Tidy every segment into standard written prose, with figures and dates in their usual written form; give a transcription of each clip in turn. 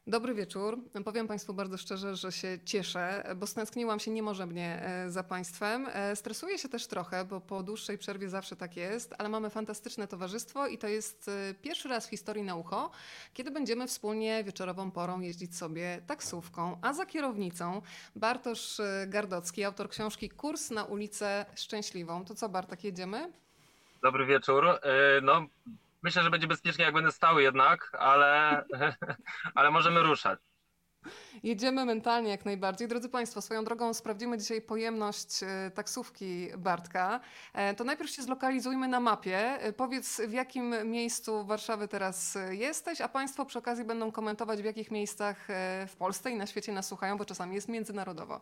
Dobry wieczór. Powiem Państwu bardzo szczerze, że się cieszę, bo stęskniłam się niemożebnie za Państwem. Stresuję się też trochę, bo po dłuższej przerwie zawsze tak jest, ale mamy fantastyczne towarzystwo i to jest pierwszy raz w historii na ucho, kiedy będziemy wspólnie wieczorową porą jeździć sobie taksówką, a za kierownicą Bartosz Gardocki, autor książki Kurs na ulicę Szczęśliwą. To co, Bartek, jedziemy? Dobry wieczór. No, myślę, że będzie bezpiecznie, jak będę stał jednak, ale, ale możemy ruszać. Jedziemy mentalnie jak najbardziej. Drodzy Państwo, swoją drogą sprawdzimy dzisiaj pojemność taksówki Bartka. To najpierw się zlokalizujmy na mapie. Powiedz, w jakim miejscu Warszawy teraz jesteś, a Państwo przy okazji będą komentować, w jakich miejscach w Polsce i na świecie nas słuchają, bo czasami jest międzynarodowo.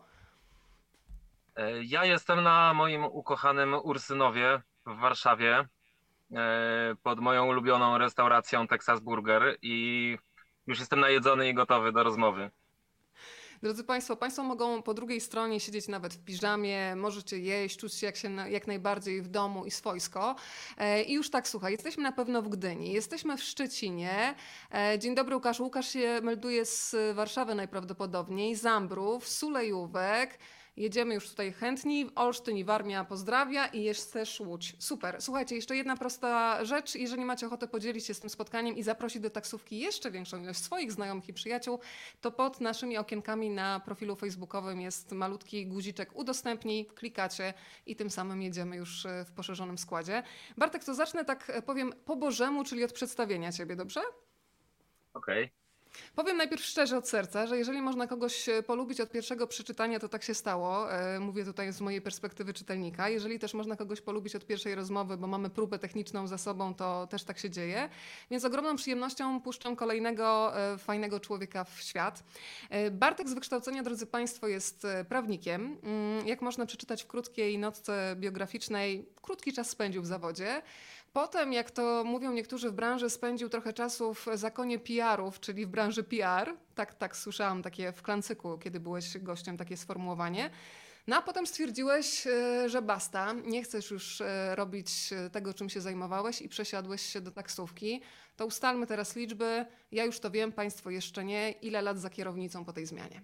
Ja jestem na moim ukochanym Ursynowie w Warszawie, pod moją ulubioną restauracją Texas Burger i już jestem najedzony i gotowy do rozmowy. Drodzy Państwo, Państwo mogą po drugiej stronie siedzieć nawet w piżamie, możecie jeść, czuć się jak najbardziej w domu i swojsko. I już tak, słuchaj, jesteśmy na pewno w Gdyni, jesteśmy w Szczecinie. Dzień dobry Łukasz. Łukasz się melduje z Warszawy najprawdopodobniej, Zambrów, Sulejówek. Jedziemy już tutaj chętni. Olsztyn i Warmia pozdrawia i jest też Łódź. Super. Słuchajcie, jeszcze jedna prosta rzecz. Jeżeli macie ochotę podzielić się z tym spotkaniem i zaprosić do taksówki jeszcze większą ilość swoich znajomych i przyjaciół, to pod naszymi okienkami na profilu facebookowym jest malutki guziczek udostępnij, klikacie i tym samym jedziemy już w poszerzonym składzie. Bartek, to zacznę tak powiem po bożemu, czyli od przedstawienia ciebie, dobrze? Okej. Powiem najpierw szczerze od serca, że jeżeli można kogoś polubić od pierwszego przeczytania, to tak się stało. Mówię tutaj z mojej perspektywy czytelnika. Jeżeli też można kogoś polubić od pierwszej rozmowy, bo mamy próbę techniczną za sobą, to też tak się dzieje. Więc ogromną przyjemnością puszczam kolejnego fajnego człowieka w świat. Bartek z wykształcenia, drodzy Państwo, jest prawnikiem. Jak można przeczytać w krótkiej notce biograficznej, krótki czas spędził w zawodzie. Potem, jak to mówią niektórzy w branży, spędził trochę czasu w zakonie PR-ów, czyli w branży PR. Tak słyszałam takie w Klancyku, kiedy byłeś gościem, takie sformułowanie. No a potem stwierdziłeś, że basta, nie chcesz już robić tego, czym się zajmowałeś i przesiadłeś się do taksówki. To ustalmy teraz liczby. Ja już to wiem, Państwo jeszcze nie. Ile lat za kierownicą po tej zmianie?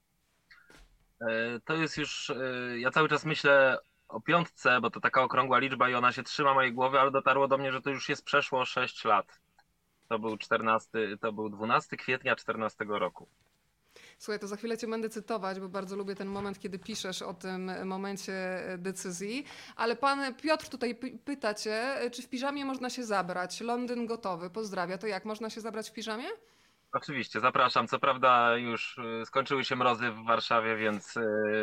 To jest już, ja cały czas myślę o piątce, bo to taka okrągła liczba i ona się trzyma mojej głowy, ale dotarło do mnie, że to już jest przeszło 6 lat. To był 12 kwietnia 14 roku. Słuchaj, to za chwilę cię będę cytować, bo bardzo lubię ten moment, kiedy piszesz o tym momencie decyzji. Ale pan Piotr tutaj pyta cię, czy w piżamie można się zabrać? Londyn gotowy, pozdrawia. To jak, można się zabrać w piżamie? Oczywiście, zapraszam. Co prawda już skończyły się mrozy w Warszawie, więc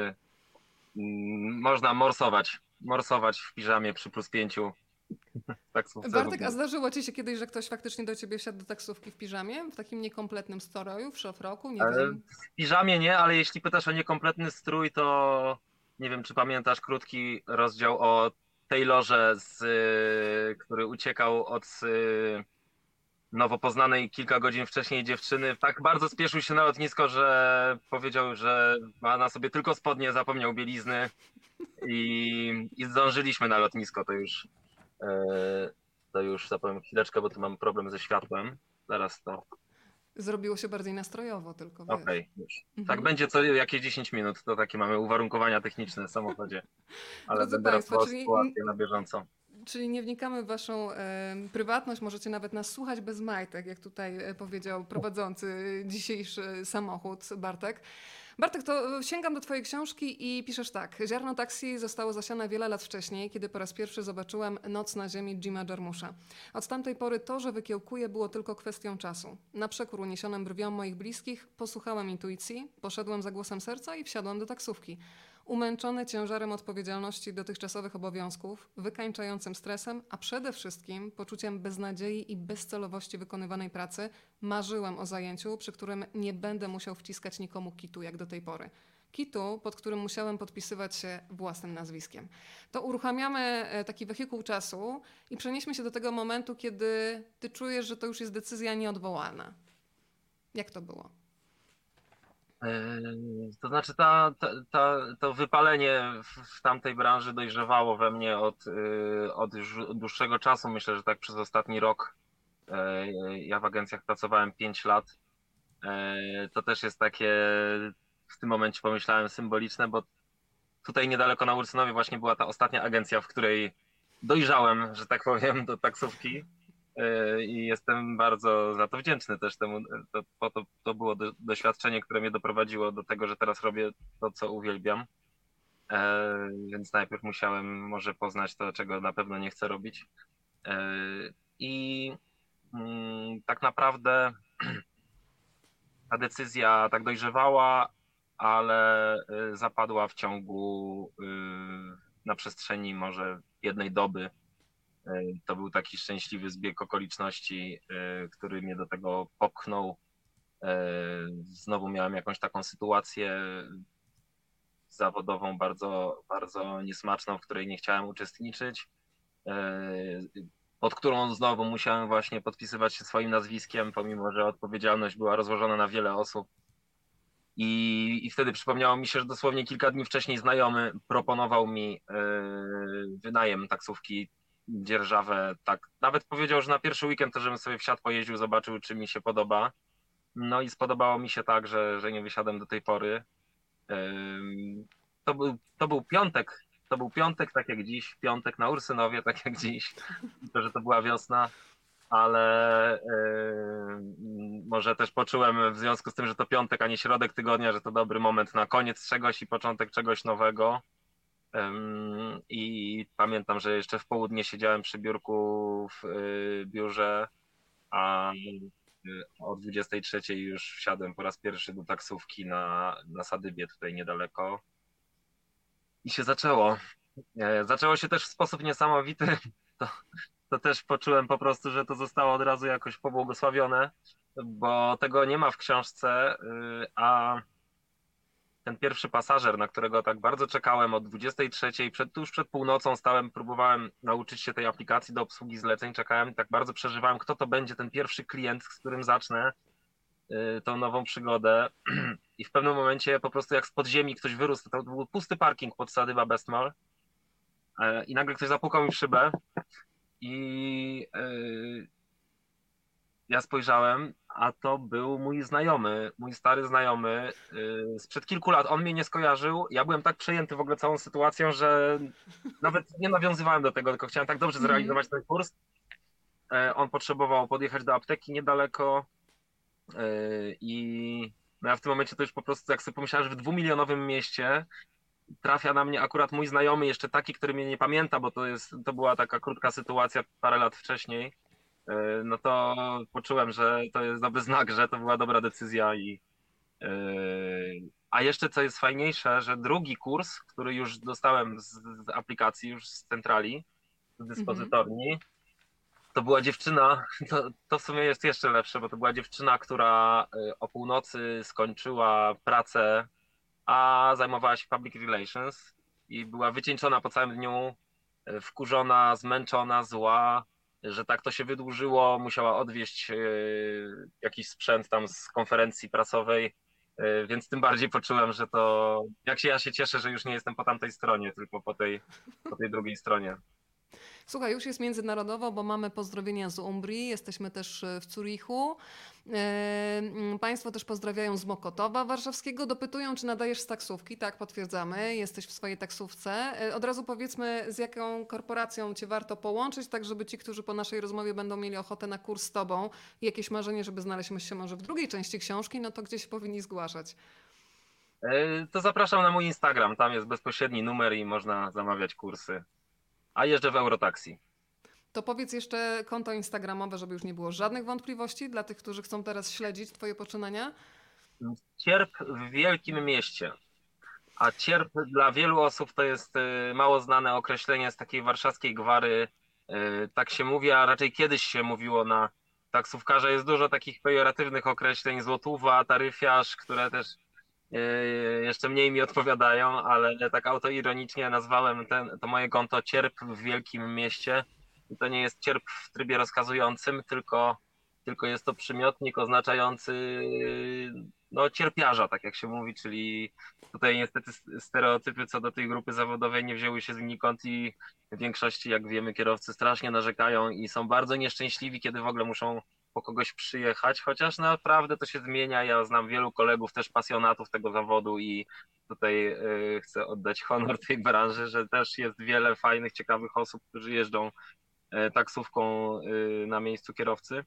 można morsować w piżamie przy +5 w taksówce Bartek, a również. zdarzyło ci się kiedyś, że ktoś faktycznie do ciebie wsiadł do taksówki w piżamie? W takim niekompletnym stroju, w szlafroku, nie wiem. W piżamie nie, ale jeśli pytasz o niekompletny strój, to nie wiem, czy pamiętasz krótki rozdział o Taylorze, który uciekał od nowo poznanej kilka godzin wcześniej dziewczyny. Tak bardzo spieszył się na lotnisko, że powiedział, że ma na sobie tylko spodnie, zapomniał bielizny i zdążyliśmy na lotnisko. E, to już zapowiem chwileczkę, bo tu mam problem ze światłem. Zaraz to. Zrobiło się bardziej nastrojowo, tylko wiesz. Okej, już. Tak Mhm. będzie co jakieś 10 minut, to takie mamy uwarunkowania techniczne w samochodzie, ale Drodzy będę Państwo, ratował sytuację na bieżąco. czyli nie wnikamy w Waszą prywatność, możecie nawet nas słuchać bez majtek, jak tutaj powiedział prowadzący dzisiejszy samochód Bartek. Bartek, to sięgam do Twojej książki i piszesz tak. Ziarno taksi zostało zasiane wiele lat wcześniej, kiedy po raz pierwszy zobaczyłem Noc na ziemi Jima Jarmusza. Od tamtej pory to, że wykiełkuję, było tylko kwestią czasu. Na przekór uniesionym brwiom moich bliskich posłuchałem intuicji, poszedłem za głosem serca i wsiadłem do taksówki. Umęczony ciężarem odpowiedzialności dotychczasowych obowiązków, wykańczającym stresem, a przede wszystkim poczuciem beznadziei i bezcelowości wykonywanej pracy, marzyłem o zajęciu, przy którym nie będę musiał wciskać nikomu kitu jak do tej pory. Kitu, pod którym musiałem podpisywać się własnym nazwiskiem. To uruchamiamy taki wehikuł czasu i przenieśmy się do tego momentu, kiedy ty czujesz, że to już jest decyzja nieodwołalna. Jak to było? To znaczy to wypalenie w tamtej branży dojrzewało we mnie od już dłuższego czasu. Myślę, że tak przez ostatni rok. Ja w agencjach pracowałem 5 lat To też jest takie, w tym momencie pomyślałem, symboliczne, bo tutaj niedaleko na Ursynowie właśnie była ta ostatnia agencja, w której dojrzałem, że tak powiem, do taksówki. I jestem bardzo za to wdzięczny też temu. To było doświadczenie, które mnie doprowadziło do tego, że teraz robię to, co uwielbiam. Więc najpierw musiałem może poznać to, czego na pewno nie chcę robić. I tak naprawdę ta decyzja tak dojrzewała, ale zapadła w ciągu na przestrzeni może jednej doby. To był taki szczęśliwy zbieg okoliczności, który mnie do tego popchnął. Znowu miałem jakąś taką sytuację zawodową bardzo, bardzo niesmaczną, w której nie chciałem uczestniczyć, pod którą znowu musiałem właśnie podpisywać się swoim nazwiskiem, pomimo że odpowiedzialność była rozłożona na wiele osób. I wtedy przypomniało mi się, że dosłownie kilka dni wcześniej znajomy proponował mi wynajem taksówki, dzierżawę. Tak, nawet powiedział, że na pierwszy weekend to żebym sobie wsiadł, pojeździł, zobaczył, czy mi się podoba. No i spodobało mi się tak, że nie wysiadłem do tej pory. To był piątek. To był piątek, tak jak dziś. Piątek na Ursynowie, tak jak dziś. To, że to była wiosna, ale może też poczułem w związku z tym, że to piątek, a nie środek tygodnia, że to dobry moment na koniec czegoś i początek czegoś nowego. I pamiętam, że jeszcze w południe siedziałem przy biurku w biurze, a o 23 już wsiadłem po raz pierwszy do taksówki na Sadybie, tutaj niedaleko. I się zaczęło. Zaczęło się też w sposób niesamowity. To, to też poczułem po prostu, że to zostało od razu jakoś pobłogosławione, bo tego nie ma w książce, a ten pierwszy pasażer, na którego tak bardzo czekałem od 23, tuż przed północą stałem, próbowałem nauczyć się tej aplikacji do obsługi zleceń, czekałem, tak bardzo przeżywałem, kto to będzie ten pierwszy klient, z którym zacznę tą nową przygodę. I w pewnym momencie po prostu jak z podziemi ktoś wyrósł, to był pusty parking pod Sadyba Bestmal i nagle ktoś zapukał mi w szybę i ja spojrzałem, a to był mój znajomy, mój stary znajomy sprzed kilku lat. On mnie nie skojarzył. Ja byłem tak przejęty w ogóle całą sytuacją, że nawet nie nawiązywałem do tego, tylko chciałem tak dobrze zrealizować ten kurs. On potrzebował podjechać do apteki niedaleko i no ja w tym momencie to już po prostu, jak sobie pomyślałem, że w 2-milionowym mieście trafia na mnie akurat mój znajomy, jeszcze taki, który mnie nie pamięta, bo to była taka krótka sytuacja parę lat wcześniej, no to poczułem, że to jest dobry znak, że to była dobra decyzja a jeszcze co jest fajniejsze, że drugi kurs, który już dostałem z aplikacji, już z centrali, z dyspozytorni, to była dziewczyna, to w sumie jest jeszcze lepsze, bo to była dziewczyna, która o północy skończyła pracę, a zajmowała się public relations i była wycieńczona po całym dniu, wkurzona, zmęczona, zła, że tak to się wydłużyło, musiała odwieźć jakiś sprzęt tam z konferencji prasowej, więc tym bardziej poczułem, że to, ja się cieszę, że już nie jestem po tamtej stronie, tylko po tej drugiej stronie. Słuchaj, już jest międzynarodowo, bo mamy pozdrowienia z Umbrii, jesteśmy też w Zurichu. Państwo też pozdrawiają z Mokotowa warszawskiego, dopytują, czy nadajesz z taksówki. Tak, potwierdzamy, jesteś w swojej taksówce. Od razu powiedzmy, z jaką korporacją cię warto połączyć, tak żeby ci, którzy po naszej rozmowie będą mieli ochotę na kurs z tobą i jakieś marzenie, żeby znaleźć się może w drugiej części książki, no to gdzie się powinni zgłaszać? To zapraszam na mój Instagram, tam jest bezpośredni numer i można zamawiać kursy. A jeżdżę w Eurotaxi. To powiedz jeszcze konto instagramowe, żeby już nie było żadnych wątpliwości dla tych, którzy chcą teraz śledzić twoje poczynania. Cierp w wielkim mieście. A cierp dla wielu osób to jest mało znane określenie z takiej warszawskiej gwary. Tak się mówi, a raczej kiedyś się mówiło na taksówkarze. Jest dużo takich pejoratywnych określeń, złotówa, taryfiarz, które też jeszcze mniej mi odpowiadają, ale tak autoironicznie nazwałem to moje konto cierp w wielkim mieście. I to nie jest cierp w trybie rozkazującym, tylko jest to przymiotnik oznaczający no, cierpiarza, tak jak się mówi, czyli tutaj niestety stereotypy co do tej grupy zawodowej nie wzięły się znikąd i w większości, jak wiemy, kierowcy strasznie narzekają i są bardzo nieszczęśliwi, kiedy w ogóle muszą po kogoś przyjechać, chociaż naprawdę to się zmienia. Ja znam wielu kolegów, też pasjonatów tego zawodu i tutaj chcę oddać honor tej branży, że też jest wiele fajnych, ciekawych osób, którzy jeżdżą taksówką na miejscu kierowcy.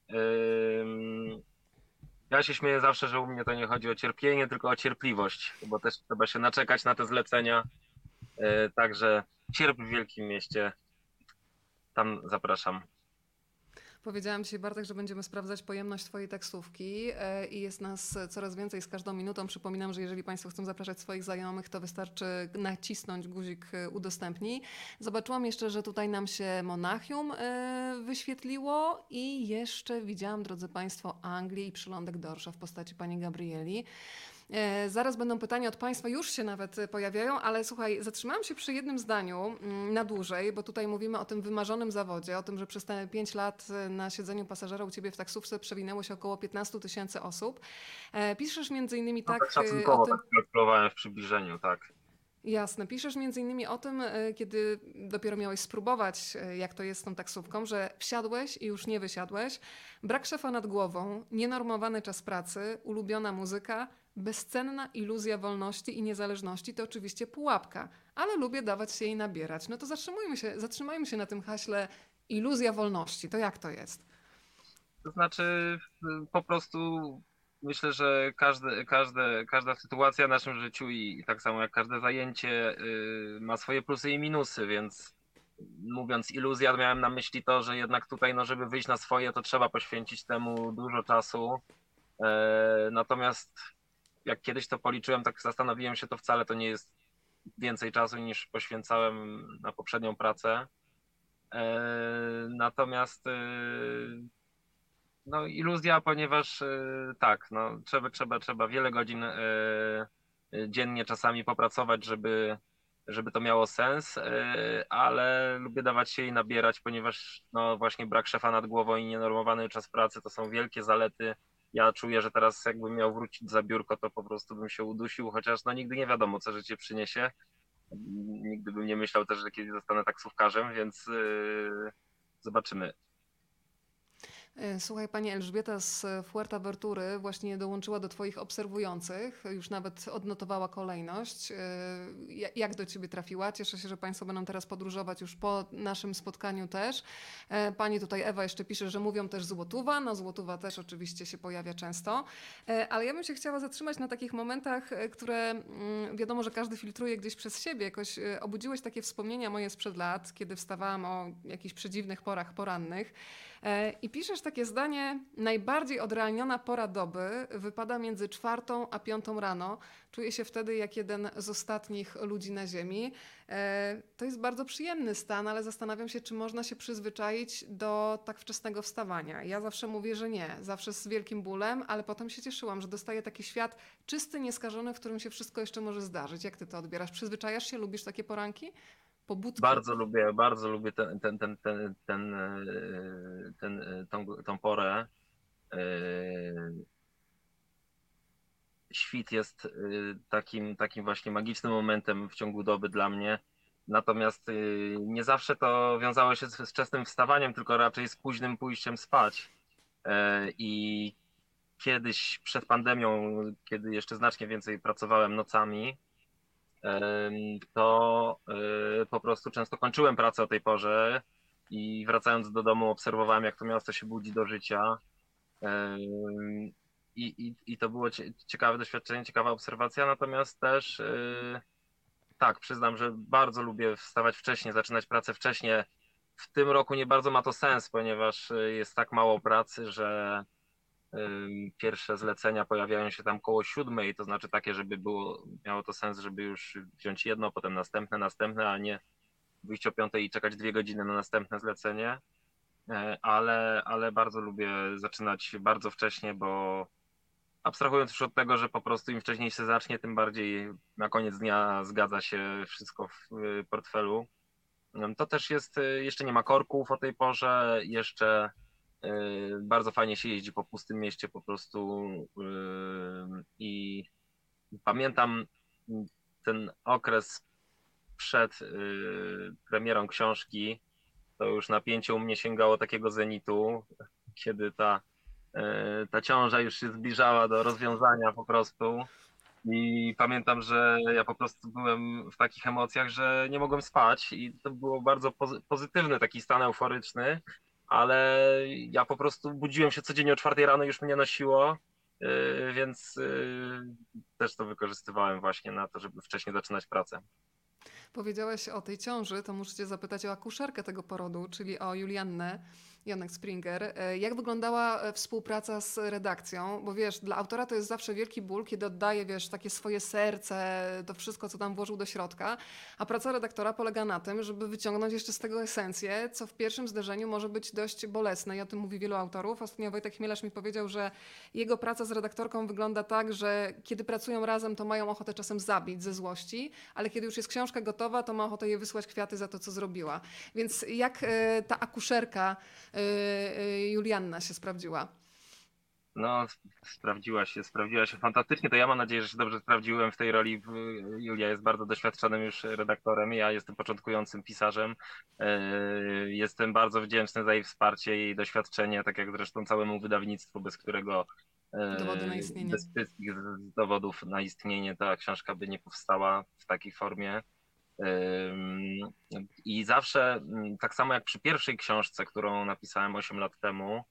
Ja się śmieję zawsze, że u mnie to nie chodzi o cierpienie, tylko o cierpliwość, bo też trzeba się naczekać na te zlecenia. Także cierp w wielkim mieście, tam zapraszam. Powiedziałam dzisiaj, Bartek, że będziemy sprawdzać pojemność Twojej taksówki i jest nas coraz więcej z każdą minutą. Przypominam, że jeżeli Państwo chcą zapraszać swoich znajomych, to wystarczy nacisnąć guzik udostępnij. Zobaczyłam jeszcze, że tutaj nam się Monachium wyświetliło i jeszcze widziałam, drodzy Państwo, Anglię i przylądek Dorsza w postaci pani Gabrieli. Zaraz będą pytania od Państwa, już się nawet pojawiają, ale słuchaj, zatrzymałam się przy jednym zdaniu na dłużej, bo tutaj mówimy o tym wymarzonym zawodzie, o tym, że przez te 5 lat na siedzeniu pasażera u Ciebie w taksówce przewinęło się około 15 000 osób. Piszesz między innymi No tak tak o szacunkowo, tym... tak kalkulowałem w przybliżeniu, tak. Jasne. Piszesz między innymi o tym, kiedy dopiero miałeś spróbować, jak to jest z tą taksówką, że wsiadłeś i już nie wysiadłeś. Brak szefa nad głową, nienormowany czas pracy, ulubiona muzyka, bezcenna iluzja wolności i niezależności to oczywiście pułapka, ale lubię dawać się jej nabierać. No to zatrzymajmy się na tym haśle iluzja wolności. To jak to jest? To znaczy po prostu myślę, że każda sytuacja w naszym życiu i tak samo jak każde zajęcie ma swoje plusy i minusy, więc mówiąc iluzja, miałem na myśli to, że jednak tutaj, no, żeby wyjść na swoje, to trzeba poświęcić temu dużo czasu. Natomiast jak kiedyś to policzyłem, tak zastanowiłem się, to wcale to nie jest więcej czasu niż poświęcałem na poprzednią pracę. Natomiast no iluzja, ponieważ tak, no trzeba wiele godzin dziennie czasami popracować, żeby to miało sens, ale lubię dawać się jej nabierać, ponieważ no właśnie brak szefa nad głową i nienormowany czas pracy to są wielkie zalety. Ja czuję, że teraz jakbym miał wrócić za biurko, to po prostu bym się udusił, chociaż no nigdy nie wiadomo, co życie przyniesie. Nigdy bym nie myślał też, że kiedyś zostanę taksówkarzem, więc zobaczymy. Słuchaj, pani Elżbieta z Fuerteventury właśnie dołączyła do Twoich obserwujących, już nawet odnotowała kolejność. Jak do Ciebie trafiła? Cieszę się, że Państwo będą teraz podróżować już po naszym spotkaniu też. Pani tutaj Ewa jeszcze pisze, że mówią też Złotówa. No Złotówa też oczywiście się pojawia często. Ale ja bym się chciała zatrzymać na takich momentach, które wiadomo, że każdy filtruje gdzieś przez siebie. Jakoś obudziłeś takie wspomnienia moje sprzed lat, kiedy wstawałam o jakichś przedziwnych porach porannych. I piszesz takie zdanie: najbardziej odrealniona pora doby wypada między 4 a 5 rano. Czuję się wtedy jak jeden z ostatnich ludzi na ziemi. To jest bardzo przyjemny stan, ale zastanawiam się, czy można się przyzwyczaić do tak wczesnego wstawania. Ja zawsze mówię, że nie. Zawsze z wielkim bólem, ale potem się cieszyłam, że dostaję taki świat czysty, nieskażony, w którym się wszystko jeszcze może zdarzyć. Jak ty to odbierasz? Przyzwyczajasz się? Lubisz takie poranki? Pobudki? Bardzo lubię tą porę. Świt jest takim właśnie magicznym momentem w ciągu doby dla mnie. Natomiast nie zawsze to wiązało się z wczesnym wstawaniem, tylko raczej z późnym pójściem spać. I kiedyś przed pandemią, kiedy jeszcze znacznie więcej pracowałem nocami, to po prostu często kończyłem pracę o tej porze i wracając do domu obserwowałem, jak to miasto się budzi do życia. I to było ciekawe doświadczenie, ciekawa obserwacja, natomiast też tak, przyznam, że bardzo lubię wstawać wcześnie, zaczynać pracę wcześnie. W tym roku nie bardzo ma to sens, ponieważ jest tak mało pracy, że pierwsze zlecenia pojawiają się tam koło 7, to znaczy takie, żeby miało to sens, żeby już wziąć jedno, potem następne, a nie wyjść o 5 i czekać 2 godziny na następne zlecenie. Ale bardzo lubię zaczynać bardzo wcześnie, bo abstrahując już od tego, że po prostu im wcześniej się zacznie, tym bardziej na koniec dnia zgadza się wszystko w portfelu. To też jest, jeszcze nie ma korków o tej porze, jeszcze bardzo fajnie się jeździ po pustym mieście po prostu i pamiętam ten okres przed premierą książki, to już napięcie u mnie sięgało takiego zenitu. kiedy ta ciąża już się zbliżała do rozwiązania po prostu. I pamiętam, że ja po prostu byłem w takich emocjach, że nie mogłem spać i to było bardzo pozytywny taki stan euforyczny, ale ja po prostu budziłem się codziennie o 4 rano, już mnie nosiło, więc też to wykorzystywałem właśnie na to, żeby wcześniej zaczynać pracę. Powiedziałeś o tej ciąży, to muszę cię zapytać o akuszerkę tego porodu, czyli o Juliannę Jonek Springer. Jak wyglądała współpraca z redakcją? Bo wiesz, dla autora to jest zawsze wielki ból, kiedy oddaje, wiesz, takie swoje serce, to wszystko, co tam włożył do środka, a praca redaktora polega na tym, żeby wyciągnąć jeszcze z tego esencję, co w pierwszym zderzeniu może być dość bolesne i o tym mówi wielu autorów. Ostatnio Wojtek Chmielarz mi powiedział, że jego praca z redaktorką wygląda tak, że kiedy pracują razem, to mają ochotę czasem zabić ze złości, ale kiedy już jest książka gotowa, to ma ochotę jej wysłać kwiaty za to, co zrobiła. Więc jak ta akuszerka Julianna się sprawdziła? No, sprawdziła się fantastycznie. To ja mam nadzieję, że się dobrze sprawdziłem w tej roli. Julia jest bardzo doświadczonym już redaktorem. Ja jestem początkującym pisarzem. Jestem bardzo wdzięczny za jej wsparcie i jej doświadczenie, tak jak zresztą całemu wydawnictwu, bez którego Dowody na istnienie. bez wszystkich dowodów na istnienie ta książka by nie powstała w takiej formie. I zawsze, tak samo jak przy pierwszej książce, którą napisałem 8 lat temu,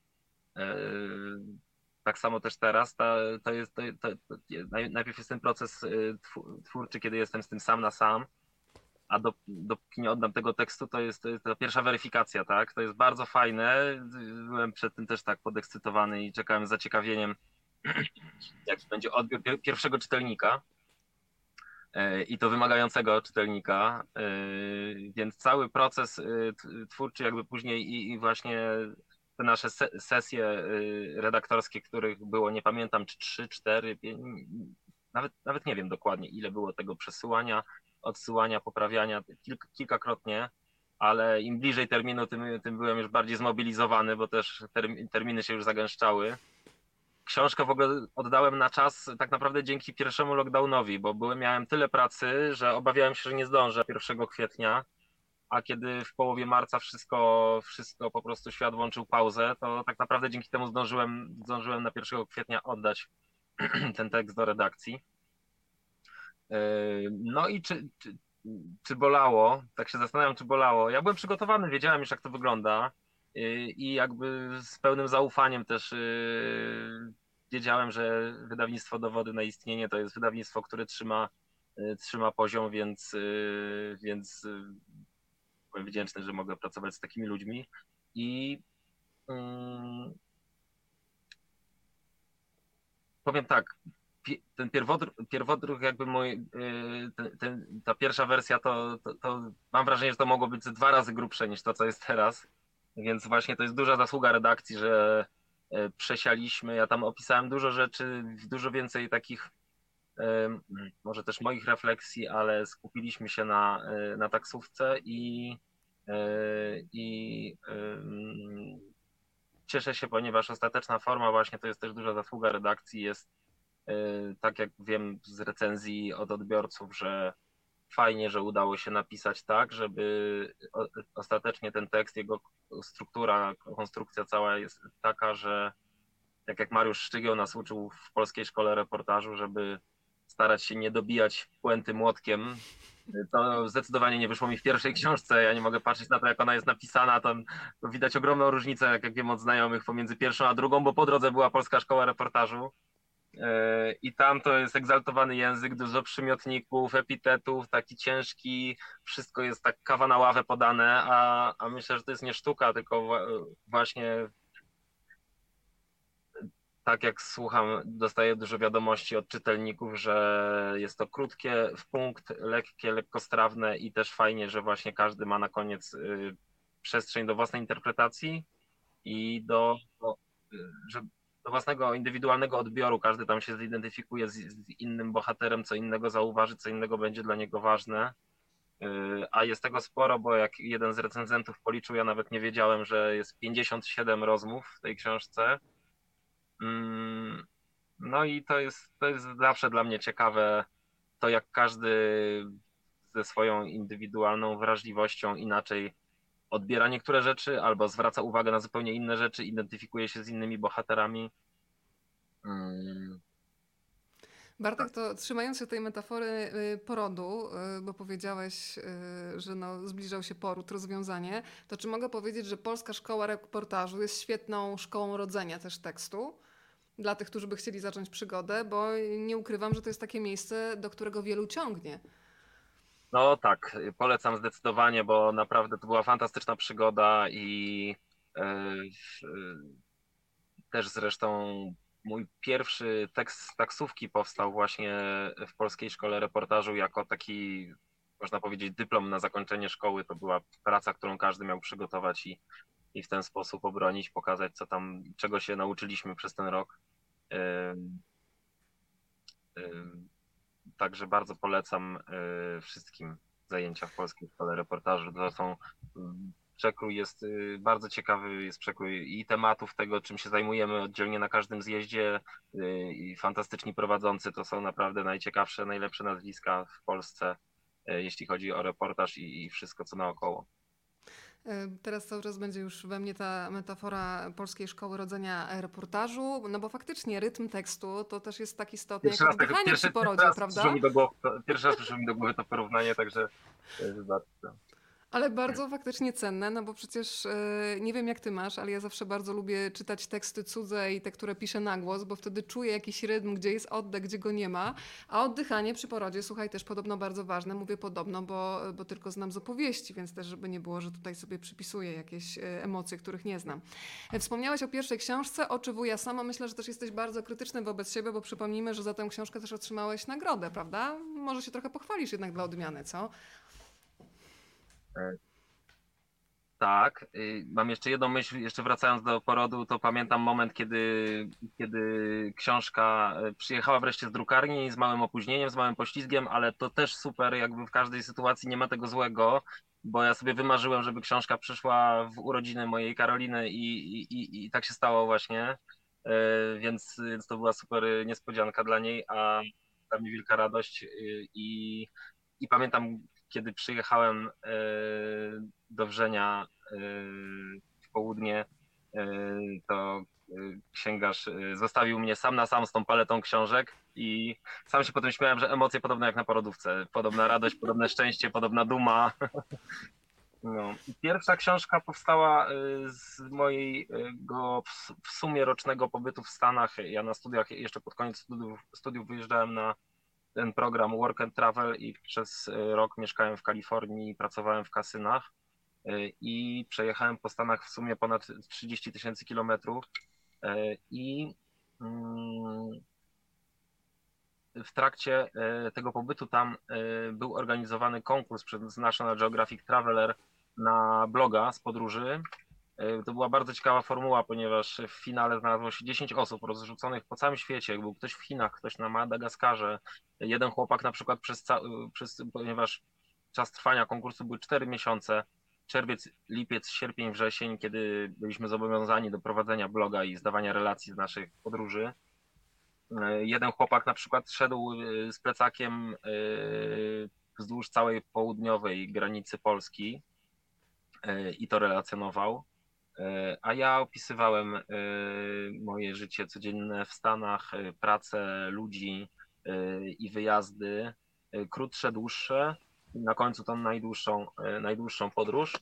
tak samo też teraz, najpierw jest ten proces twórczy, kiedy jestem z tym sam na sam, a dopóki nie oddam tego tekstu, to jest ta pierwsza weryfikacja, tak? To jest bardzo fajne. Byłem przed tym też tak podekscytowany i czekałem z zaciekawieniem, jaki będzie odbiór pierwszego czytelnika. I to wymagającego czytelnika, więc cały proces twórczy jakby później i właśnie te nasze sesje redaktorskie, których było, nie pamiętam, czy 3, 4, 5, nawet nie wiem dokładnie, ile było tego przesyłania, odsyłania, poprawiania, kilkakrotnie, ale im bliżej terminu, tym byłem już bardziej zmobilizowany, bo też terminy się już zagęszczały. Książkę w ogóle oddałem na czas tak naprawdę dzięki pierwszemu lockdownowi, bo miałem tyle pracy, że obawiałem się, że nie zdążę 1 kwietnia, a kiedy w połowie marca wszystko po prostu świat włączył pauzę, to tak naprawdę dzięki temu zdążyłem na 1 kwietnia oddać ten tekst do redakcji. No i czy bolało? Tak się zastanawiam, czy bolało. Ja byłem przygotowany, wiedziałem już, jak to wygląda i jakby z pełnym zaufaniem też wiedziałem, że wydawnictwo Dowody na istnienie to jest wydawnictwo, które trzyma poziom, więc byłem wdzięczny, że mogę pracować z takimi ludźmi i powiem tak, ten pierwodruk jakby ta pierwsza wersja to mam wrażenie, że to mogło być ze 2 razy grubsze niż to, co jest teraz, więc właśnie to jest duża zasługa redakcji, że przesialiśmy, ja tam opisałem dużo rzeczy, dużo więcej takich może też moich refleksji, ale skupiliśmy się na taksówce i cieszę się, ponieważ ostateczna forma właśnie to jest też duża zasługa redakcji, jest tak jak wiem z recenzji od odbiorców, że fajnie, że udało się napisać tak, żeby ostatecznie ten tekst, jego struktura, konstrukcja cała jest taka, że tak jak Mariusz Szczygieł nas uczył w Polskiej Szkole Reportażu, żeby starać się nie dobijać puenty młotkiem. To zdecydowanie nie wyszło mi w pierwszej książce. Ja nie mogę patrzeć na to, jak ona jest napisana. To widać ogromną różnicę, jak wiem od znajomych, pomiędzy pierwszą a drugą, bo po drodze była Polska Szkoła Reportażu. I tam to jest egzaltowany język, dużo przymiotników, epitetów, taki ciężki, wszystko jest tak kawa na ławę podane, a myślę, że to jest nie sztuka, tylko właśnie tak jak słucham, dostaję dużo wiadomości od czytelników, że jest to krótkie, w punkt, lekkie, lekkostrawne i też fajnie, że właśnie każdy ma na koniec przestrzeń do własnej interpretacji i do własnego indywidualnego odbioru. Każdy tam się zidentyfikuje z innym bohaterem, co innego zauważy, co innego będzie dla niego ważne. A jest tego sporo, bo jak jeden z recenzentów policzył, ja nawet nie wiedziałem, że jest 57 rozmów w tej książce. No i to jest zawsze dla mnie ciekawe, to jak każdy ze swoją indywidualną wrażliwością inaczej odbiera niektóre rzeczy, albo zwraca uwagę na zupełnie inne rzeczy, identyfikuje się z innymi bohaterami. Mm, Bartek, to trzymając się tej metafory porodu, bo powiedziałeś, że no, zbliżał się poród, rozwiązanie, to czy mogę powiedzieć, że Polska Szkoła Reportażu jest świetną szkołą rodzenia też tekstu dla tych, którzy by chcieli zacząć przygodę, bo nie ukrywam, że to jest takie miejsce, do którego wielu ciągnie. No tak, polecam zdecydowanie, bo naprawdę to była fantastyczna przygoda i też zresztą mój pierwszy tekst z taksówki powstał właśnie w Polskiej Szkole Reportażu jako taki, można powiedzieć, dyplom na zakończenie szkoły. To była praca, którą każdy miał przygotować i w ten sposób obronić, pokazać, co tam, czego się nauczyliśmy przez ten rok. Ym, ym, Także bardzo polecam wszystkim zajęcia w Polskiej Szkole Reportażu. To są przekrój jest bardzo ciekawy, jest przekrój i tematów tego, czym się zajmujemy oddzielnie na każdym zjeździe i fantastyczni prowadzący to są naprawdę najciekawsze, najlepsze nazwiska w Polsce, jeśli chodzi o reportaż i wszystko, co naokoło. Teraz cały czas będzie już we mnie ta metafora Polskiej Szkoły Rodzenia Reportażu, no bo faktycznie rytm tekstu to też jest tak istotny jak oddychanie przy porodzie, prawda? Pierwszy raz przyszło mi do głowy to porównanie, także to jest bardzo. Ale bardzo faktycznie cenne, no bo przecież nie wiem jak ty masz, ale ja zawsze bardzo lubię czytać teksty cudze i te, które piszę na głos, bo wtedy czuję jakiś rytm, gdzie jest oddech, gdzie go nie ma. A oddychanie przy porodzie, słuchaj, też podobno bardzo ważne. Mówię podobno, bo tylko znam z opowieści, więc też żeby nie było, że tutaj sobie przypisuję jakieś emocje, których nie znam. Wspomniałeś o pierwszej książce, Oczy wuja. Sama myślę, że też jesteś bardzo krytyczny wobec siebie, bo przypomnijmy, że za tę książkę też otrzymałeś nagrodę, prawda? Może się trochę pochwalisz jednak dla odmiany, co? Tak, mam jeszcze jedną myśl, jeszcze wracając do porodu, to pamiętam moment, kiedy książka przyjechała wreszcie z drukarni z małym opóźnieniem, z małym poślizgiem, ale to też super, jakby w każdej sytuacji nie ma tego złego, bo ja sobie wymarzyłem, żeby książka przyszła w urodziny mojej Karoliny i tak się stało właśnie, więc to była super niespodzianka dla niej, a dla mnie wielka radość i pamiętam, kiedy przyjechałem do Wrzenia w południe, to księgarz zostawił mnie sam na sam z tą paletą książek i sam się potem śmiałem, że emocje podobne jak na porodówce. Podobna radość, podobne szczęście, podobna duma. No. Pierwsza książka powstała z mojego w sumie rocznego pobytu w Stanach. Ja na studiach, jeszcze pod koniec studiów wyjeżdżałem na ten program Work and Travel i przez rok mieszkałem w Kalifornii, pracowałem w kasynach i przejechałem po Stanach w sumie ponad 30 000 kilometrów i w trakcie tego pobytu tam był organizowany konkurs przez National Geographic Traveler na bloga z podróży. To była bardzo ciekawa formuła, ponieważ w finale znalazło się 10 osób rozrzuconych po całym świecie. Był ktoś w Chinach, ktoś na Madagaskarze. Jeden chłopak na przykład ponieważ czas trwania konkursu był 4 miesiące, czerwiec, lipiec, sierpień, wrzesień, kiedy byliśmy zobowiązani do prowadzenia bloga i zdawania relacji z naszych podróży. Jeden chłopak na przykład szedł z plecakiem wzdłuż całej południowej granicy Polski i to relacjonował. A ja opisywałem moje życie codzienne w Stanach, pracę ludzi i wyjazdy, krótsze, dłuższe. Na końcu tą najdłuższą podróż.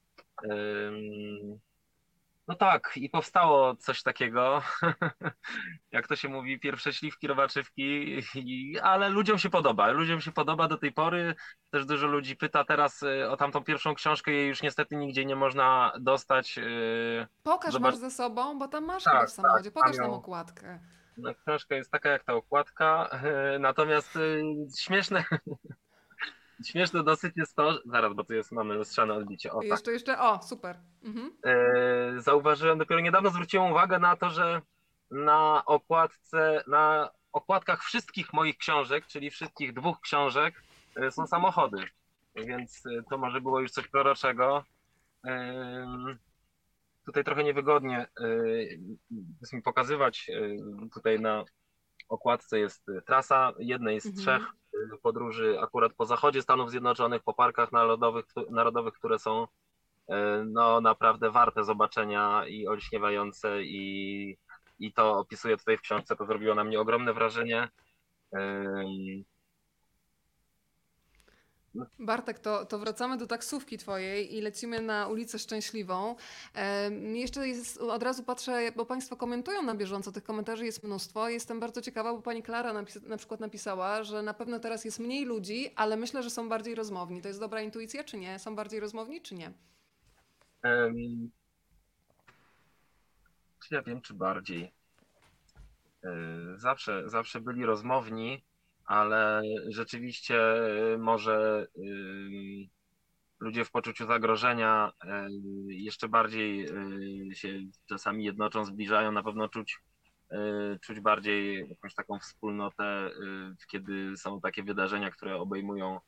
No tak, i powstało coś takiego, jak to się mówi, pierwsze śliwki, robaczywki, ale ludziom się podoba do tej pory, też dużo ludzi pyta teraz o tamtą pierwszą książkę, jej już niestety nigdzie nie można dostać. Pokaż, masz ze sobą, bo tam masz chyba Tak, w samochodzie, pokaż nam ją. okładkę. No, książka jest taka jak ta okładka, natomiast śmieszne dosyć jest to, zaraz, bo tu mamy lustrzane odbicie, o tak. O, super. Mhm. Zauważyłem, dopiero niedawno zwróciłem uwagę na to, że na okładkach wszystkich moich książek, czyli wszystkich 2 książek, są samochody. Więc to może było już coś proroczego. Tutaj trochę niewygodnie jest mi pokazywać. Tutaj na okładce jest trasa jednej z 3 podróży akurat po zachodzie Stanów Zjednoczonych, po parkach narodowych, które są no naprawdę warte zobaczenia i olśniewające i to opisuję tutaj w książce, to zrobiło na mnie ogromne wrażenie. Bartek, to wracamy do taksówki twojej i lecimy na ulicę Szczęśliwą. Jeszcze jest, od razu patrzę, bo Państwo komentują na bieżąco, tych komentarzy jest mnóstwo. Jestem bardzo ciekawa, bo Pani Klara na przykład napisała, że na pewno teraz jest mniej ludzi, ale myślę, że są bardziej rozmowni. To jest dobra intuicja, czy nie? Są bardziej rozmowni, czy nie? Czy ja wiem, czy bardziej. Zawsze byli rozmowni, ale rzeczywiście może ludzie w poczuciu zagrożenia jeszcze bardziej się czasami jednoczą, zbliżają, na pewno czuć bardziej jakąś taką wspólnotę, kiedy są takie wydarzenia, które obejmują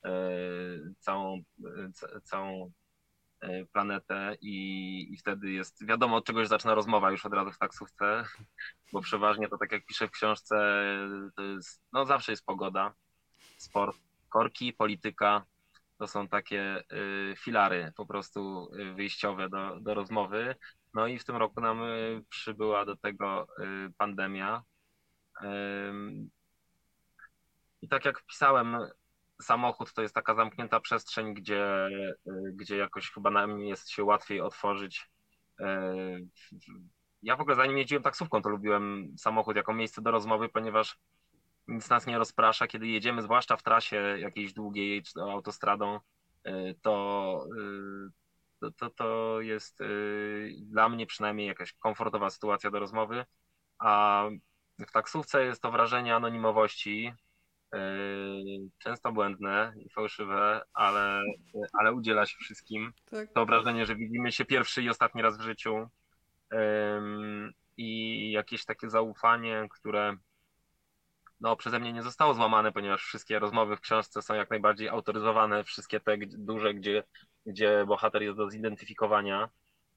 całą planetę i wtedy jest wiadomo, od czegoś zaczyna rozmowa już od razu w taksówce, bo przeważnie to tak jak piszę w książce, to jest, no zawsze jest pogoda, sport, korki, polityka, to są takie filary po prostu wyjściowe do rozmowy. No i w tym roku nam przybyła do tego pandemia. I tak jak pisałem, samochód to jest taka zamknięta przestrzeń, gdzie jakoś chyba nam jest się łatwiej otworzyć. Ja w ogóle zanim jeździłem taksówką, to lubiłem samochód jako miejsce do rozmowy, ponieważ nic nas nie rozprasza. Kiedy jedziemy, zwłaszcza w trasie jakiejś długiej czy autostradą, to, to jest dla mnie przynajmniej jakaś komfortowa sytuacja do rozmowy, a w taksówce jest to wrażenie anonimowości, często błędne i fałszywe, ale udziela się wszystkim. Tak. To wrażenie, że widzimy się pierwszy i ostatni raz w życiu i jakieś takie zaufanie, które no, przeze mnie nie zostało złamane, ponieważ wszystkie rozmowy w książce są jak najbardziej autoryzowane, wszystkie te duże, gdzie bohater jest do zidentyfikowania,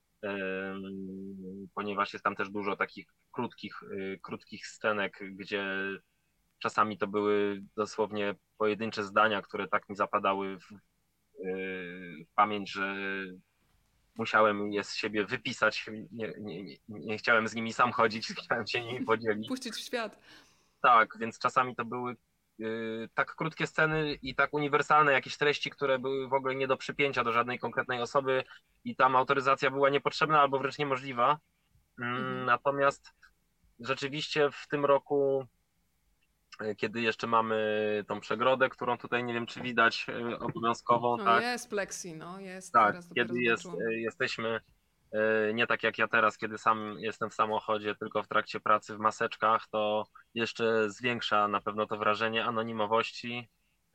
ponieważ jest tam też dużo takich krótkich scenek, gdzie czasami to były dosłownie pojedyncze zdania, które tak mi zapadały w pamięć, że musiałem je z siebie wypisać. Nie chciałem z nimi sam chodzić, chciałem się nimi podzielić. Puścić w świat. Tak, więc czasami to były tak krótkie sceny i tak uniwersalne jakieś treści, które były w ogóle nie do przypięcia do żadnej konkretnej osoby i tam autoryzacja była niepotrzebna albo wręcz niemożliwa. Natomiast rzeczywiście w tym roku, kiedy jeszcze mamy tą przegrodę, którą tutaj nie wiem, czy widać obowiązkową, No tak? jest plexi, no jest. Tak, Teraz dopiero zobaczyłam. jesteśmy nie tak jak ja teraz, kiedy sam jestem w samochodzie, tylko w trakcie pracy w maseczkach, to jeszcze zwiększa na pewno to wrażenie anonimowości.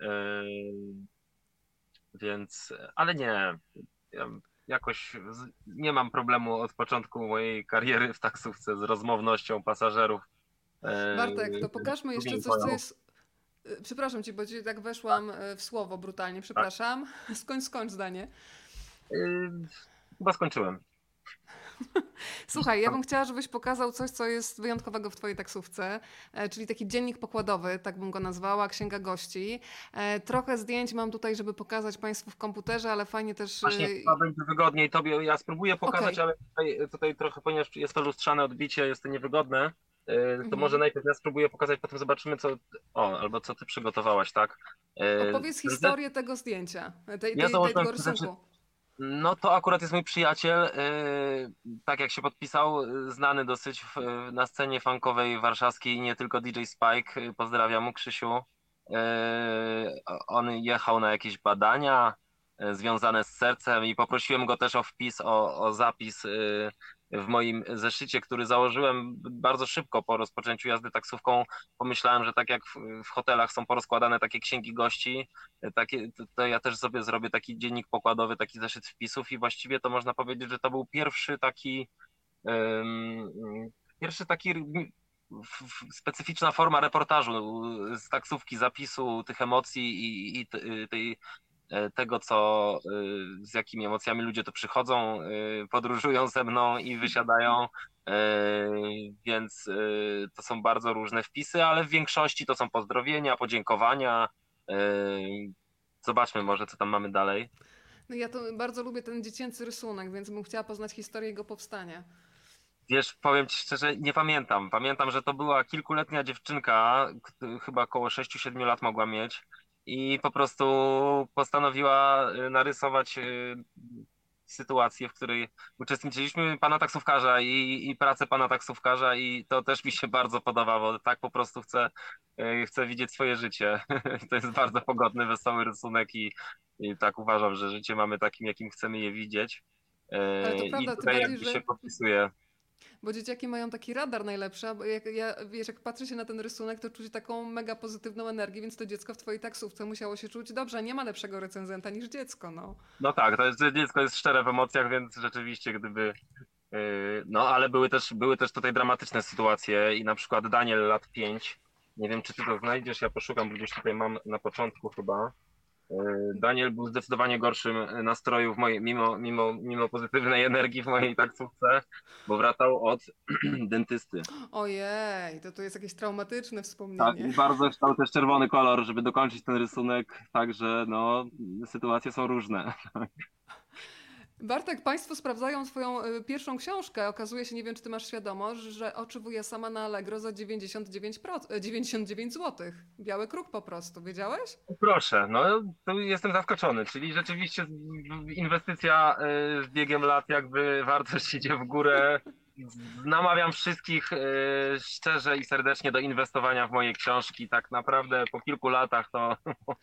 Więc, ale nie, ja jakoś nie mam problemu od początku mojej kariery w taksówce z rozmownością pasażerów. Bartek, to pokażmy jeszcze coś, co jest... Przepraszam cię, bo ci tak weszłam w słowo brutalnie, przepraszam. Skończ zdanie. Chyba skończyłem. Słuchaj, ja bym chciała, żebyś pokazał coś, co jest wyjątkowego w twojej taksówce, czyli taki dziennik pokładowy, tak bym go nazwała, księga gości. Trochę zdjęć mam tutaj, żeby pokazać Państwu w komputerze, ale fajnie też... Właśnie chyba będzie wygodniej tobie, ja spróbuję pokazać, Okay. ale tutaj trochę, ponieważ jest to lustrzane odbicie, jest to niewygodne, to może najpierw ja spróbuję pokazać, potem zobaczymy albo co ty przygotowałaś, tak? Opowiedz historię tego zdjęcia, tego rysunku. No to akurat jest mój przyjaciel, tak jak się podpisał, znany dosyć na scenie funkowej warszawskiej, nie tylko DJ Spike, pozdrawiam mu, Krzysiu. On jechał na jakieś badania związane z sercem i poprosiłem go też o wpis, o zapis w moim zeszycie, który założyłem bardzo szybko po rozpoczęciu jazdy taksówką. Pomyślałem, że tak jak w hotelach są porozkładane takie księgi gości, to ja też sobie zrobię taki dziennik pokładowy, taki zeszyt wpisów i właściwie to można powiedzieć, że to był pierwszy taki specyficzna forma reportażu z taksówki, zapisu tych emocji i tego, z jakimi emocjami ludzie tu przychodzą, podróżują ze mną i wysiadają, więc to są bardzo różne wpisy, ale w większości to są pozdrowienia, podziękowania. Zobaczmy może, co tam mamy dalej. No ja to bardzo lubię ten dziecięcy rysunek, więc bym chciała poznać historię jego powstania. Wiesz, powiem ci szczerze, nie pamiętam. Pamiętam, że to była kilkuletnia dziewczynka, chyba około 6-7 lat mogła mieć i po prostu postanowiła narysować sytuację, w której uczestniczyliśmy pana taksówkarza i pracę pana taksówkarza i to też mi się bardzo podoba, bo tak po prostu chcę widzieć swoje życie. To jest bardzo pogodny, wesoły rysunek i tak uważam, że życie mamy takim, jakim chcemy je widzieć. Ale to I prawda, tym tutaj bardziej, jakby że się podpisuje. bo dzieciaki mają taki radar najlepszy, bo wiesz, jak patrzy się na ten rysunek, to czuć taką mega pozytywną energię, więc to dziecko w twojej taksówce musiało się czuć dobrze. Nie ma lepszego recenzenta niż dziecko, no. No tak, to jest, dziecko jest szczere w emocjach, więc rzeczywiście gdyby. No ale były też tutaj dramatyczne sytuacje i na przykład Daniel lat 5. Nie wiem, czy ty to znajdziesz, ja poszukam, bo gdzieś tutaj mam na początku chyba. Daniel był zdecydowanie gorszym nastroju mimo pozytywnej energii w mojej taksówce, bo wracał od dentysty. Ojej, to jest jakieś traumatyczne Tak, wspomnienie. i bardzo chciał też czerwony kolor, żeby dokończyć ten rysunek, także no, sytuacje są różne. Bartek, Państwo sprawdzają Twoją pierwszą książkę. Okazuje się, nie wiem, czy Ty masz świadomość, że Oczy wuja sama na Allegro za 99 zł. Biały kruk po prostu. Wiedziałeś? Proszę, no to jestem zaskoczony, czyli rzeczywiście inwestycja z biegiem lat jakby wartość idzie w górę. Namawiam wszystkich szczerze i serdecznie do inwestowania w moje książki. Tak naprawdę po kilku latach to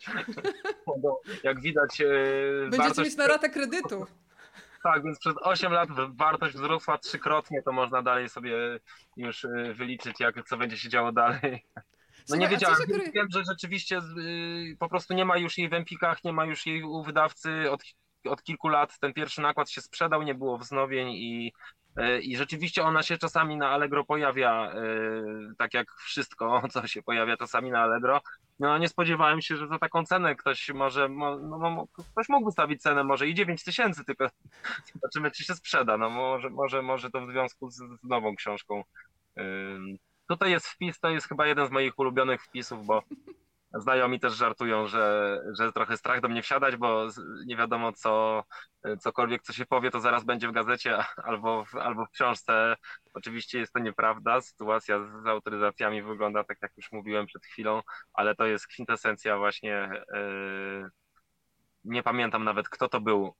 jak widać Będziecie wartość. mieć na ratę kredytu. Tak, więc przez 8 lat wartość wzrosła trzykrotnie, to można dalej sobie już wyliczyć, co będzie się działo dalej. No nie Słuchaj, a co wiedziałem, się kryje? wiem, że rzeczywiście po prostu nie ma już jej w Empikach, nie ma już jej u wydawcy od kilku lat. Ten pierwszy nakład się sprzedał, nie było wznowień i rzeczywiście ona się czasami na Allegro pojawia, tak jak wszystko, co się pojawia czasami na Allegro. No nie spodziewałem się, że za taką cenę ktoś ktoś mógł wystawić cenę może i 9 000, tylko zobaczymy, czy się sprzeda. No może to w związku z nową książką. Tutaj jest wpis, to jest chyba jeden z moich ulubionych wpisów, bo znajomi też żartują, że trochę strach do mnie wsiadać, bo nie wiadomo cokolwiek co się powie, to zaraz będzie w gazecie albo w książce. Oczywiście jest to nieprawda. Sytuacja z autoryzacjami wygląda tak, jak już mówiłem przed chwilą, ale to jest kwintesencja właśnie. Nie pamiętam nawet, kto to był.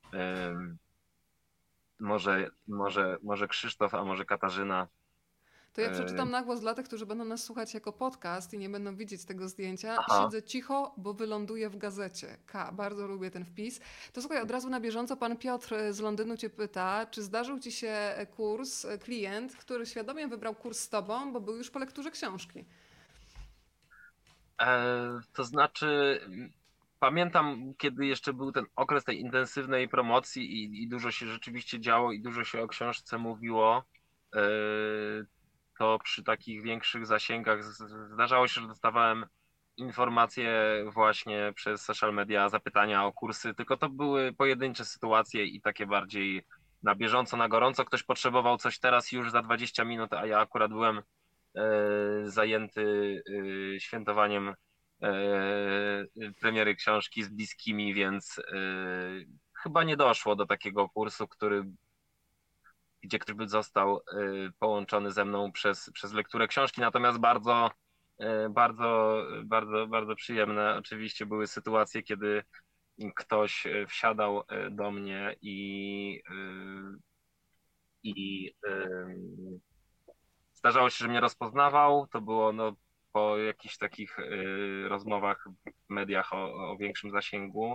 Może Krzysztof, a może Katarzyna. To ja przeczytam na głos dla tych, którzy będą nas słuchać jako podcast i nie będą widzieć tego zdjęcia. Aha. Siedzę cicho, bo wyląduję w gazecie. Bardzo lubię ten wpis. To słuchaj, od razu na bieżąco pan Piotr z Londynu cię pyta, czy zdarzył ci się klient, który świadomie wybrał kurs z tobą, bo był już po lekturze książki? To znaczy, pamiętam, kiedy jeszcze był ten okres tej intensywnej promocji i dużo się rzeczywiście działo i dużo się o książce mówiło. To przy takich większych zasięgach zdarzało się, że dostawałem informacje właśnie przez social media, zapytania o kursy, tylko to były pojedyncze sytuacje i takie bardziej na bieżąco, na gorąco. Ktoś potrzebował coś teraz już za 20 minut, a ja akurat byłem zajęty świętowaniem premiery książki z bliskimi, więc chyba nie doszło do takiego kursu, gdzie ktoś by został połączony ze mną przez lekturę książki, natomiast bardzo przyjemne oczywiście były sytuacje, kiedy ktoś wsiadał do mnie i zdarzało się, że mnie rozpoznawał. To było no, po jakichś takich rozmowach w mediach o większym zasięgu.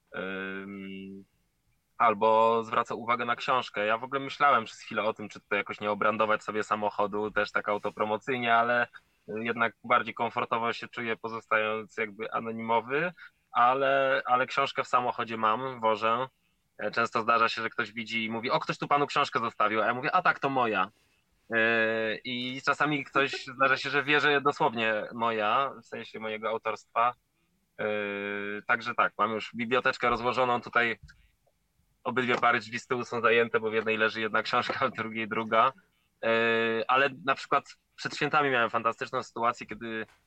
Albo zwraca uwagę na książkę. Ja w ogóle myślałem przez chwilę o tym, czy to jakoś nie obrandować sobie samochodu też tak autopromocyjnie, ale jednak bardziej komfortowo się czuję pozostając jakby anonimowy, ale książkę w samochodzie mam, wożę. Często zdarza się, że ktoś widzi i mówi, o ktoś tu panu książkę zostawił, a ja mówię, a tak, to moja. I czasami ktoś zdarza się, że wie, że dosłownie moja, w sensie mojego autorstwa. Także tak, mam już biblioteczkę rozłożoną tutaj. Obydwie pary drzwi z tyłu są zajęte, bo w jednej leży jedna książka, a w drugiej druga. Ale na przykład przed świętami miałem fantastyczną sytuację, kiedy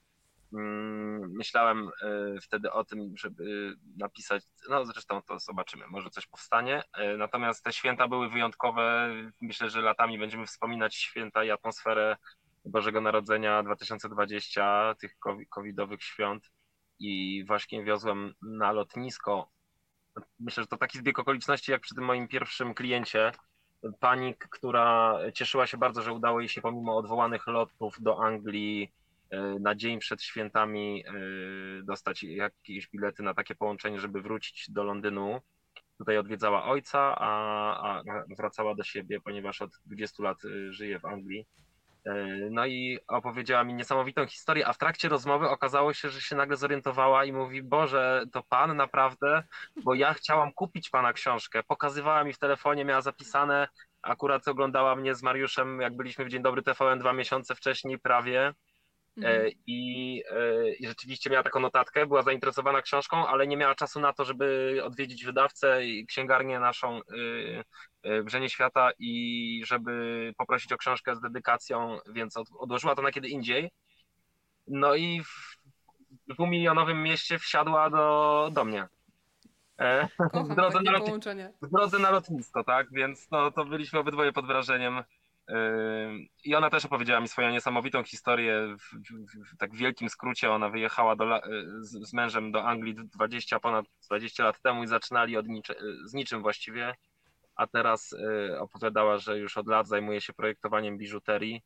Myślałem wtedy o tym, żeby napisać, no zresztą to zobaczymy, może coś powstanie. Natomiast te święta były wyjątkowe. Myślę, że latami będziemy wspominać święta i atmosferę Bożego Narodzenia 2020, tych covidowych świąt. I właśnie wiozłem na lotnisko. Myślę, że to taki zbieg okoliczności, jak przy tym moim pierwszym kliencie. Pani, która cieszyła się bardzo, że udało jej się pomimo odwołanych lotów do Anglii na dzień przed świętami dostać jakieś bilety na takie połączenie, żeby wrócić do Londynu. Tutaj odwiedzała ojca, a wracała do siebie, ponieważ od 20 lat żyje w Anglii. No i opowiedziała mi niesamowitą historię, a w trakcie rozmowy okazało się, że się nagle zorientowała i mówi: Boże, to pan naprawdę, bo ja chciałam kupić pana książkę. Pokazywała mi w telefonie, miała zapisane, akurat oglądała mnie z Mariuszem, jak byliśmy w Dzień Dobry TVN 2 miesiące wcześniej prawie. I rzeczywiście miała taką notatkę, była zainteresowana książką, ale nie miała czasu na to, żeby odwiedzić wydawcę i księgarnię naszą Wrzenie Świata i żeby poprosić o książkę z dedykacją, więc odłożyła to na kiedy indziej. No i w 2-milionowym mieście wsiadła do mnie. Kocham takie połączenie. W drodze na lotnisko, tak? Więc to byliśmy obydwoje pod wrażeniem. I ona też opowiedziała mi swoją niesamowitą historię. W tak wielkim skrócie ona wyjechała z mężem do Anglii ponad 20 lat temu i zaczynali z niczym właściwie. A teraz opowiadała, że już od lat zajmuje się projektowaniem biżuterii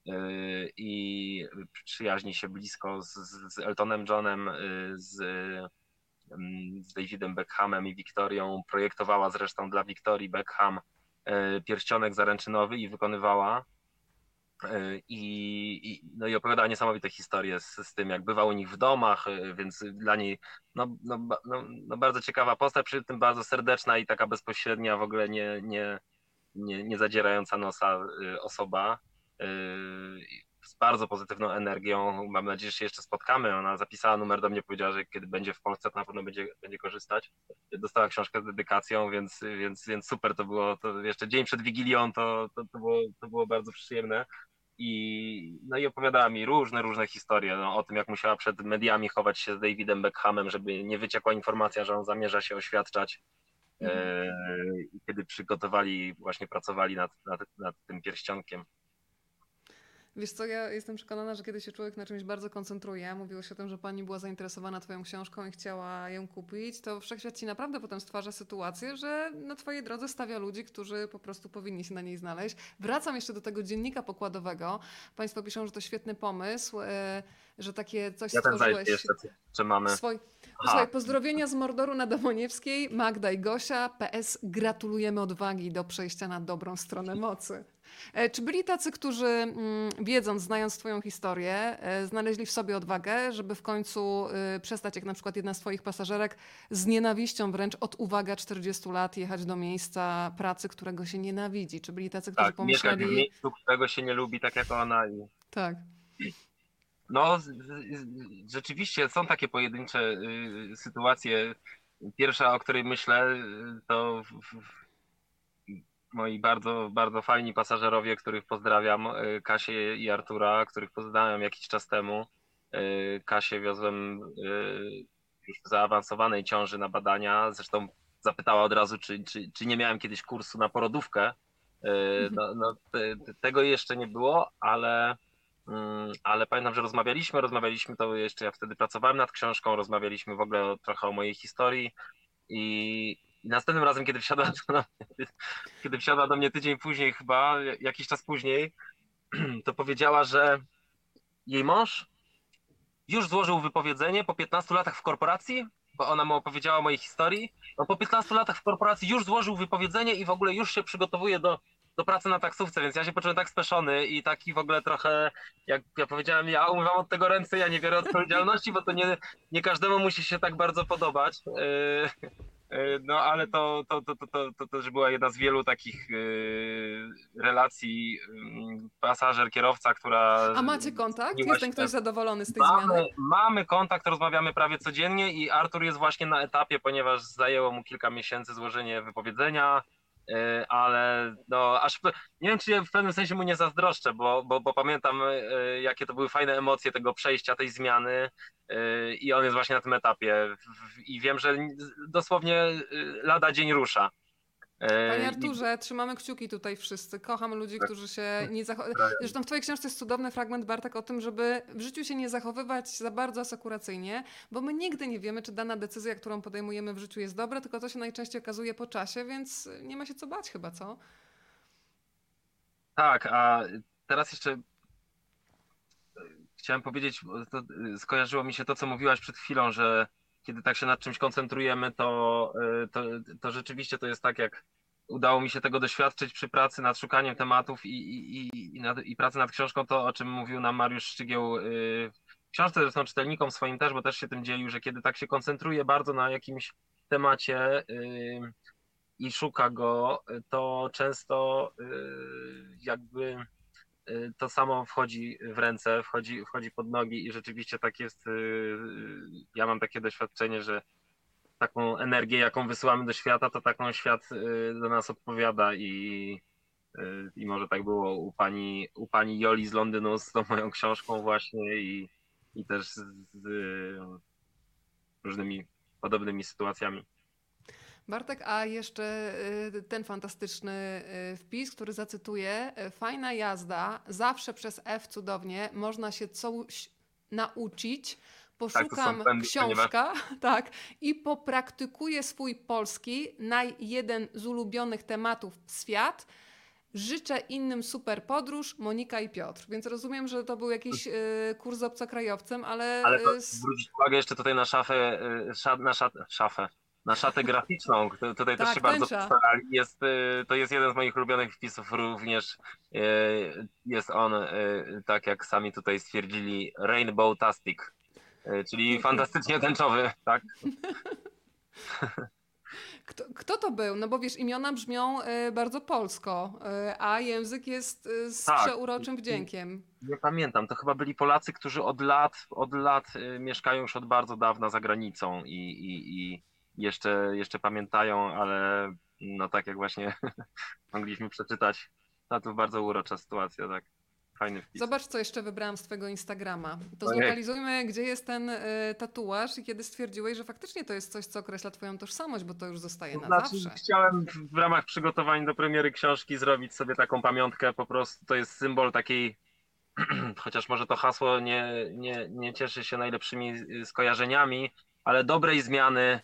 i przyjaźni się blisko z Eltonem Johnem, z Davidem Beckhamem i Wiktorią. Projektowała zresztą dla Wiktorii Beckham pierścionek zaręczynowy i wykonywała. No i opowiadała niesamowite historie z tym, jak bywa u nich w domach, więc dla niej bardzo ciekawa postać, przy tym bardzo serdeczna i taka bezpośrednia, w ogóle nie zadzierająca nosa osoba. Z bardzo pozytywną energią. Mam nadzieję, że się jeszcze spotkamy. Ona zapisała numer do mnie, powiedziała, że kiedy będzie w Polsce, to na pewno będzie korzystać. Dostała książkę z dedykacją, więc super to było. To jeszcze dzień przed Wigilią to było bardzo przyjemne. No i opowiadała mi różne historie o tym, jak musiała przed mediami chować się z Davidem Beckhamem, żeby nie wyciekła informacja, że on zamierza się oświadczać. Kiedy właśnie pracowali nad tym pierścionkiem. Wiesz co, ja jestem przekonana, że kiedy się człowiek na czymś bardzo koncentruje, mówiło się o tym, że pani była zainteresowana twoją książką i chciała ją kupić, to wszechświat ci naprawdę potem stwarza sytuację, że na twojej drodze stawia ludzi, którzy po prostu powinni się na niej znaleźć. Wracam jeszcze do tego dziennika pokładowego. Państwo piszą, że to świetny pomysł, że takie coś stworzyłeś. Jeszcze, czy mamy... Słuchaj, pozdrowienia z Mordoru na Domoniewskiej, Magda i Gosia. PS, gratulujemy odwagi do przejścia na dobrą stronę mocy. Czy byli tacy, którzy znając twoją historię, znaleźli w sobie odwagę, żeby w końcu przestać, jak na przykład jedna z twoich pasażerek, z nienawiścią wręcz od 40 lat jechać do miejsca pracy, którego się nienawidzi? Czy byli tacy, którzy pomyśleli... Tak, w miejscu, którego się nie lubi, tak jak ona. Tak. No, rzeczywiście są takie pojedyncze sytuacje. Pierwsza, o której myślę, to moi bardzo, bardzo fajni pasażerowie, których pozdrawiam, Kasię i Artura, których poznałem jakiś czas temu. Kasię wiozłem już w zaawansowanej ciąży na badania. Zresztą zapytała od razu, czy nie miałem kiedyś kursu na porodówkę. Tego jeszcze nie było, ale pamiętam, że rozmawialiśmy, to jeszcze ja wtedy pracowałem nad książką, rozmawialiśmy w ogóle trochę o mojej historii i następnym razem, kiedy wsiadła do mnie tydzień później chyba, jakiś czas później, to powiedziała, że jej mąż już złożył wypowiedzenie po 15 latach w korporacji, bo ona mu opowiedziała o mojej historii. No, po 15 latach w korporacji już złożył wypowiedzenie i w ogóle już się przygotowuje do pracy na taksówce, więc ja się poczułem tak speszony i taki w ogóle trochę, jak ja powiedziałem, ja umywam od tego ręce, ja nie biorę odpowiedzialności, bo to nie każdemu musi się tak bardzo podobać. No ale to też była jedna z wielu takich relacji pasażer-kierowca, która... A macie kontakt? Jest ten ktoś zadowolony z tej zmiany? Mamy kontakt, rozmawiamy prawie codziennie i Artur jest właśnie na etapie, ponieważ zajęło mu kilka miesięcy złożenie wypowiedzenia. ale no nie wiem, czy ja w pewnym sensie mu nie zazdroszczę, bo pamiętam, jakie to były fajne emocje tego przejścia, tej zmiany, i on jest właśnie na tym etapie i wiem, że dosłownie lada dzień rusza. Panie I Arturze, trzymamy kciuki tutaj wszyscy. Kocham ludzi, którzy się nie zachowają. Zresztą w twojej książce jest cudowny fragment, Bartek, o tym, żeby w życiu się nie zachowywać za bardzo asekuracyjnie, bo my nigdy nie wiemy, czy dana decyzja, którą podejmujemy w życiu jest dobra, tylko to się najczęściej okazuje po czasie, więc nie ma się co bać chyba, co? tak, a teraz jeszcze chciałem powiedzieć, bo to skojarzyło mi się to, co mówiłaś przed chwilą, że kiedy tak się nad czymś koncentrujemy, to rzeczywiście to jest tak, jak udało mi się tego doświadczyć przy pracy nad szukaniem tematów i pracy nad książką, to o czym mówił nam Mariusz Szczygieł w książce, zresztą czytelnikom swoim też, bo też się tym dzielił, że kiedy tak się koncentruje bardzo na jakimś temacie i szuka go, to często jakby to samo wchodzi w ręce, wchodzi pod nogi i rzeczywiście tak jest. Ja mam takie doświadczenie, że taką energię, jaką wysyłamy do świata, to taką świat do nas odpowiada i może tak było u pani Joli z Londynu z tą moją książką właśnie i też z różnymi podobnymi sytuacjami. Bartek, a jeszcze ten fantastyczny wpis, który zacytuję. Fajna jazda, zawsze przez F cudownie, można się coś nauczyć. Tak, to są Poszukam błędy, ponieważ książka, tak, i popraktykuję swój polski na jeden z ulubionych tematów świat. Życzę innym super podróż, Monika i Piotr. Więc rozumiem, że to był jakiś kurs z obcokrajowcem, ale ale to zwrócić uwagę jeszcze tutaj na szafę, szafę, na szatę graficzną. Tutaj też tak, się bardzo tęcza. postarali. To jest jeden z moich ulubionych wpisów również. Jest on, tak jak sami tutaj stwierdzili, rainbow-tastic, czyli Pięknie. fantastycznie tęczowy, tak? Kto to był? No bo wiesz, imiona brzmią bardzo polsko, a język jest z Tak. przeuroczym wdziękiem. Nie pamiętam, to chyba byli Polacy, którzy od lat mieszkają już od bardzo dawna za granicą i jeszcze pamiętają, ale no tak jak właśnie mogliśmy przeczytać, no to bardzo urocza sytuacja, tak. Fajny wpis. Zobacz, co jeszcze wybrałam z twojego Instagrama. To Ojej. zlokalizujmy, gdzie jest ten tatuaż i kiedy stwierdziłeś, że faktycznie to jest coś, co określa twoją tożsamość, bo to już zostaje na Znaczy, zawsze. chciałem w ramach przygotowań do premiery książki zrobić sobie taką pamiątkę, po prostu to jest symbol takiej, chociaż może to hasło nie cieszy się najlepszymi skojarzeniami, ale dobrej zmiany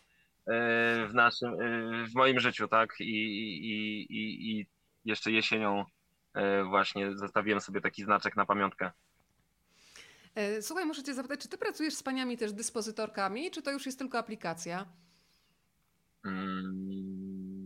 w moim życiu, tak? I jeszcze jesienią właśnie zostawiłem sobie taki znaczek na pamiątkę. Słuchaj, muszę cię zapytać, czy ty pracujesz z paniami też dyspozytorkami, czy to już jest tylko aplikacja? Mm,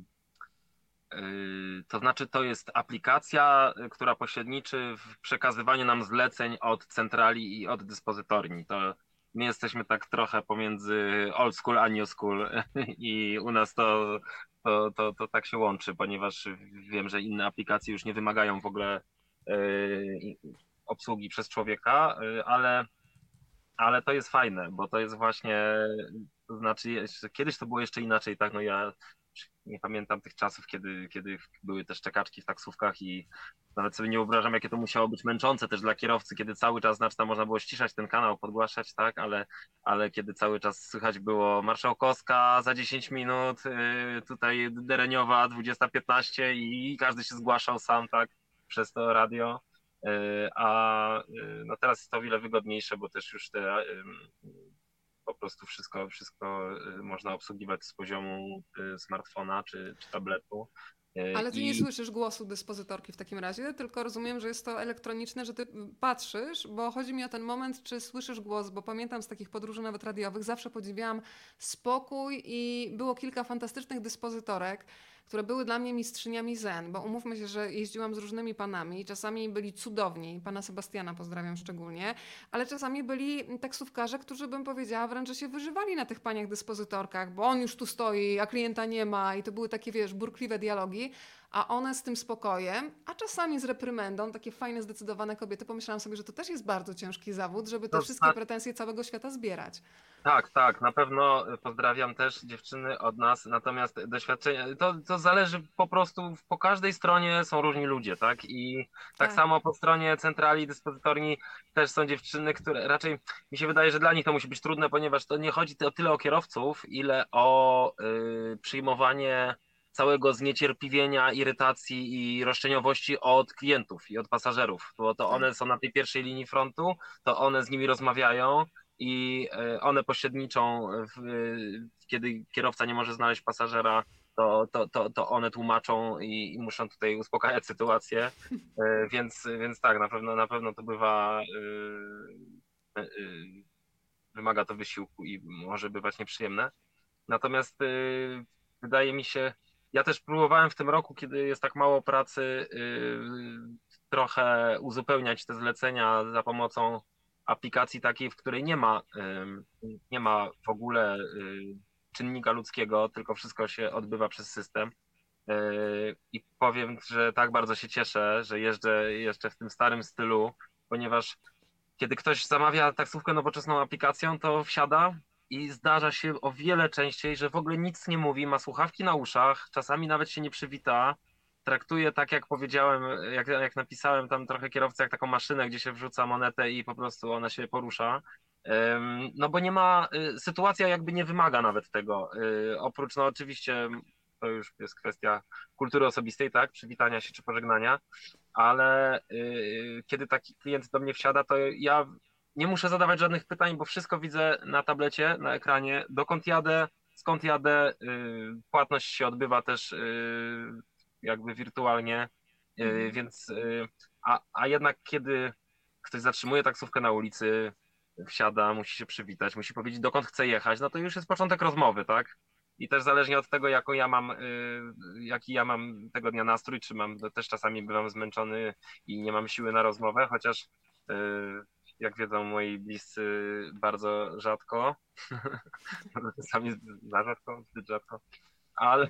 To znaczy, to jest aplikacja, która pośredniczy w przekazywaniu nam zleceń od centrali i od dyspozytorni. To my jesteśmy tak trochę pomiędzy old school a new school i u nas to tak się łączy, ponieważ wiem, że inne aplikacje już nie wymagają w ogóle obsługi przez człowieka, ale to jest fajne, bo to jest właśnie, to znaczy kiedyś to było jeszcze inaczej, tak, no ja nie pamiętam tych czasów, kiedy były też czekaczki w taksówkach i nawet sobie nie wyobrażam, jakie to musiało być męczące też dla kierowcy, kiedy cały czas, znaczy tam można było ściszać ten kanał, podgłaszać, tak, ale kiedy cały czas słychać było Marszałkowska za 10 minut, tutaj Dereniowa 20:15 i każdy się zgłaszał sam, tak, przez to radio. A no teraz jest to o wiele wygodniejsze, bo też już po prostu wszystko można obsługiwać z poziomu smartfona czy tabletu. Ale ty nie I słyszysz głosu dyspozytorki w takim razie, tylko rozumiem, że jest to elektroniczne, że ty patrzysz, bo chodzi mi o ten moment, czy słyszysz głos, bo pamiętam z takich podróży nawet radiowych, zawsze podziwiałam spokój i było kilka fantastycznych dyspozytorek, które były dla mnie mistrzyniami zen, bo umówmy się, że jeździłam z różnymi panami, czasami byli cudowni, pana Sebastiana pozdrawiam szczególnie, ale czasami byli taksówkarze, którzy bym powiedziała wręcz, że się wyżywali na tych paniach dyspozytorkach, bo on już tu stoi, a klienta nie ma i to były takie, wiesz, burkliwe dialogi, a one z tym spokojem, a czasami z reprymendą, takie fajne, zdecydowane kobiety. Pomyślałam sobie, że to też jest bardzo ciężki zawód, żeby te To wszystkie znaczy, pretensje całego świata zbierać. tak, tak, na pewno pozdrawiam też dziewczyny od nas, natomiast doświadczenie, to zależy po prostu, po każdej stronie są różni ludzie, tak? I tak Tak. samo po stronie centrali dyspozytorni też są dziewczyny, które raczej mi się wydaje, że dla nich to musi być trudne, ponieważ to nie chodzi o tyle o kierowców, ile o przyjmowanie całego zniecierpliwienia, irytacji i roszczeniowości od klientów i od pasażerów, bo to Tak. one są na tej pierwszej linii frontu, to one z nimi rozmawiają i one pośredniczą, kiedy kierowca nie może znaleźć pasażera, to one tłumaczą i muszą tutaj uspokajać sytuację, więc tak, na pewno to bywa, wymaga to wysiłku i może bywać nieprzyjemne. Natomiast wydaje mi się, ja też próbowałem w tym roku, kiedy jest tak mało pracy, trochę uzupełniać te zlecenia za pomocą aplikacji takiej, w której nie ma w ogóle czynnika ludzkiego, tylko wszystko się odbywa przez system. I powiem, że tak bardzo się cieszę, że jeżdżę jeszcze w tym starym stylu, ponieważ kiedy ktoś zamawia taksówkę nowoczesną aplikacją, to wsiada i zdarza się o wiele częściej, że w ogóle nic nie mówi, ma słuchawki na uszach, czasami nawet się nie przywita, traktuje tak, jak powiedziałem, jak napisałem tam trochę kierowcę, jak taką maszynę, gdzie się wrzuca monetę i po prostu ona się porusza. No bo nie ma, sytuacja jakby nie wymaga nawet tego. Oprócz, no oczywiście, to już jest kwestia kultury osobistej, tak, przywitania się czy pożegnania, ale kiedy taki klient do mnie wsiada, to ja nie muszę zadawać żadnych pytań, bo wszystko widzę na tablecie, na ekranie, dokąd jadę, skąd jadę, płatność się odbywa też jakby wirtualnie, Mhm. więc a jednak kiedy ktoś zatrzymuje taksówkę na ulicy, wsiada, musi się przywitać, musi powiedzieć dokąd chce jechać, no to już jest początek rozmowy, tak? I też zależnie od tego, jaki ja mam tego dnia nastrój, czy mam, też czasami bywam zmęczony i nie mam siły na rozmowę, chociaż jak wiedzą moi bliscy, bardzo rzadko, czasami za rzadko, zbyt rzadko, ale,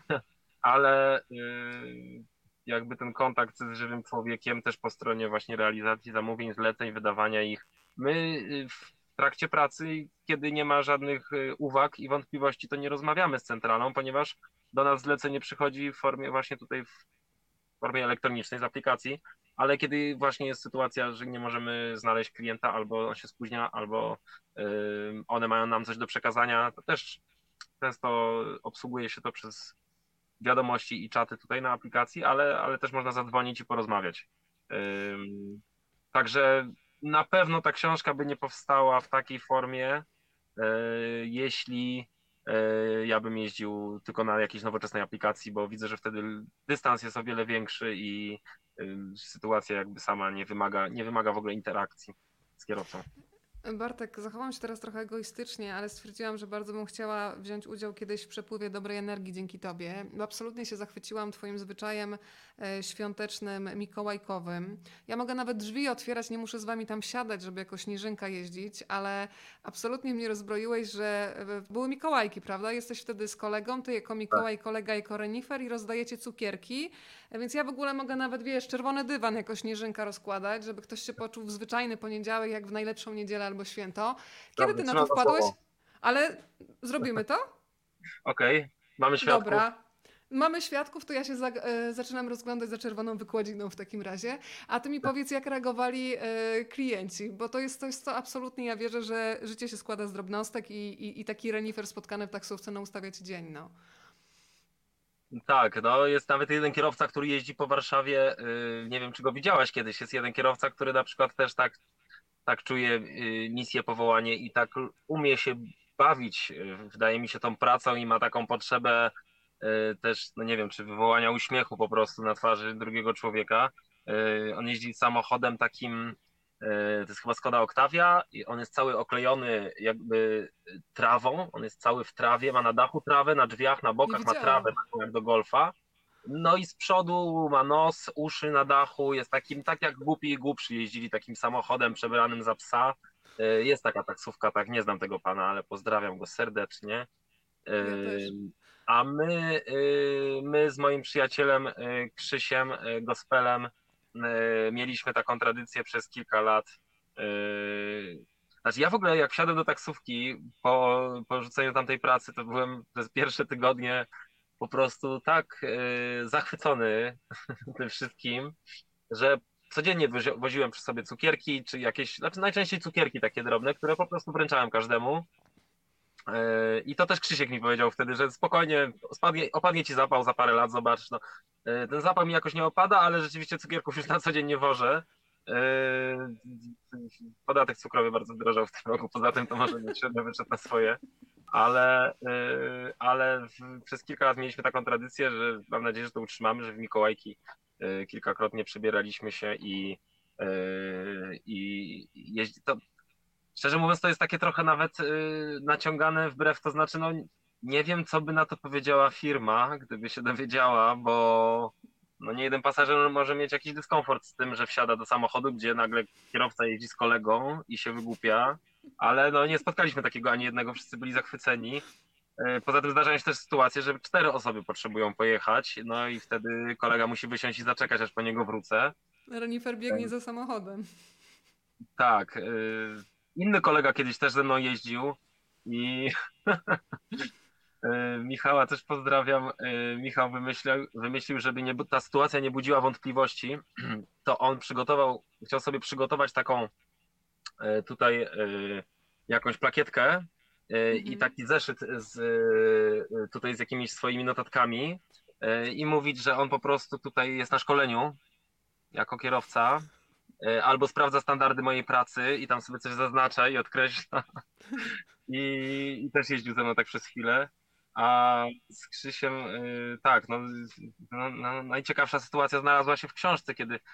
ale jakby ten kontakt z żywym człowiekiem też po stronie właśnie realizacji zamówień, zleceń, wydawania ich. My w trakcie pracy, kiedy nie ma żadnych uwag i wątpliwości, to nie rozmawiamy z centralą, ponieważ do nas zlecenie przychodzi w formie właśnie tutaj w formie elektronicznej z aplikacji, ale kiedy właśnie jest sytuacja, że nie możemy znaleźć klienta, albo on się spóźnia, albo one mają nam coś do przekazania, to też często obsługuje się to przez wiadomości i czaty tutaj na aplikacji, ale też można zadzwonić i porozmawiać. Także na pewno ta książka by nie powstała w takiej formie, jeśli ja bym jeździł tylko na jakiejś nowoczesnej aplikacji, bo widzę, że wtedy dystans jest o wiele większy i sytuacja jakby sama nie wymaga w ogóle interakcji z kierowcą. Bartek, zachowam się teraz trochę egoistycznie, ale stwierdziłam, że bardzo bym chciała wziąć udział kiedyś w przepływie dobrej energii dzięki Tobie. Bo absolutnie się zachwyciłam Twoim zwyczajem świątecznym, mikołajkowym. Ja mogę nawet drzwi otwierać, nie muszę z Wami tam siadać, żeby jako śnieżynka jeździć, ale absolutnie mnie rozbroiłeś, że były Mikołajki, prawda? Jesteś wtedy z kolegą, Ty jako Tak, Mikołaj, kolega jako renifer i rozdajecie cukierki. Więc ja w ogóle mogę nawet, wiesz, czerwony dywan jako śnieżynka rozkładać, żeby ktoś się poczuł w zwyczajny poniedziałek, jak w najlepszą niedzielę albo święto. Kiedy dobrze, ty na to trzymam za wpadłeś? słowo. Ale zrobimy to? Okej, mamy świadków. Dobra. Mamy świadków, to ja się zaczynam rozglądać za czerwoną wykładziną w takim razie. A ty mi powiedz, jak reagowali klienci, bo to jest coś, co absolutnie ja wierzę, że życie się składa z drobnostek i taki renifer spotkany w taksówce no, ustawia ci dzień. No. Tak, no jest nawet jeden kierowca, który jeździ po Warszawie. Nie wiem, czy go widziałaś kiedyś. Jest jeden kierowca, który na przykład też tak czuje misję, powołanie i tak umie się bawić, wydaje mi się, tą pracą i ma taką potrzebę też, no nie wiem, czy wywołania uśmiechu po prostu na twarzy drugiego człowieka. On jeździ samochodem takim, to jest chyba Skoda Octavia i on jest cały oklejony jakby trawą, on jest cały w trawie, ma na dachu trawę, na drzwiach, na Nie bokach ma widziałam. trawę, taką jak do golfa. No i z przodu ma nos, uszy na dachu, jest takim, tak jak Głupi i Głupszy jeździli takim samochodem przebranym za psa. Jest taka taksówka, tak, nie znam tego pana, ale pozdrawiam go serdecznie. Ja też. A my z moim przyjacielem Krzysiem Gospelem mieliśmy taką tradycję przez kilka lat. Znaczy ja w ogóle jak wsiadłem do taksówki po rzuceniu tamtej pracy, to byłem przez pierwsze tygodnie po prostu tak zachwycony tym wszystkim, że codziennie woziłem przy sobie cukierki, czy jakieś, znaczy najczęściej cukierki takie drobne, które po prostu wręczałem każdemu. I to też Krzysiek mi powiedział wtedy, że spokojnie, opadnie ci zapał za parę lat, zobacz. No. Ten zapał mi jakoś nie opada, ale rzeczywiście cukierków już na co dzień nie wożę. Podatek cukrowy bardzo zdrożał w tym roku, poza tym to może być średnio wyszedł na swoje. Ale przez kilka lat mieliśmy taką tradycję, że mam nadzieję, że to utrzymamy, że w Mikołajki kilkakrotnie przebieraliśmy się i jeździ. To, szczerze mówiąc, to jest takie trochę nawet naciągane wbrew, to znaczy, no nie wiem, co by na to powiedziała firma, gdyby się dowiedziała, bo no nie jeden pasażer może mieć jakiś dyskomfort z tym, że wsiada do samochodu, gdzie nagle kierowca jeździ z kolegą i się wygłupia, ale no nie spotkaliśmy takiego ani jednego, wszyscy byli zachwyceni. Poza tym zdarzają się też sytuacje, że 4 osoby potrzebują pojechać, no i wtedy kolega musi wysiąść i zaczekać, aż po niego wrócę. Renifer biegnie za samochodem. Tak. Inny kolega kiedyś też ze mną jeździł i Michała też pozdrawiam. Michał wymyślił, żeby ta sytuacja nie budziła wątpliwości, to on chciał sobie przygotować taką tutaj jakąś plakietkę i taki zeszyt tutaj z jakimiś swoimi notatkami i mówić, że on po prostu tutaj jest na szkoleniu jako kierowca albo sprawdza standardy mojej pracy i tam sobie coś zaznacza i odkreśla. I też jeździł ze mną tak przez chwilę. A z Krzysiem, tak, no, najciekawsza sytuacja znalazła się w książce,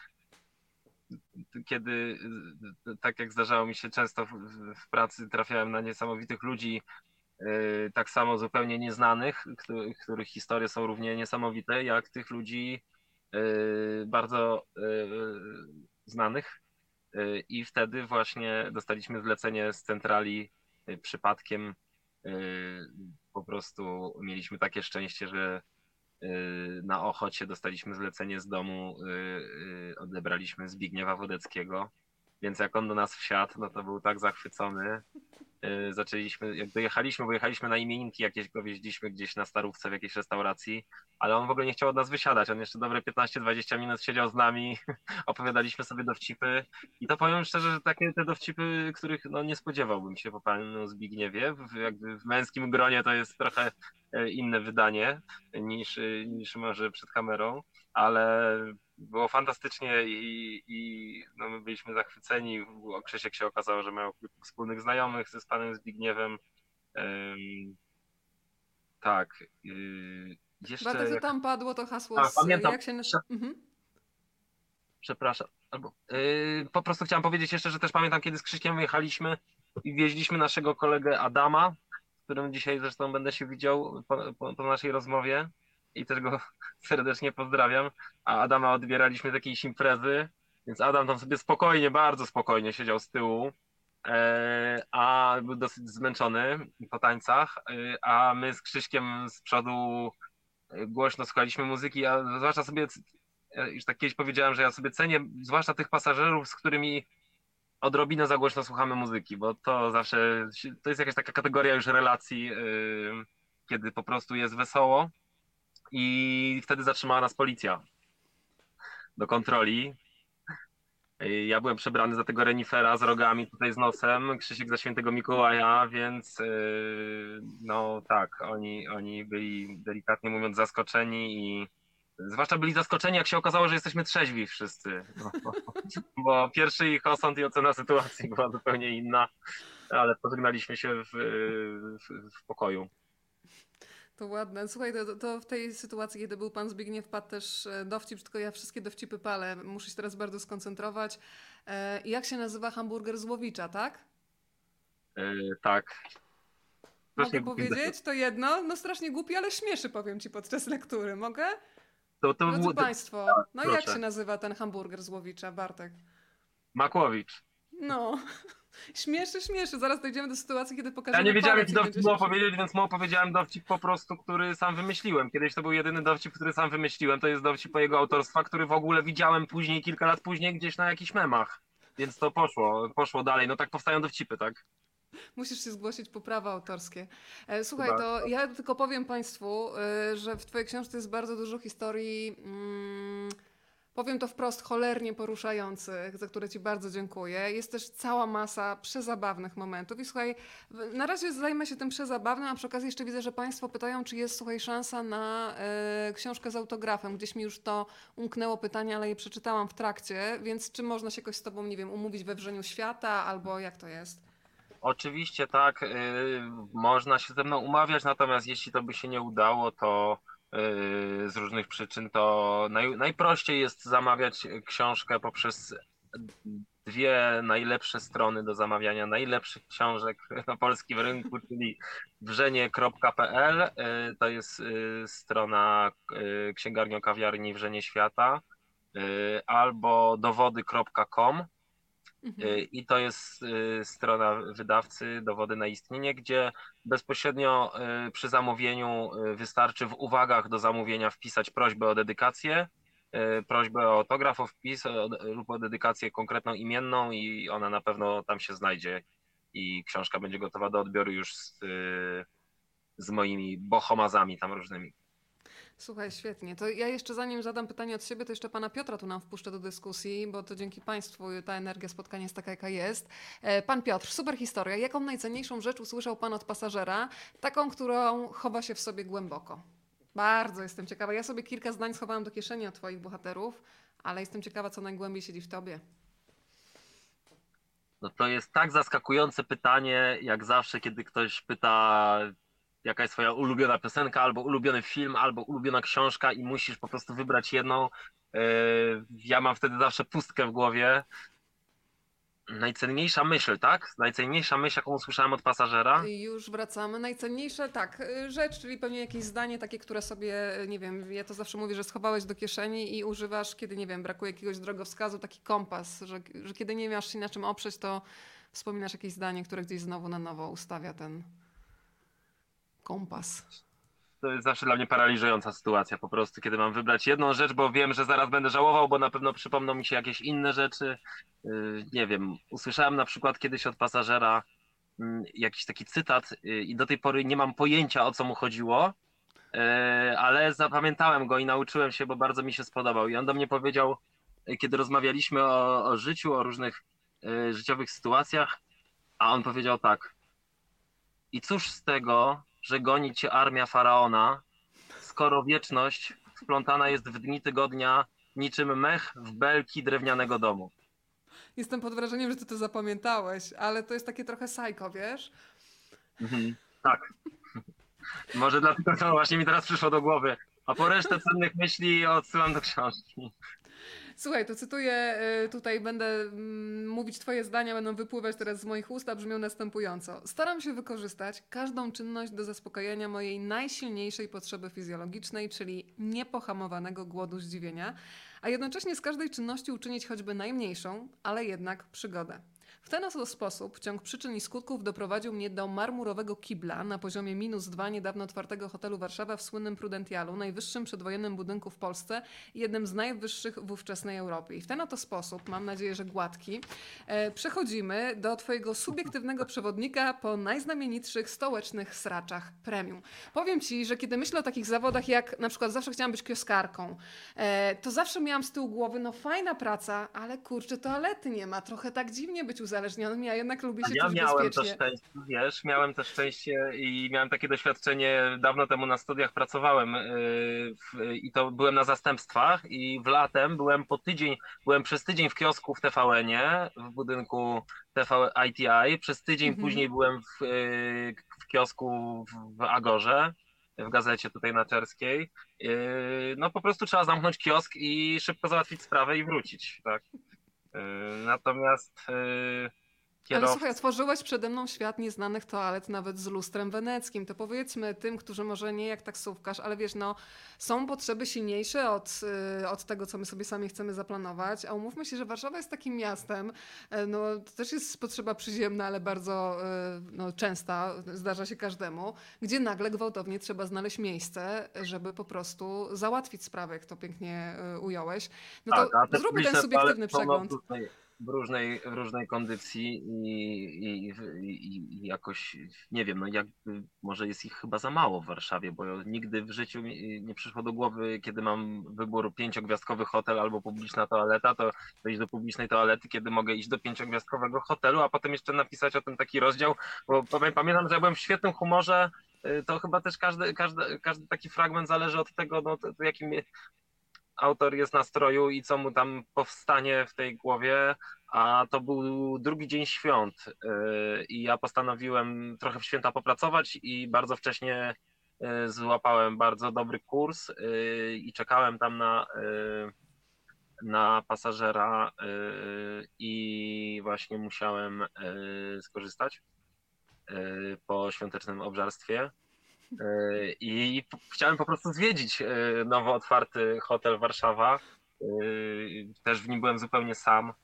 kiedy tak jak zdarzało mi się często w pracy, trafiałem na niesamowitych ludzi, tak samo zupełnie nieznanych, których historie są równie niesamowite, jak tych ludzi bardzo znanych. I wtedy właśnie dostaliśmy zlecenie z centrali przypadkiem. Po prostu mieliśmy takie szczęście, że na Ochocie dostaliśmy zlecenie z domu, odebraliśmy Zbigniewa Wodeckiego, więc jak on do nas wsiadł, no to był tak zachwycony. Zaczęliśmy, jak dojechaliśmy, bo jechaliśmy na imieninki jakieś, go wieźliśmy gdzieś na Starówce w jakiejś restauracji, ale on w ogóle nie chciał od nas wysiadać, on jeszcze dobre 15-20 minut siedział z nami, opowiadaliśmy sobie dowcipy i to powiem szczerze, że takie te dowcipy, których no, nie spodziewałbym się po panu Zbigniewie, jakby w męskim gronie to jest trochę inne wydanie niż może przed kamerą, ale było fantastycznie i no, my byliśmy zachwyceni. Krzysiek się okazało, że miał kilku wspólnych znajomych z panem Zbigniewem. Tak. Jeszcze. Bartek, to tam padło to hasło pamiętam. jak się... Przepraszam. Po prostu chciałem powiedzieć jeszcze, że też pamiętam, kiedy z Krzyśkiem jechaliśmy i wieźliśmy naszego kolegę Adama, z którym dzisiaj zresztą będę się widział po naszej rozmowie i też go serdecznie pozdrawiam. A Adama odbieraliśmy z jakiejś imprezy, więc Adam tam sobie spokojnie, bardzo spokojnie siedział z tyłu, a był dosyć zmęczony po tańcach, a my z Krzyśkiem z przodu głośno słuchaliśmy muzyki, a zwłaszcza sobie, już tak kiedyś powiedziałem, że ja sobie cenię, zwłaszcza tych pasażerów, z którymi odrobinę za głośno słuchamy muzyki, bo to zawsze, to jest jakaś taka kategoria już relacji, kiedy po prostu jest wesoło i wtedy zatrzymała nas policja do kontroli. Ja byłem przebrany za tego renifera z rogami tutaj z nosem, Krzysiek za świętego Mikołaja, więc no tak, oni byli delikatnie mówiąc zaskoczeni i zwłaszcza byli zaskoczeni, jak się okazało, że jesteśmy trzeźwi wszyscy, bo pierwszy ich osąd i ocena sytuacji była zupełnie inna, ale pożegnaliśmy się w pokoju. To ładne. Słuchaj, to w tej sytuacji, kiedy był pan Zbigniew, padł też dowcip, tylko ja wszystkie dowcipy palę. Muszę się teraz bardzo skoncentrować. Jak się nazywa hamburger z Łowicza, tak? Tak. Mogę powiedzieć to jedno? No strasznie głupi, ale śmieszy, powiem ci podczas lektury. Mogę? Drodzy Państwo, no proszę. Jak się nazywa ten hamburger z Łowicza, Bartek? Makłowicz. No, śmieszy. Zaraz dojdziemy do sytuacji, kiedy Ja pokażemy nie wiedziałem, palec jaki i dowcip będzie mu się opowiedzieć, więc mu opowiedziałem dowcip po prostu, który sam wymyśliłem. Kiedyś to był jedyny dowcip, który sam wymyśliłem. To jest dowcip jego autorstwa, który w ogóle widziałem później, kilka lat później gdzieś na jakichś memach. Więc to poszło dalej. No tak powstają dowcipy, tak? Musisz się zgłosić po prawa autorskie. Słuchaj, Chyba. to ja tylko powiem Państwu, że w Twojej książce jest bardzo dużo historii, powiem to wprost, cholernie poruszających, za które Ci bardzo dziękuję. Jest też cała masa przezabawnych momentów. I słuchaj, na razie zajmę się tym przezabawnym, a przy okazji jeszcze widzę, że Państwo pytają, czy jest, słuchaj, szansa na książkę z autografem. Gdzieś mi już to umknęło pytanie, ale je przeczytałam w trakcie, więc czy można się jakoś z Tobą, nie wiem, umówić we Wrzeniu Świata, albo jak to jest? Oczywiście tak, można się ze mną umawiać, natomiast jeśli to by się nie udało, to z różnych przyczyn to najprościej jest zamawiać książkę poprzez dwie najlepsze strony do zamawiania najlepszych książek na polskim rynku, czyli wrzenie.pl, to jest strona księgarnio-kawiarni Wrzenie Świata, albo dowody.com. I to jest strona wydawcy Dowody na istnienie, gdzie bezpośrednio przy zamówieniu wystarczy w uwagach do zamówienia wpisać prośbę o dedykację, prośbę o autograf, o wpis lub o dedykację konkretną imienną i ona na pewno tam się znajdzie i książka będzie gotowa do odbioru już z moimi bohomazami tam różnymi. Słuchaj, świetnie. To ja jeszcze zanim zadam pytanie od siebie, to jeszcze pana Piotra tu nam wpuszczę do dyskusji, bo to dzięki państwu ta energia spotkania jest taka, jaka jest. Pan Piotr, super historia. Jaką najcenniejszą rzecz usłyszał pan od pasażera? Taką, którą chowa się w sobie głęboko. Bardzo jestem ciekawa. Ja sobie kilka zdań schowałam do kieszeni od twoich bohaterów, ale jestem ciekawa, co najgłębiej siedzi w tobie. No to jest tak zaskakujące pytanie, jak zawsze, kiedy ktoś pyta, jaka jest twoja ulubiona piosenka, albo ulubiony film, albo ulubiona książka i musisz po prostu wybrać jedną. Ja mam wtedy zawsze pustkę w głowie. Najcenniejsza myśl, tak? Najcenniejsza myśl, jaką usłyszałem od pasażera. Już wracamy. Najcenniejsze, tak, rzecz, czyli pewnie jakieś zdanie takie, które sobie, nie wiem, ja to zawsze mówię, że schowałeś do kieszeni i używasz, kiedy, nie wiem, brakuje jakiegoś drogowskazu, taki kompas, że kiedy nie masz się na czym oprzeć, to wspominasz jakieś zdanie, które gdzieś znowu na nowo ustawia ten kompas. To jest zawsze dla mnie paraliżująca sytuacja po prostu, kiedy mam wybrać jedną rzecz, bo wiem, że zaraz będę żałował, bo na pewno przypomną mi się jakieś inne rzeczy. Nie wiem, usłyszałem na przykład kiedyś od pasażera jakiś taki cytat i do tej pory nie mam pojęcia, o co mu chodziło, ale zapamiętałem go i nauczyłem się, bo bardzo mi się spodobał. I on do mnie powiedział, kiedy rozmawialiśmy o życiu, o różnych życiowych sytuacjach, a on powiedział tak: i cóż z tego, że goni cię armia faraona, skoro wieczność wplątana jest w dni tygodnia niczym mech w belki drewnianego domu. Jestem pod wrażeniem, że ty to zapamiętałeś, ale to jest takie trochę psycho, wiesz? Tak. Może dlatego to właśnie mi teraz przyszło do głowy. A po resztę cennych myśli odsyłam do książki. Słuchaj, to cytuję, tutaj będę mówić twoje zdania, będą wypływać teraz z moich ust, a brzmią następująco. Staram się wykorzystać każdą czynność do zaspokojenia mojej najsilniejszej potrzeby fizjologicznej, czyli niepohamowanego głodu zdziwienia, a jednocześnie z każdej czynności uczynić choćby najmniejszą, ale jednak przygodę. W ten oto sposób ciąg przyczyn i skutków doprowadził mnie do marmurowego kibla na poziomie -2 niedawno otwartego hotelu Warszawa w słynnym Prudentialu, najwyższym przedwojennym budynku w Polsce i jednym z najwyższych w ówczesnej Europie. I w ten oto sposób, mam nadzieję, że gładki, przechodzimy do twojego subiektywnego przewodnika po najznamienitszych stołecznych sraczach premium. Powiem ci, że kiedy myślę o takich zawodach jak na przykład zawsze chciałam być kioskarką, to zawsze miałam z tyłu głowy, no fajna praca, ale kurczę, toalety nie ma, trochę tak dziwnie być uzależnionym, ja jednak lubię się czuć Miałem bezpiecznie. to szczęście, wiesz, miałem to szczęście i miałem takie doświadczenie, dawno temu na studiach pracowałem i to byłem na zastępstwach i w latem byłem przez tydzień w kiosku w TVN-ie, w budynku TV ITI, przez tydzień później byłem w kiosku w Agorze, w gazecie tutaj na Czerskiej. No po prostu trzeba zamknąć kiosk i szybko załatwić sprawę i wrócić, tak. Natomiast Ale słuchaj, kierowców. otworzyłeś przede mną świat nieznanych toalet, nawet z lustrem weneckim. To powiedzmy tym, którzy może nie jak taksówkarz, ale wiesz, no, są potrzeby silniejsze od tego, co my sobie sami chcemy zaplanować. A umówmy się, że Warszawa jest takim miastem, no, to też jest potrzeba przyziemna, ale bardzo no, częsta, zdarza się każdemu, gdzie nagle gwałtownie trzeba znaleźć miejsce, żeby po prostu załatwić sprawę, jak to pięknie ująłeś. No Tak, to a te zróbmy ten publiczne toalety subiektywny są no, przegląd. w różnej kondycji i jakoś, nie wiem, no jakby może jest ich chyba za mało w Warszawie, bo nigdy w życiu mi nie przyszło do głowy, kiedy mam wybór pięciogwiazdkowy hotel albo publiczna toaleta, to iść do publicznej toalety, kiedy mogę iść do pięciogwiazdkowego hotelu, a potem jeszcze napisać o tym taki rozdział, bo pamiętam, że ja byłem w świetnym humorze, to chyba też każdy taki fragment zależy od tego, no, to jakim autor jest nastroju i co mu tam powstanie w tej głowie, a to był drugi dzień świąt i ja postanowiłem trochę w święta popracować i bardzo wcześnie złapałem bardzo dobry kurs i czekałem tam na pasażera i właśnie musiałem skorzystać po świątecznym obżarstwie. I chciałem po prostu zwiedzić nowo otwarty hotel Warszawa. Też w nim byłem zupełnie sam.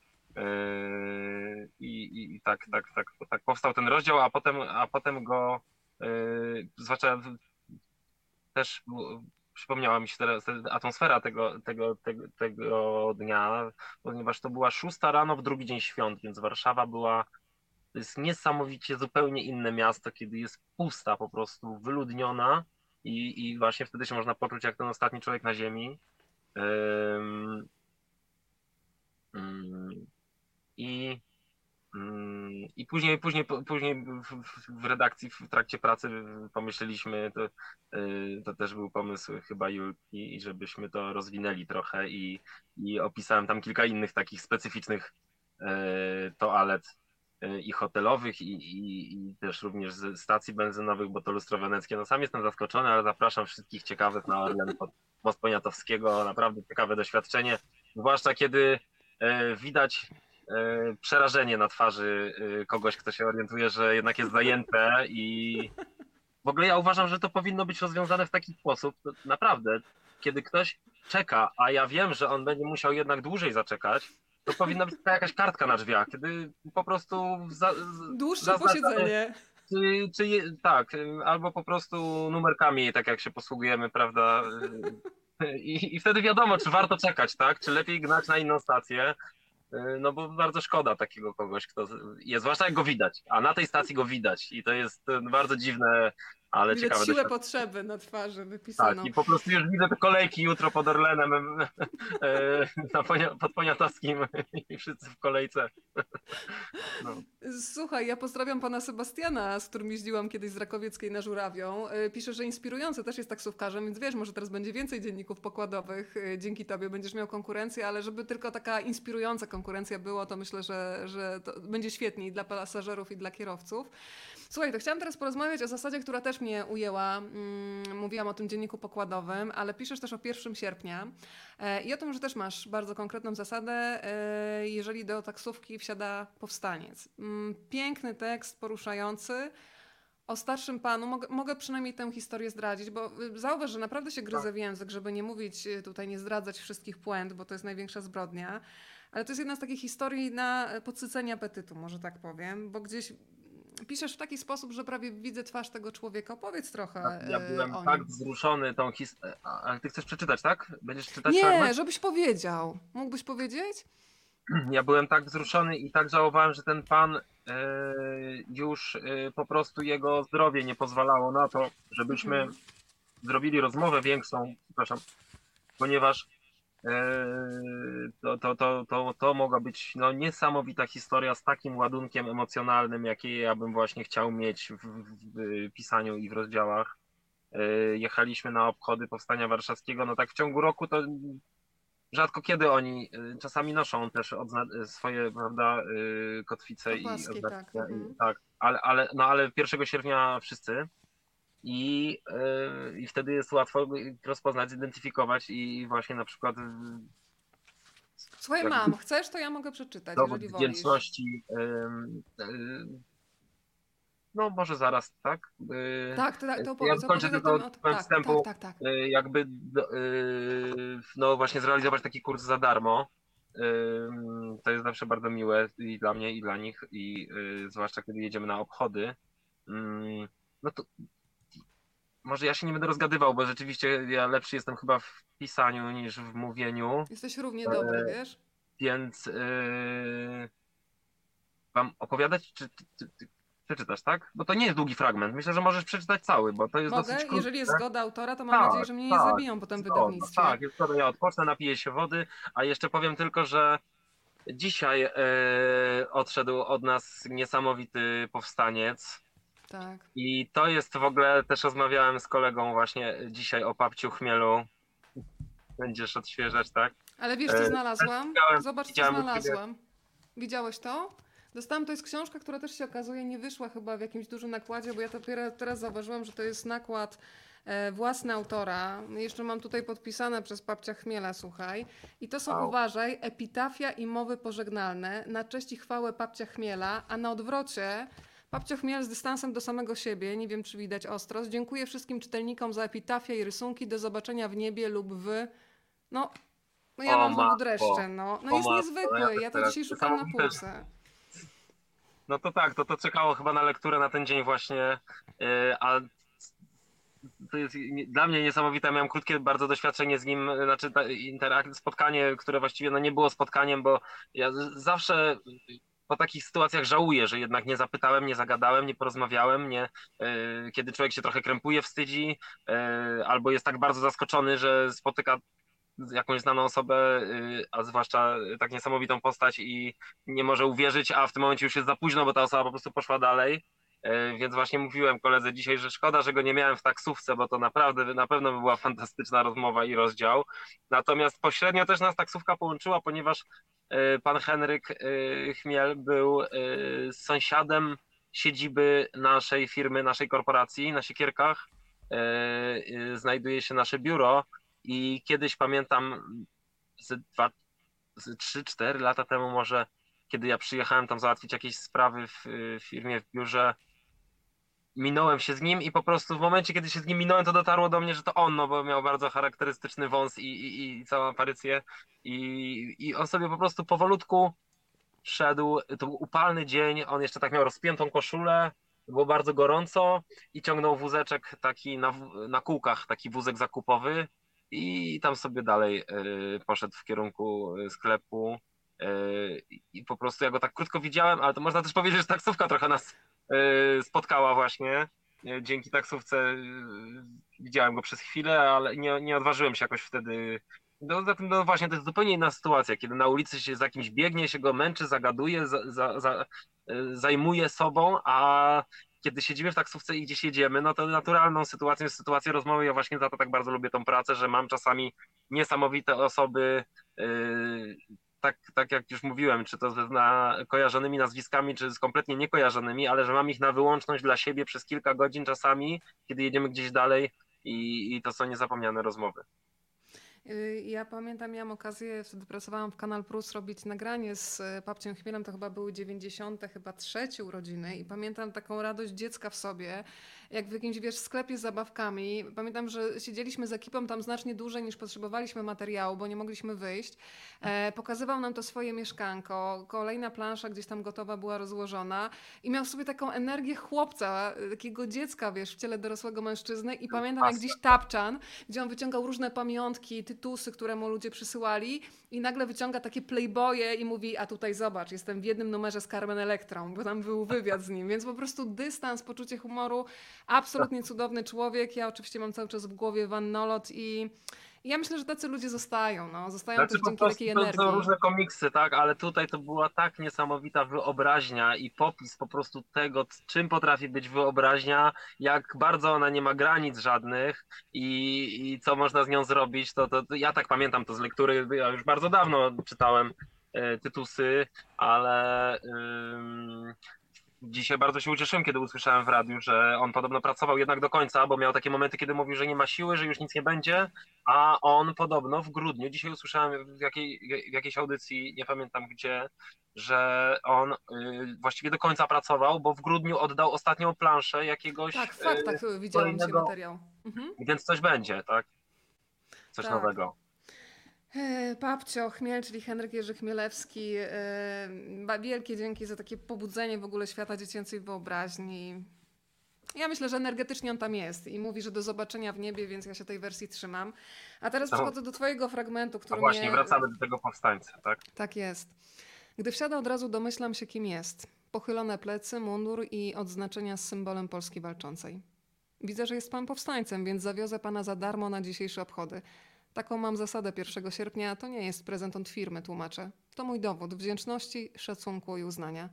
I tak powstał ten rozdział, a potem go zwłaszcza też przypomniała mi się teraz atmosfera tego dnia, ponieważ to była 6 rano w drugi dzień świąt, więc Warszawa była. To jest niesamowicie zupełnie inne miasto, kiedy jest pusta, po prostu wyludniona i właśnie wtedy się można poczuć jak ten ostatni człowiek na ziemi. Ym, ym, I, i później w redakcji, w trakcie pracy pomyśleliśmy, to też był pomysł chyba Julki, i żebyśmy to rozwinęli trochę i opisałem tam kilka innych takich specyficznych toalet i hotelowych i też również z stacji benzynowych, bo to lustro weneckie. No sam jestem zaskoczony, ale zapraszam wszystkich ciekawych na Orlen pod Most Poniatowskiego. Naprawdę ciekawe doświadczenie, zwłaszcza kiedy widać przerażenie na twarzy kogoś, kto się orientuje, że jednak jest zajęte i w ogóle ja uważam, że to powinno być rozwiązane w taki sposób, naprawdę, kiedy ktoś czeka, a ja wiem, że on będzie musiał jednak dłużej zaczekać, to powinna być taka jakaś kartka na drzwiach, kiedy po prostu Dłuższe zaznaczamy, posiedzenie. tak, albo po prostu numerkami, tak jak się posługujemy, prawda? I wtedy wiadomo, czy warto czekać, tak? Czy lepiej gnać na inną stację. No bo bardzo szkoda takiego kogoś, kto jest, zwłaszcza jak go widać, a na tej stacji go widać i to jest bardzo dziwne, ale Widać ciekawe siłę doświadczenie. potrzeby na twarzy Tak, wypisaną. i po prostu już widzę te kolejki jutro pod Orlenem pod Poniatowskim i wszyscy w kolejce. No. Słuchaj, ja pozdrawiam pana Sebastiana, z którym jeździłam kiedyś z Rakowieckiej na Żurawią. Pisze, że inspirujący też jest taksówkarzem, więc wiesz, może teraz będzie więcej dzienników pokładowych. Dzięki tobie będziesz miał konkurencję, ale żeby tylko taka inspirująca konkurencja była, to myślę, że to będzie świetnie i dla pasażerów, i dla kierowców. Słuchaj, to chciałam teraz porozmawiać o zasadzie, która też mnie ujęła. Mówiłam o tym dzienniku pokładowym, ale piszesz też o 1 sierpnia i o tym, że też masz bardzo konkretną zasadę, jeżeli do taksówki wsiada powstaniec. Piękny tekst, poruszający. O starszym panu, mogę przynajmniej tę historię zdradzić, bo zauważ, że naprawdę się gryzę w język, żeby nie mówić tutaj, nie zdradzać wszystkich puent, bo to jest największa zbrodnia. Ale to jest jedna z takich historii na podsycenie apetytu, może tak powiem, bo gdzieś piszesz w taki sposób, że prawie widzę twarz tego człowieka. Opowiedz trochę Ja byłem o tak nim. wzruszony tą historią. Ale ty chcesz przeczytać, tak? Będziesz czytać Nie, fragment? żebyś powiedział. Mógłbyś powiedzieć? Ja byłem tak wzruszony i tak żałowałem, że ten pan już po prostu jego zdrowie nie pozwalało na to, żebyśmy Mhm. zrobili rozmowę większą, przepraszam, ponieważ to mogła być no, niesamowita historia z takim ładunkiem emocjonalnym, jaki ja bym właśnie chciał mieć w pisaniu i w rozdziałach. Jechaliśmy na obchody Powstania Warszawskiego, no tak w ciągu roku to rzadko kiedy oni czasami noszą też swoje, prawda, kotwice i Opaski, odznaczenia, tak. Mhm. tak, ale 1 sierpnia wszyscy i wtedy jest łatwo rozpoznać, zidentyfikować i właśnie na przykład Słuchaj, jakby mam. Chcesz, to ja mogę przeczytać, dowód jeżeli wolisz. wdzięczności. No może zaraz, tak? Tak, to Ja opowiedz, kończę opowiedz, a tylko tam... powiem Tak, tak, wstępu, tak, tak. jakby no właśnie zrealizować taki kurs za darmo. To jest zawsze bardzo miłe i dla mnie, i dla nich, i zwłaszcza kiedy jedziemy na obchody. No to może ja się nie będę rozgadywał, bo rzeczywiście ja lepszy jestem chyba w pisaniu niż w mówieniu, Jesteś równie dobry, e, wiesz? więc wam opowiadać, czy przeczytasz, tak? Bo to nie jest długi fragment. Myślę, że możesz przeczytać cały, bo to jest Mogę? dosyć krótkie. Jeżeli jest zgoda autora, to mam nadzieję, Tak, że mnie nie tak, zabiją potem w zgoda, wydawnictwie. tak, jest zgoda. Ja odpocznę, napiję się wody, a jeszcze powiem tylko, że dzisiaj odszedł od nas niesamowity powstaniec. Tak. I to jest w ogóle, też rozmawiałem z kolegą właśnie dzisiaj o Papciu Chmielu. Będziesz odświeżać, tak? Ale wiesz, co znalazłam? Zobacz, co widziałem u ciebie. znalazłam. Widziałeś to? Dostałam, to jest książka, która też się okazuje nie wyszła chyba w jakimś dużym nakładzie, bo ja dopiero teraz zauważyłam, że to jest nakład własny autora. Jeszcze mam tutaj podpisane przez Papcia Chmiela, słuchaj. I to są, Wow. uważaj, epitafia i mowy pożegnalne na cześć i chwałę Papcia Chmiela, a na odwrocie Papcio Chmiel z dystansem do samego siebie, nie wiem czy widać ostro, dziękuję wszystkim czytelnikom za epitafię i rysunki, do zobaczenia w niebie lub w... No ja O mam znowu matko, dreszcze, no. No o jest matko, niezwykły, ja też ja to teraz dzisiaj szukam na niesamowite. pulsę. No to tak, to czekało chyba na lekturę na ten dzień właśnie, a to jest dla mnie niesamowite. Miałem krótkie bardzo doświadczenie z nim, znaczy spotkanie, które właściwie no nie było spotkaniem, bo ja zawsze po takich sytuacjach żałuję, że jednak nie zapytałem, nie zagadałem, nie porozmawiałem, kiedy człowiek się trochę krępuje, wstydzi, albo jest tak bardzo zaskoczony, że spotyka jakąś znaną osobę, a zwłaszcza tak niesamowitą postać i nie może uwierzyć, a w tym momencie już jest za późno, bo ta osoba po prostu poszła dalej. Więc właśnie mówiłem koledze dzisiaj, że szkoda, że go nie miałem w taksówce, bo to naprawdę na pewno by była fantastyczna rozmowa i rozdział. Natomiast pośrednio też nas taksówka połączyła, ponieważ pan Henryk Chmiel był sąsiadem siedziby naszej firmy, naszej korporacji na Siekierkach. Znajduje się nasze biuro i kiedyś pamiętam z 3-4 lata temu może, kiedy ja przyjechałem tam załatwić jakieś sprawy w firmie, w biurze, minąłem się z nim i po prostu w momencie, kiedy się z nim minąłem, to dotarło do mnie, że to on, no bo miał bardzo charakterystyczny wąs i całą aparycję i on sobie po prostu powolutku szedł, to był upalny dzień, on jeszcze tak miał rozpiętą koszulę, było bardzo gorąco i ciągnął wózeczek taki na kółkach, taki wózek zakupowy i tam sobie dalej poszedł w kierunku sklepu i po prostu ja go tak krótko widziałem, ale to można też powiedzieć, że taksówka trochę nas spotkała właśnie. Dzięki taksówce widziałem go przez chwilę, ale nie odważyłem się jakoś wtedy. No, zatem no właśnie to jest zupełnie inna sytuacja, kiedy na ulicy się z kimś biegnie, się go męczy, zagaduje, zajmuje sobą, a kiedy siedzimy w taksówce i gdzieś jedziemy, no to naturalną sytuacją jest sytuacja rozmowy. Ja właśnie za to tak bardzo lubię tą pracę, że mam czasami niesamowite osoby, tak jak już mówiłem, czy to z kojarzonymi nazwiskami, czy z kompletnie niekojarzonymi, ale że mam ich na wyłączność dla siebie przez kilka godzin czasami, kiedy jedziemy gdzieś dalej i to są niezapomniane rozmowy. Ja pamiętam, miałam okazję, wtedy pracowałam w Kanal Plus, robić nagranie z Papciem Chmielem, to chyba były 93 urodziny i pamiętam taką radość dziecka w sobie, jak w jakimś, wiesz, sklepie z zabawkami. Pamiętam, że siedzieliśmy z ekipą tam znacznie dłużej niż potrzebowaliśmy materiału, bo nie mogliśmy wyjść. Pokazywał nam to swoje mieszkanko, kolejna plansza gdzieś tam gotowa była rozłożona i miał w sobie taką energię chłopca, takiego dziecka, wiesz, w ciele dorosłego mężczyzny i pamiętam jak dziś tapczan, gdzie on wyciągał różne pamiątki, tytusy, które mu ludzie przysyłali i nagle wyciąga takie playboye i mówi, a tutaj zobacz, jestem w jednym numerze z Carmen Electrą, bo tam był wywiad z nim, więc po prostu dystans, poczucie humoru, absolutnie cudowny człowiek. Ja oczywiście mam cały czas w głowie Van Nolot i ja myślę, że tacy ludzie zostają, no. Zostają Znaczy, też po dzięki prostu takiej to energii. są różne komiksy, tak, ale tutaj to była tak niesamowita wyobraźnia i popis po prostu tego, czym potrafi być wyobraźnia, jak bardzo ona nie ma granic żadnych i co można z nią zrobić, to ja tak pamiętam to z lektury, ja już bardzo dawno czytałem Tytusy, ale dzisiaj bardzo się ucieszyłem, kiedy usłyszałem w radiu, że on podobno pracował jednak do końca, bo miał takie momenty, kiedy mówił, że nie ma siły, że już nic nie będzie, a on podobno w grudniu, dzisiaj usłyszałem w jakiejś audycji, nie pamiętam gdzie, że on właściwie do końca pracował, bo w grudniu oddał ostatnią planszę Tak, jakiegoś w faktach widziałam dzisiaj kolejnego, materiał. Mhm. więc coś będzie, tak? Coś Tak. nowego. Papcio Chmiel, czyli Henryk Jerzy Chmielewski, wielkie dzięki za takie pobudzenie w ogóle świata dziecięcej wyobraźni. Ja myślę, że energetycznie on tam jest i mówi, że do zobaczenia w niebie, więc ja się tej wersji trzymam. A teraz No, przechodzę do twojego fragmentu, a który właśnie, mnie... wracamy do tego powstańca, tak? Tak jest. Gdy wsiada, od razu domyślam się, kim jest. Pochylone plecy, mundur i odznaczenia z symbolem Polski walczącej. Widzę, że jest pan powstańcem, więc zawiozę pana za darmo na dzisiejsze obchody. Taką mam zasadę 1 sierpnia, to nie jest prezent od firmy, tłumaczę. To mój dowód wdzięczności, szacunku i uznania.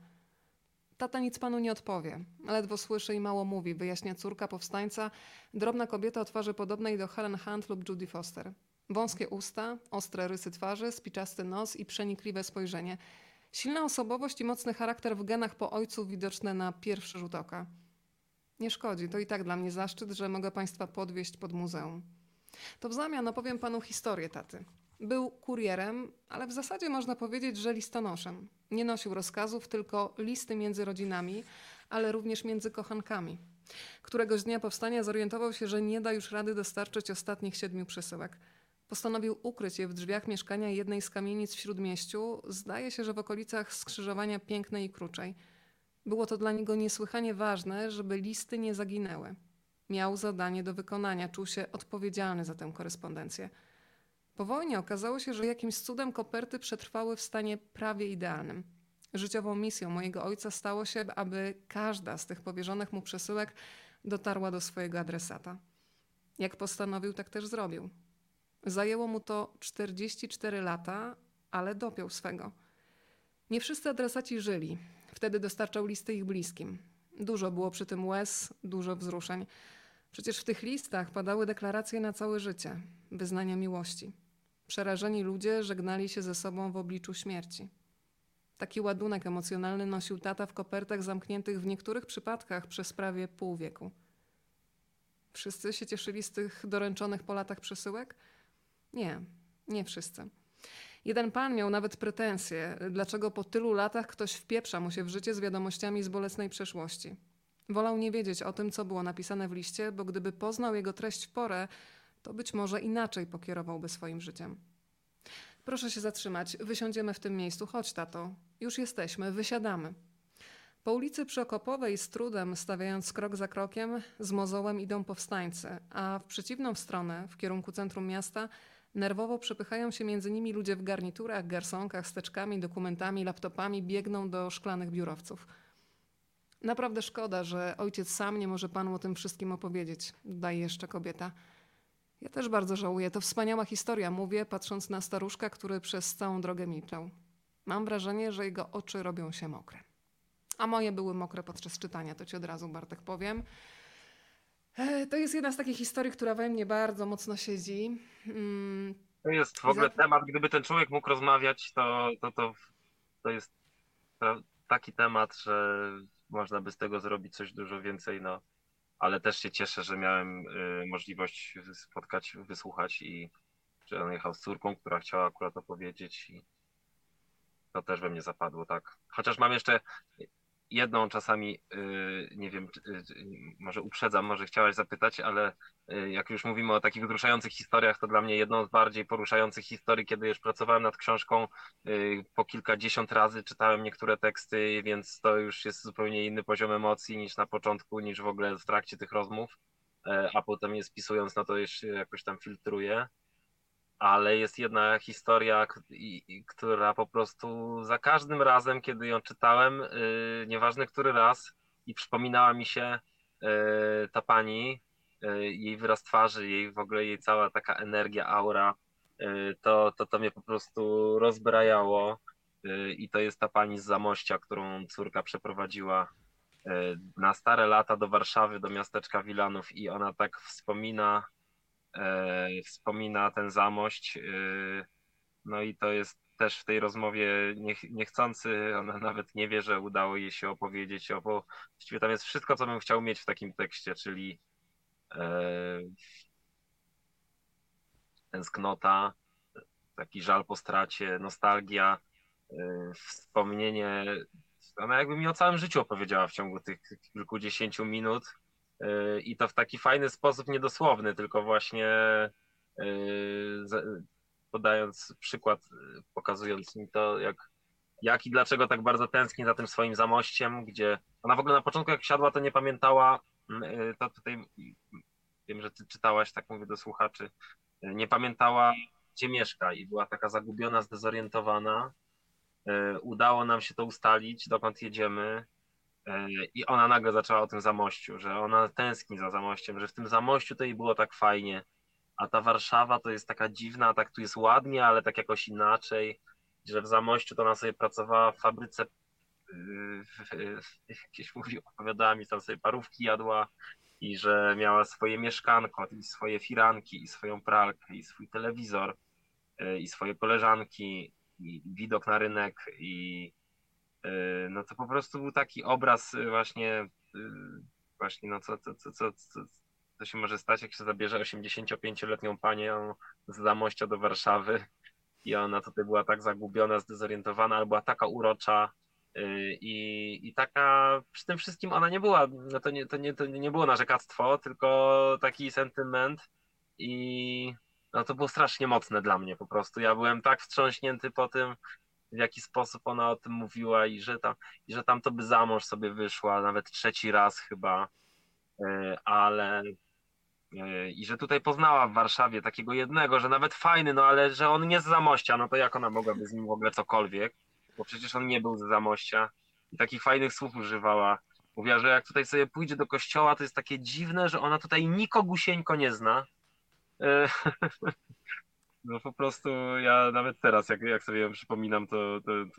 Tata nic panu nie odpowie. Ledwo słyszy i mało mówi, wyjaśnia córka powstańca, drobna kobieta o twarzy podobnej do Helen Hunt lub Judy Foster. Wąskie usta, ostre rysy twarzy, spiczasty nos i przenikliwe spojrzenie. Silna osobowość i mocny charakter w genach po ojcu widoczne na pierwszy rzut oka. Nie szkodzi, to i tak dla mnie zaszczyt, że mogę państwa podwieźć pod muzeum. To w zamian opowiem panu historię taty. Był kurierem, ale w zasadzie można powiedzieć, że listonoszem. Nie nosił rozkazów, tylko listy między rodzinami, ale również między kochankami. Któregoś dnia powstania zorientował się, że nie da już rady dostarczyć ostatnich 7 przesyłek. Postanowił ukryć je w drzwiach mieszkania jednej z kamienic w Śródmieściu, zdaje się, że w okolicach skrzyżowania Pięknej i Kruczej. Było to dla niego niesłychanie ważne, żeby listy nie zaginęły. Miał zadanie do wykonania, czuł się odpowiedzialny za tę korespondencję. Po wojnie okazało się, że jakimś cudem koperty przetrwały w stanie prawie idealnym. Życiową misją mojego ojca stało się, aby każda z tych powierzonych mu przesyłek dotarła do swojego adresata. Jak postanowił, tak też zrobił. Zajęło mu to 44 lata, ale dopiął swego. Nie wszyscy adresaci żyli. Wtedy dostarczał listy ich bliskim. Dużo było przy tym łez, dużo wzruszeń. Przecież w tych listach padały deklaracje na całe życie, wyznania miłości. Przerażeni ludzie żegnali się ze sobą w obliczu śmierci. Taki ładunek emocjonalny nosił tata w kopertach zamkniętych w niektórych przypadkach przez prawie pół wieku. Wszyscy się cieszyli z tych doręczonych po latach przesyłek? Nie, nie wszyscy. Jeden pan miał nawet pretensje, dlaczego po tylu latach ktoś wpieprza mu się w życie z wiadomościami z bolesnej przeszłości. Wolał nie wiedzieć o tym, co było napisane w liście, bo gdyby poznał jego treść w porę, to być może inaczej pokierowałby swoim życiem. Proszę się zatrzymać, wysiądziemy w tym miejscu. Chodź, tato. Już jesteśmy, wysiadamy. Po ulicy Przyokopowej z trudem, stawiając krok za krokiem, z mozołem idą powstańcy, a w przeciwną stronę, w kierunku centrum miasta, nerwowo przepychają się między nimi ludzie w garniturach, garsonkach, steczkami, dokumentami, laptopami, biegną do szklanych biurowców. Naprawdę szkoda, że ojciec sam nie może panu o tym wszystkim opowiedzieć, dodaje jeszcze kobieta. Ja też bardzo żałuję, to wspaniała historia, mówię, patrząc na staruszka, który przez całą drogę milczał. Mam wrażenie, że jego oczy robią się mokre. A moje były mokre podczas czytania, to ci od razu, Bartek, powiem. To jest jedna z takich historii, która we mnie bardzo mocno siedzi. To jest w ogóle temat, gdyby ten człowiek mógł rozmawiać, to jest taki temat, że można by z tego zrobić coś dużo więcej, no. Ale też się cieszę, że miałem możliwość spotkać, wysłuchać i że on jechał z córką, która chciała akurat opowiedzieć i to też we mnie zapadło, tak. Chociaż mam jeszcze jedną czasami, nie wiem, może uprzedzam, może chciałaś zapytać, ale jak już mówimy o takich wzruszających historiach, to dla mnie jedną z bardziej poruszających historii, kiedy już pracowałem nad książką, po kilkadziesiąt razy czytałem niektóre teksty, więc to już jest zupełnie inny poziom emocji niż na początku, niż w ogóle w trakcie tych rozmów, a potem je spisując, no to już się jakoś tam filtruje. Ale jest jedna historia, która po prostu za każdym razem, kiedy ją czytałem, nieważne który raz, i przypominała mi się ta pani, jej wyraz twarzy, jej w ogóle jej cała taka energia, aura, to mnie po prostu rozbrajało. I to jest ta pani z Zamościa, którą córka przeprowadziła na stare lata do Warszawy, do miasteczka Wilanów, i ona tak wspomina ten Zamość. No i to jest też w tej rozmowie niechcący, ona nawet nie wie, że udało jej się opowiedzieć, bo właściwie tam jest wszystko, co bym chciał mieć w takim tekście, czyli e, tęsknota, taki żal po stracie, nostalgia, wspomnienie. Ona jakby mi o całym życiu opowiedziała w ciągu tych kilkudziesięciu minut i to w taki fajny sposób, niedosłowny, tylko właśnie podając przykład, pokazując mi to, jak i dlaczego tak bardzo tęskni za tym swoim Zamościem, gdzie ona w ogóle na początku jak siadła, to nie pamiętała, to tutaj wiem, że ty czytałaś, tak mówię do słuchaczy, nie pamiętała, gdzie mieszka i była taka zagubiona, zdezorientowana. Udało nam się to ustalić, dokąd jedziemy. I ona nagle zaczęła o tym Zamościu, że ona tęskni za Zamościem, że w tym Zamościu to jej było tak fajnie, a ta Warszawa to jest taka dziwna, tak tu jest ładnie, ale tak jakoś inaczej, że w Zamościu to ona sobie pracowała w fabryce, jakieś mówiła, opowiadała mi, tam sobie parówki jadła i że miała swoje mieszkanko, i swoje firanki, i swoją pralkę, i swój telewizor, i swoje koleżanki, i widok na rynek, i no to po prostu był taki obraz właśnie no co się może stać, jak się zabierze 85-letnią panią z Zamościa do Warszawy i ona tutaj była tak zagubiona, zdezorientowana, ale była taka urocza i taka, przy tym wszystkim ona nie była, no to nie było narzekactwo, tylko taki sentyment i no to było strasznie mocne dla mnie po prostu. Ja byłem tak wstrząśnięty po tym, w jaki sposób ona o tym mówiła i że tam to by za mąż sobie wyszła, nawet trzeci raz chyba, ale i że tutaj poznała w Warszawie takiego jednego, że nawet fajny, no ale że on nie z Zamościa, no to jak ona mogłaby z nim w ogóle cokolwiek, bo przecież on nie był z Zamościa i takich fajnych słów używała. Mówiła, że jak tutaj sobie pójdzie do kościoła, to jest takie dziwne, że ona tutaj nikogusieńko nie zna. E, No po prostu ja nawet teraz, jak sobie ją przypominam, to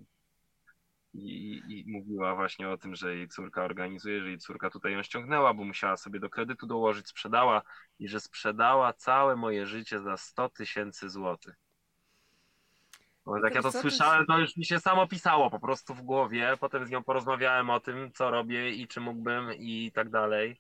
i mówiła właśnie o tym, że jej córka organizuje, że jej córka tutaj ją ściągnęła, bo musiała sobie do kredytu dołożyć, sprzedała i że sprzedała całe moje życie za 100 000 złotych. Bo jak Tylko ja wiesz to co, słyszałem, to już mi się samo pisało po prostu w głowie. Potem z nią porozmawiałem o tym, co robię i czy mógłbym i tak dalej.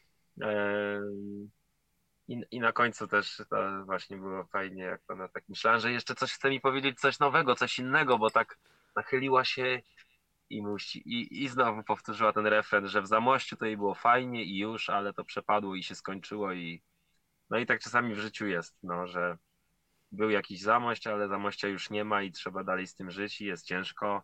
I na końcu też to właśnie było fajnie, jak ona tak myślała, że jeszcze coś chce mi powiedzieć, coś nowego, coś innego, bo tak nachyliła się i znowu powtórzyła ten refren, że w Zamościu to jej było fajnie i już, ale to przepadło i się skończyło no i tak czasami w życiu jest, no, że był jakiś Zamość, ale Zamościa już nie ma i trzeba dalej z tym żyć i jest ciężko.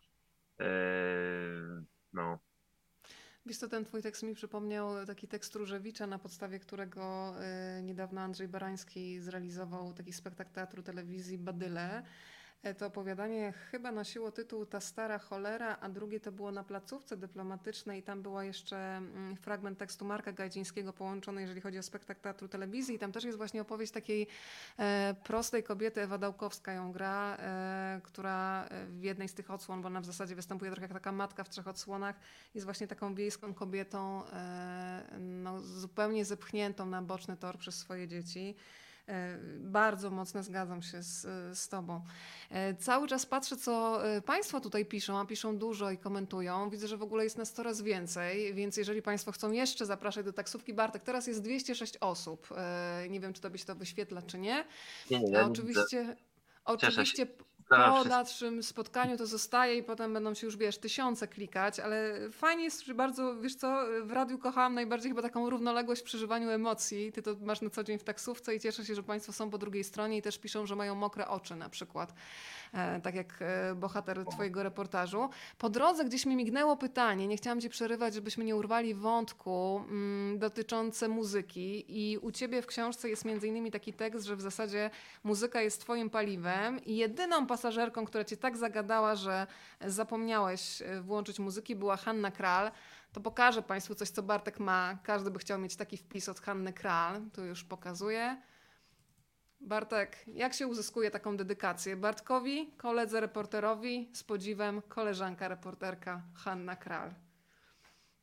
No. wiesz co, ten twój tekst mi przypomniał taki tekst Różewicza, na podstawie którego niedawno Andrzej Barański zrealizował taki spektakl teatru telewizji Badyle. To opowiadanie chyba nosiło tytuł Ta stara cholera, a drugie to było Na placówce dyplomatycznej i tam była jeszcze fragment tekstu Marka Gajdzińskiego połączony, jeżeli chodzi o spektakl teatru telewizji. I tam też jest właśnie opowieść takiej prostej kobiety, Ewa Dałkowska ją gra, która w jednej z tych odsłon, bo ona w zasadzie występuje trochę jak taka matka w 3 odsłonach, jest właśnie taką wiejską kobietą no, zupełnie zepchniętą na boczny tor przez swoje dzieci. Bardzo mocno zgadzam się z Tobą. Cały czas patrzę, co Państwo tutaj piszą, a piszą dużo i komentują. Widzę, że w ogóle jest nas coraz więcej, więc jeżeli Państwo chcą jeszcze zapraszać do taksówki Bartek, teraz jest 206 osób. Nie wiem, czy Tobie się to wyświetla, czy nie. Nie, A ja nie widzę. Cieszę się. oczywiście Pozdrawiam po wszystkich. naszym spotkaniu to zostaje i potem będą się już, wiesz, tysiące klikać, ale fajnie jest, że bardzo, wiesz co, w radiu kochałam najbardziej chyba taką równoległość w przeżywaniu emocji. Ty to masz na co dzień w taksówce i cieszę się, że Państwo są po drugiej stronie i też piszą, że mają mokre oczy na przykład. Tak jak bohater twojego reportażu. Po drodze gdzieś mi mignęło pytanie, nie chciałam cię przerywać, żebyśmy nie urwali wątku dotyczące muzyki i u ciebie w książce jest między innymi taki tekst, że w zasadzie muzyka jest twoim paliwem i jedyną pasażerką, która cię tak zagadała, że zapomniałeś włączyć muzyki, była Hanna Kral. To pokażę Państwu coś, co Bartek ma. Każdy by chciał mieć taki wpis od Hanny Kral. Tu już pokazuję. Bartek, jak się uzyskuje taką dedykację? Bartkowi, koledze reporterowi, z podziwem koleżanka reporterka Hanna Kral.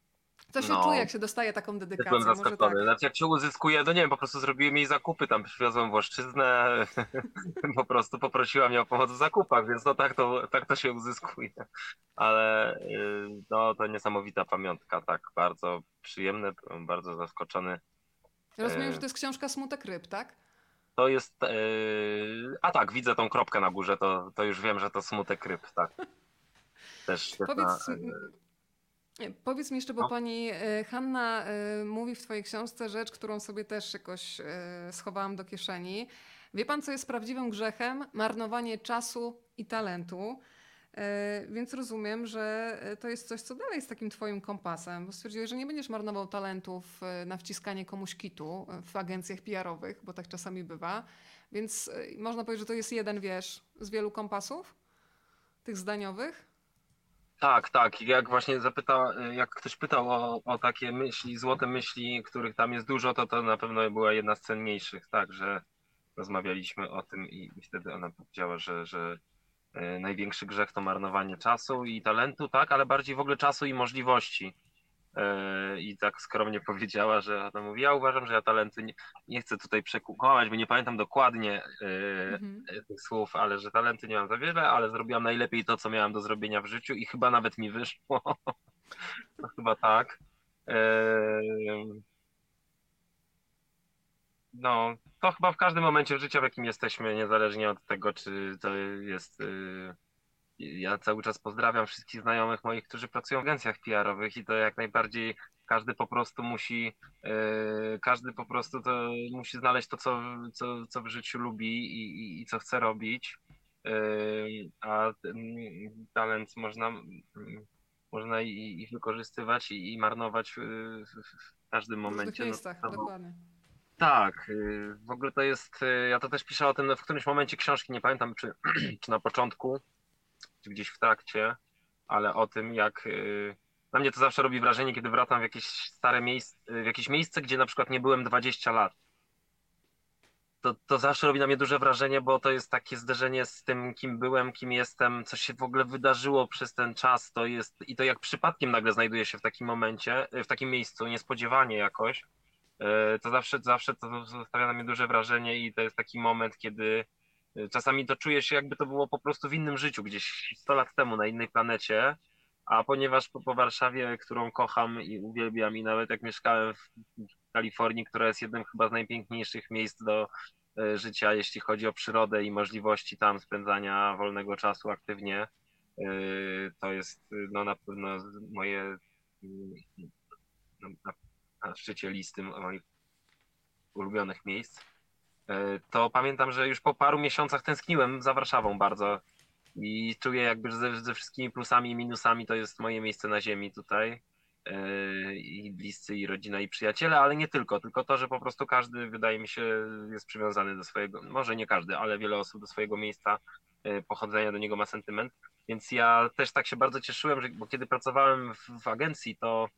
Co się czuje, No, jak się dostaje taką też byłem dedykację? Może tak. zaskoczony. Znaczy jak się uzyskuje, no nie wiem, po prostu zrobiłem jej zakupy, tam przywiozłem włoszczyznę, po prostu poprosiła mnie o pomoc w zakupach, więc no tak to się uzyskuje. Ale no to niesamowita pamiątka, tak, bardzo przyjemne, byłem bardzo zaskoczony. Rozumiem, że E, to jest książka Smutek ryb, tak? To jest, a tak, widzę tą kropkę na górze, to już wiem, że to Smutek ryb, tak, też świetna. Powiedz, powiedz mi jeszcze, bo No. pani Hanna mówi w twojej książce rzecz, którą sobie też jakoś schowałam do kieszeni. Wie pan, co jest prawdziwym grzechem? Marnowanie czasu i talentu. Więc rozumiem, że to jest coś, co dalej jest takim twoim kompasem, bo stwierdziłeś, że nie będziesz marnował talentów na wciskanie komuś kitu w agencjach PR-owych, bo tak czasami bywa. Więc można powiedzieć, że to jest jeden, wiesz, z wielu kompasów, tych zdaniowych. Tak, tak. Jak właśnie jak ktoś pytał o takie myśli, złote myśli, których tam jest dużo, to na pewno była jedna z cenniejszych, tak, że rozmawialiśmy o tym i wtedy ona powiedziała, że największy grzech to marnowanie czasu i talentu, tak, ale bardziej w ogóle czasu i możliwości. I tak skromnie powiedziała, że ona mówi, ja uważam, że ja talentu nie chcę tutaj przekłamać, bo nie pamiętam dokładnie Mhm. tych słów, ale że talenty nie mam za wiele, ale zrobiłam najlepiej to, co miałam do zrobienia w życiu i chyba nawet mi wyszło. No chyba tak. No, to chyba w każdym momencie życia, w jakim jesteśmy, niezależnie od tego, czy to jest. Ja cały czas pozdrawiam wszystkich znajomych moich, którzy pracują w agencjach PR-owych i to jak najbardziej każdy po prostu każdy po prostu to musi znaleźć to, co w życiu lubi i co chce robić. A ten talent można i wykorzystywać i marnować w każdym W różnych momencie. No, miejscach, to, dokładnie. tak, w ogóle to jest, ja to też piszę o tym w którymś momencie książki, nie pamiętam czy na początku, czy gdzieś w trakcie, ale o tym jak, na mnie to zawsze robi wrażenie, kiedy wracam w jakieś stare miejsce, w jakieś miejsce, gdzie na przykład nie byłem 20 lat. To zawsze robi na mnie duże wrażenie, bo to jest takie zderzenie z tym, kim byłem, kim jestem, co się w ogóle wydarzyło przez ten czas. To jest, i to jak przypadkiem nagle znajduję się w takim momencie, w takim miejscu, niespodziewanie jakoś. To zawsze to zostawia na mnie duże wrażenie i to jest taki moment, kiedy czasami to czuję się, jakby to było po prostu w innym życiu, gdzieś 100 lat temu na innej planecie, a ponieważ po Warszawie, którą kocham i uwielbiam i nawet jak mieszkałem w Kalifornii, która jest jednym chyba z najpiękniejszych miejsc do życia, jeśli chodzi o przyrodę i możliwości tam spędzania wolnego czasu aktywnie, to jest no, na pewno moje no, na szczycie listy moich ulubionych miejsc. To pamiętam, że już po paru miesiącach tęskniłem za Warszawą bardzo i czuję jakby, że ze wszystkimi plusami i minusami to jest moje miejsce na ziemi tutaj. I bliscy, i rodzina, i przyjaciele, ale nie tylko. Tylko to, że po prostu każdy, wydaje mi się, jest przywiązany do swojego, może nie każdy, ale wiele osób do swojego miejsca pochodzenia, do niego ma sentyment. Więc ja też tak się bardzo cieszyłem, bo kiedy pracowałem w agencji, to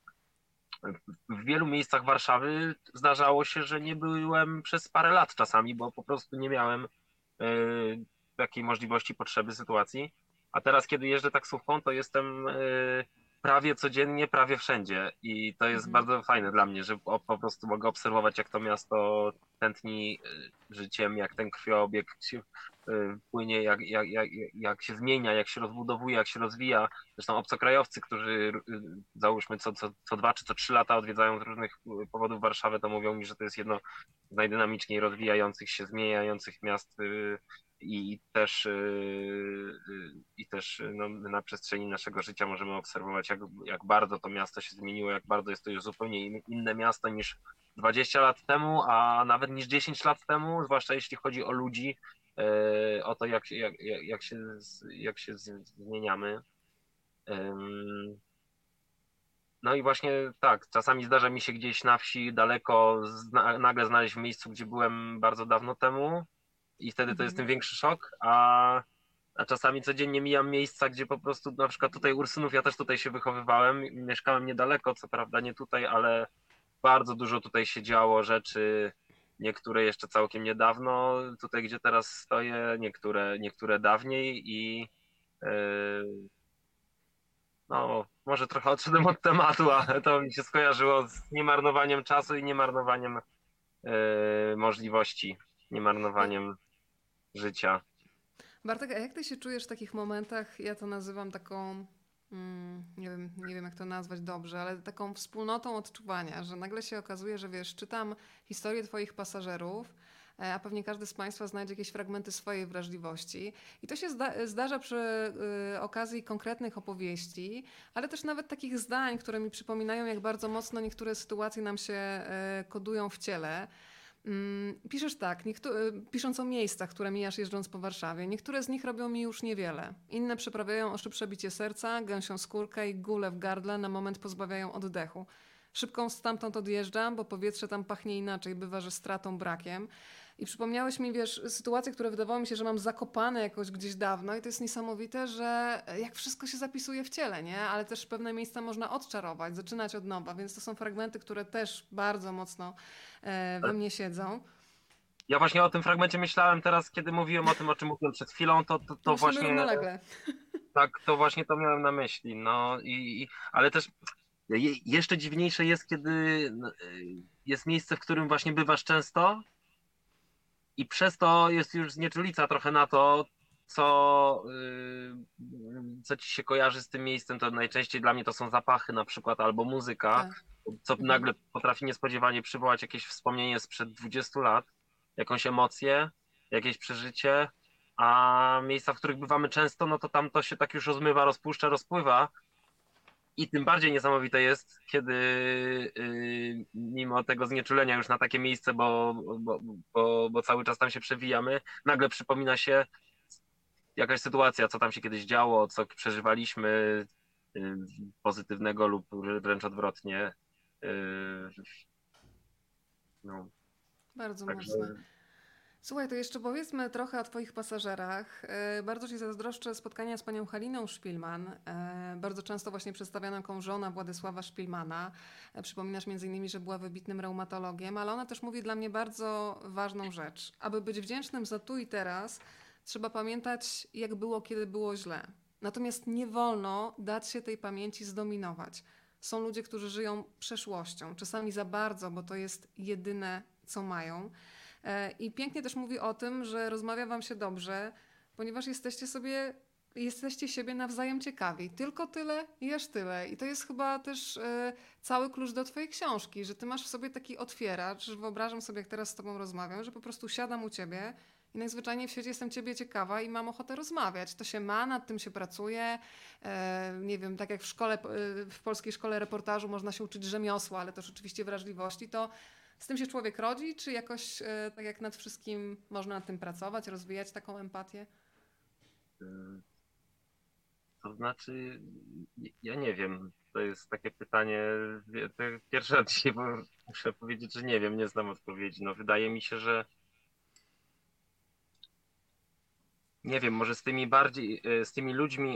w wielu miejscach Warszawy zdarzało się, że nie byłem przez parę lat czasami, bo po prostu nie miałem takiej możliwości, potrzeby, sytuacji. A teraz, kiedy jeżdżę taksówką, to jestem prawie codziennie, prawie wszędzie. I to jest Mhm. bardzo fajne dla mnie, że po prostu mogę obserwować, jak to miasto tętni życiem, jak ten krwiobieg się płynie, jak się zmienia, jak się rozbudowuje, jak się rozwija. Zresztą obcokrajowcy, którzy załóżmy co 2 czy co 3 lata odwiedzają z różnych powodów Warszawę, to mówią mi, że to jest jedno z najdynamiczniej rozwijających się, zmieniających miast i też no, na przestrzeni naszego życia możemy obserwować, jak bardzo to miasto się zmieniło, jak bardzo jest to już zupełnie inne miasto niż 20 lat temu, a nawet niż 10 lat temu, zwłaszcza jeśli chodzi o ludzi, o to, jak się zmieniamy. No i właśnie tak, czasami zdarza mi się gdzieś na wsi daleko nagle znaleźć w miejscu, gdzie byłem bardzo dawno temu i wtedy to jest Mhm. tym większy szok, a czasami codziennie mijam miejsca, gdzie po prostu na przykład tutaj Ursynów, ja też tutaj się wychowywałem, mieszkałem niedaleko, co prawda nie tutaj, ale bardzo dużo tutaj się działo rzeczy, niektóre jeszcze całkiem niedawno, tutaj gdzie teraz stoję, niektóre dawniej i no może trochę odszedłem od tematu, ale to mi się skojarzyło z niemarnowaniem czasu i niemarnowaniem możliwości, niemarnowaniem życia. Bartek, a jak ty się czujesz w takich momentach? Ja to nazywam taką, nie wiem jak to nazwać dobrze, ale taką wspólnotą odczuwania, że nagle się okazuje, że wiesz, czytam historię twoich pasażerów, a pewnie każdy z Państwa znajdzie jakieś fragmenty swojej wrażliwości. I to się zdarza przy okazji konkretnych opowieści, ale też nawet takich zdań, które mi przypominają, jak bardzo mocno niektóre sytuacje nam się kodują w ciele. Piszesz tak, pisząc o miejscach, które mijasz jeżdżąc po Warszawie. Niektóre z nich robią mi już niewiele. Inne przyprawiają o szybsze bicie serca, gęsią skórkę i gulę w gardle na moment pozbawiają oddechu. Szybką stamtąd odjeżdżam, bo powietrze tam pachnie inaczej, bywa, że stratą, brakiem. I przypomniałeś mi, wiesz, sytuacje, które wydawało mi się, że mam zakopane jakoś gdzieś dawno i to jest niesamowite, że jak wszystko się zapisuje w ciele, nie? Ale też pewne miejsca można odczarować, zaczynać od nowa, więc to są fragmenty, które też bardzo mocno we mnie siedzą. Ja właśnie o tym fragmencie myślałem teraz, kiedy mówiłem o tym, o czym mówiłem przed chwilą, To to myślimy właśnie równolegle. tak, to właśnie to miałem na myśli. No ale też jeszcze dziwniejsze jest, kiedy jest miejsce, w którym właśnie bywasz często i przez to jest już znieczulica trochę na to, co ci się kojarzy z tym miejscem. To najczęściej dla mnie to są zapachy na przykład albo muzyka, Tak. co Mhm. nagle potrafi niespodziewanie przywołać jakieś wspomnienie sprzed 20 lat, jakąś emocję, jakieś przeżycie, a miejsca, w których bywamy często, no to tam to się tak już rozmywa, rozpuszcza, rozpływa. I tym bardziej niesamowite jest, kiedy mimo tego znieczulenia już na takie miejsce, bo cały czas tam się przewijamy, nagle przypomina się jakaś sytuacja, co tam się kiedyś działo, co przeżywaliśmy, y, pozytywnego lub wręcz odwrotnie. Y, No, Bardzo także mocne. Słuchaj, to jeszcze powiedzmy trochę o Twoich pasażerach. Bardzo Ci zazdroszczę spotkania z panią Haliną Szpilman, bardzo często właśnie przedstawianą jako żona Władysława Szpilmana. Przypominasz między innymi, że była wybitnym reumatologiem, ale ona też mówi dla mnie bardzo ważną rzecz. Aby być wdzięcznym za tu i teraz, trzeba pamiętać, jak było, kiedy było źle. Natomiast nie wolno dać się tej pamięci zdominować. Są ludzie, którzy żyją przeszłością, czasami za bardzo, bo to jest jedyne, co mają. I pięknie też mówi o tym, że rozmawia wam się dobrze, ponieważ jesteście siebie nawzajem ciekawi. Tylko tyle, jesz tyle. I to jest chyba też cały klucz do twojej książki, że ty masz w sobie taki otwieracz, że wyobrażam sobie, jak teraz z tobą rozmawiam, że po prostu siadam u ciebie i najzwyczajniej w świecie jestem ciebie ciekawa i mam ochotę rozmawiać. To się ma, nad tym się pracuje. Nie wiem, tak jak w szkole, w polskiej szkole reportażu można się uczyć rzemiosła, ale też oczywiście wrażliwości, to z tym się człowiek rodzi, czy jakoś tak jak nad wszystkim można nad tym pracować, rozwijać taką empatię? y, to znaczy, ja nie wiem. To jest takie pytanie, to pierwszy raz dzisiaj, bo muszę powiedzieć, że nie wiem, nie znam odpowiedzi. No, wydaje mi się, że nie wiem, może z tymi ludźmi,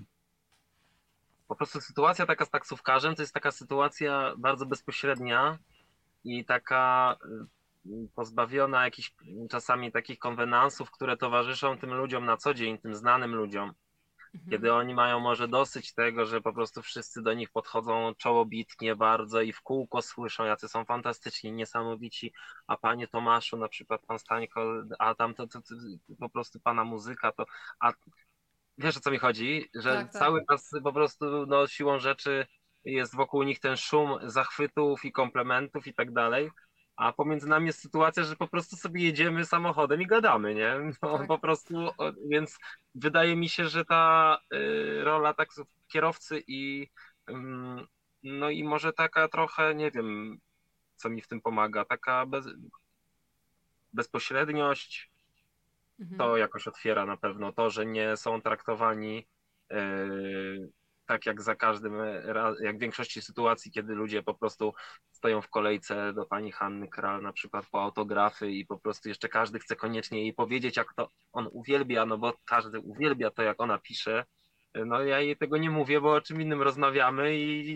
po prostu sytuacja taka z taksówkarzem to jest taka sytuacja bardzo bezpośrednia i taka pozbawiona jakichś czasami takich konwenansów, które towarzyszą tym ludziom na co dzień, tym znanym ludziom. Mhm. Kiedy oni mają może dosyć tego, że po prostu wszyscy do nich podchodzą czołobitnie bardzo i w kółko słyszą, jacy są fantastyczni, niesamowici, a panie Tomaszu, na przykład pan Stańko, a tam to po prostu pana muzyka, a wiesz o co mi chodzi, że Tak, tak. cały czas po prostu no, siłą rzeczy jest wokół nich ten szum zachwytów i komplementów i tak dalej, a pomiędzy nami jest sytuacja, że po prostu sobie jedziemy samochodem i gadamy, nie? No, Tak. po prostu, więc wydaje mi się, że ta rola kierowcy no i może taka trochę, nie wiem, co mi w tym pomaga, taka bezpośredniość, Mhm. to jakoś otwiera na pewno to, że nie są traktowani tak jak za każdym jak w większości sytuacji, kiedy ludzie po prostu stoją w kolejce do pani Hanny Kral na przykład po autografy i po prostu jeszcze każdy chce koniecznie jej powiedzieć, jak to on uwielbia, no bo każdy uwielbia to, jak ona pisze. No ja jej tego nie mówię, bo o czym innym rozmawiamy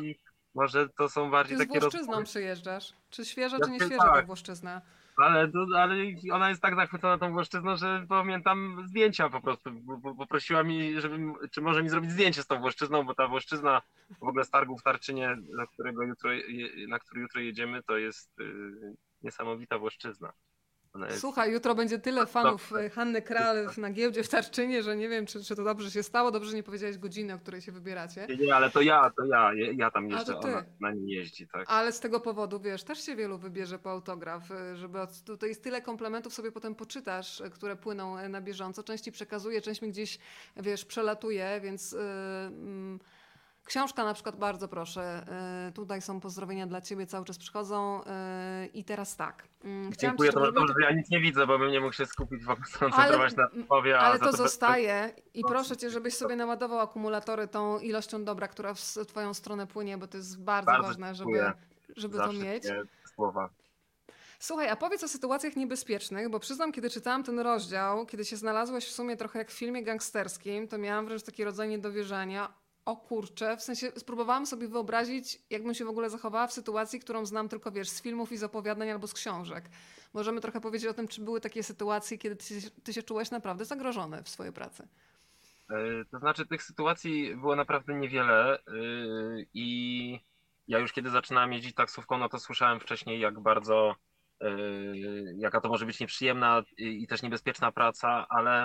Może to są bardziej Ty z takie Włoszczyzną rozmowy. przyjeżdżasz. Czy świeża, Ja czy nie się, świeża ta tak, Włoszczyzna? ale ona jest tak zachwycona tą Włoszczyzną, że pamiętam zdjęcia po prostu. Poprosiła mi, czy może mi zrobić zdjęcie z tą Włoszczyzną, bo ta Włoszczyzna w ogóle z targu w Tarczynie, na który jutro jedziemy, to jest niesamowita Włoszczyzna. Ona jest Słuchaj, jutro będzie tyle fanów dobrze. Hanny Kral na giełdzie w Tarczynie, że nie wiem, czy to dobrze się stało. Dobrze, że nie powiedziałeś godziny, o której się wybieracie. Nie, ale ja tam A to jeżdżę, ona ty. na niej jeździ, tak. Ale z tego powodu, wiesz, też się wielu wybierze po autograf, to jest tyle komplementów sobie potem poczytasz, które płyną na bieżąco. Część ci przekazuje, część mi gdzieś, wiesz, przelatuje, więc książka na przykład bardzo proszę. Tutaj są pozdrowienia dla ciebie, cały czas przychodzą. I teraz tak. Chciałam ci, Dziękuję, to żeby dobrze, zrobimy że ja nic nie widzę, bo bym nie mógł się skupić, ale, koncentrować na rozmowie, a ale za to to zostaje i proszę cię, żebyś sobie naładował akumulatory tą ilością dobra, która w twoją stronę płynie, bo to jest bardzo bardzo ważne, dziękuję żeby za to mieć. wszystkie słowa. Słuchaj, a powiedz o sytuacjach niebezpiecznych, bo przyznam, kiedy czytałam ten rozdział, kiedy się znalazłeś w sumie trochę jak w filmie gangsterskim, to miałam wręcz taki rodzaj niedowierzania. O kurczę, w sensie spróbowałam sobie wyobrazić, jakbym się w ogóle zachowała w sytuacji, którą znam tylko, wiesz, z filmów i z opowiadań albo z książek. Możemy trochę powiedzieć o tym, czy były takie sytuacje, kiedy ty się czułeś naprawdę zagrożony w swojej pracy. To znaczy tych sytuacji było naprawdę niewiele i ja już kiedy zaczynałem jeździć taksówką, no to słyszałem wcześniej, jak bardzo, jaka to może być nieprzyjemna i też niebezpieczna praca, ale